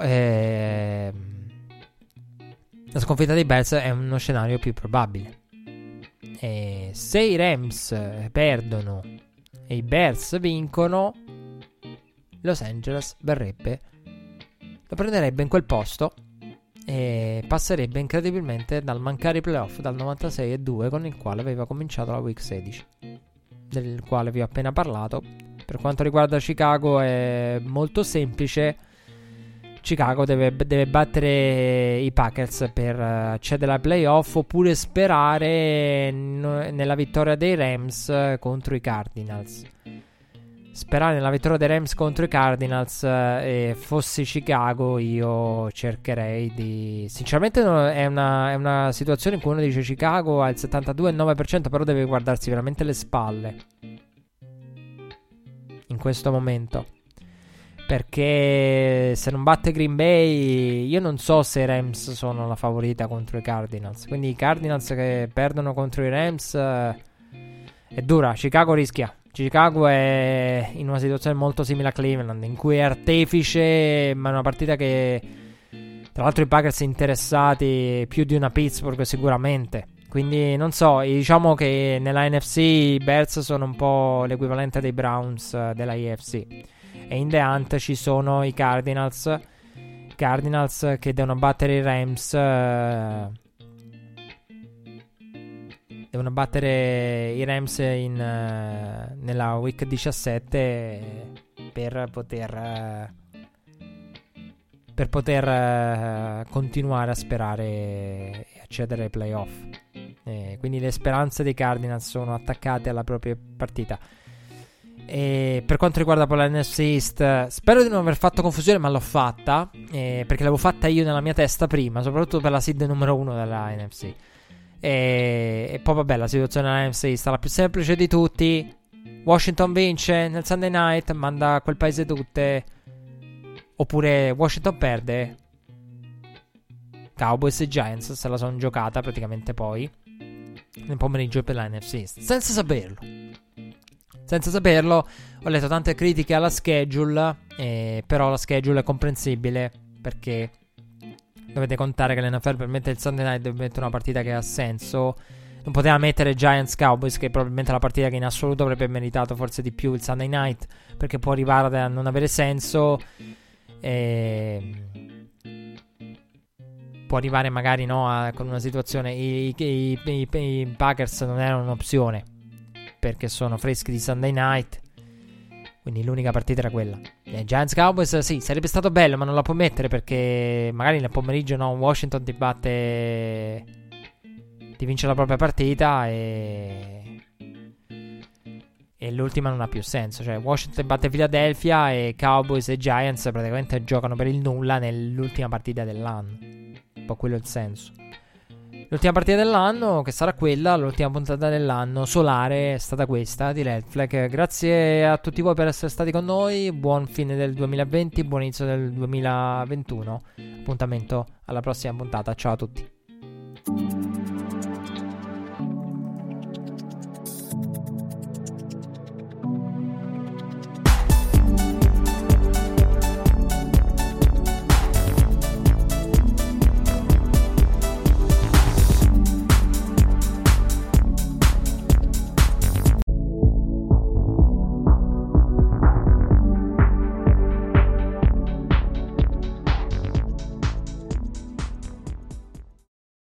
B: la sconfitta dei Bears è uno scenario più probabile. Se i Rams perdono e i Bears vincono, Los Angeles lo prenderebbe in quel posto e passerebbe incredibilmente dal mancare i playoff dal 96,2 con il quale aveva cominciato la week 16, del quale vi ho appena parlato. Per quanto riguarda Chicago è molto semplice. Chicago deve battere i Packers per accedere ai playoff, oppure sperare nella vittoria dei Rams contro i Cardinals. Sperare nella vittoria dei Rams contro i Cardinals, e fossi Chicago io cercherei di... Sinceramente è una situazione in cui uno dice Chicago ha il 72,9%, però deve guardarsi veramente le spalle in questo momento, perché se non batte Green Bay io non so se i Rams sono la favorita contro i Cardinals. Quindi i Cardinals che perdono contro i Rams è dura. Chicago rischia. Chicago è in una situazione molto simile a Cleveland, in cui è artefice, ma è una partita che, tra l'altro, i Packers interessati più di una Pittsburgh sicuramente. Quindi non so, diciamo che nella NFC i Bears sono un po' l'equivalente dei Browns della AFC, e in The Hunt ci sono i Cardinals che devono battere i Rams, devono battere i Rams nella week 17 per poter continuare a sperare e accedere ai playoff. Quindi le speranze dei Cardinals sono attaccate alla propria partita. E per quanto riguarda poi la NFC East, spero di non aver fatto confusione, ma l'ho fatta, perché l'avevo fatta io nella mia testa prima, soprattutto per la seed numero 1 della NFC. E poi vabbè, la situazione della NFC East è la più semplice di tutti. Washington vince nel Sunday Night, manda a quel paese tutte. Oppure Washington perde, Cowboys e Giants se la sono giocata praticamente poi nel pomeriggio per la NFC East, senza saperlo. Ho letto tante critiche alla schedule, però la schedule è comprensibile, perché dovete contare che l'NFL per mettere il Sunday Night deve mettere una partita che ha senso. Non poteva mettere Giants Cowboys, che è probabilmente la partita che in assoluto avrebbe meritato forse di più il Sunday Night, perché può arrivare a non avere senso. può arrivare magari, no, con una situazione. I Packers non erano un'opzione perché sono freschi di Sunday Night, quindi l'unica partita era quella. Giants Cowboys, sì, sarebbe stato bello, ma non la può mettere perché magari nel pomeriggio, no, Washington ti vince la propria partita e l'ultima non ha più senso. Cioè Washington batte Philadelphia e Cowboys e Giants praticamente giocano per il nulla nell'ultima partita dell'anno. Un po' quello è il senso. L'ultima partita dell'anno, che sarà quella, l'ultima puntata dell'anno solare, è stata questa di Red Flag. Grazie a tutti voi per essere stati con noi. Buon fine del 2020, buon inizio del 2021. Appuntamento alla prossima puntata. Ciao a tutti.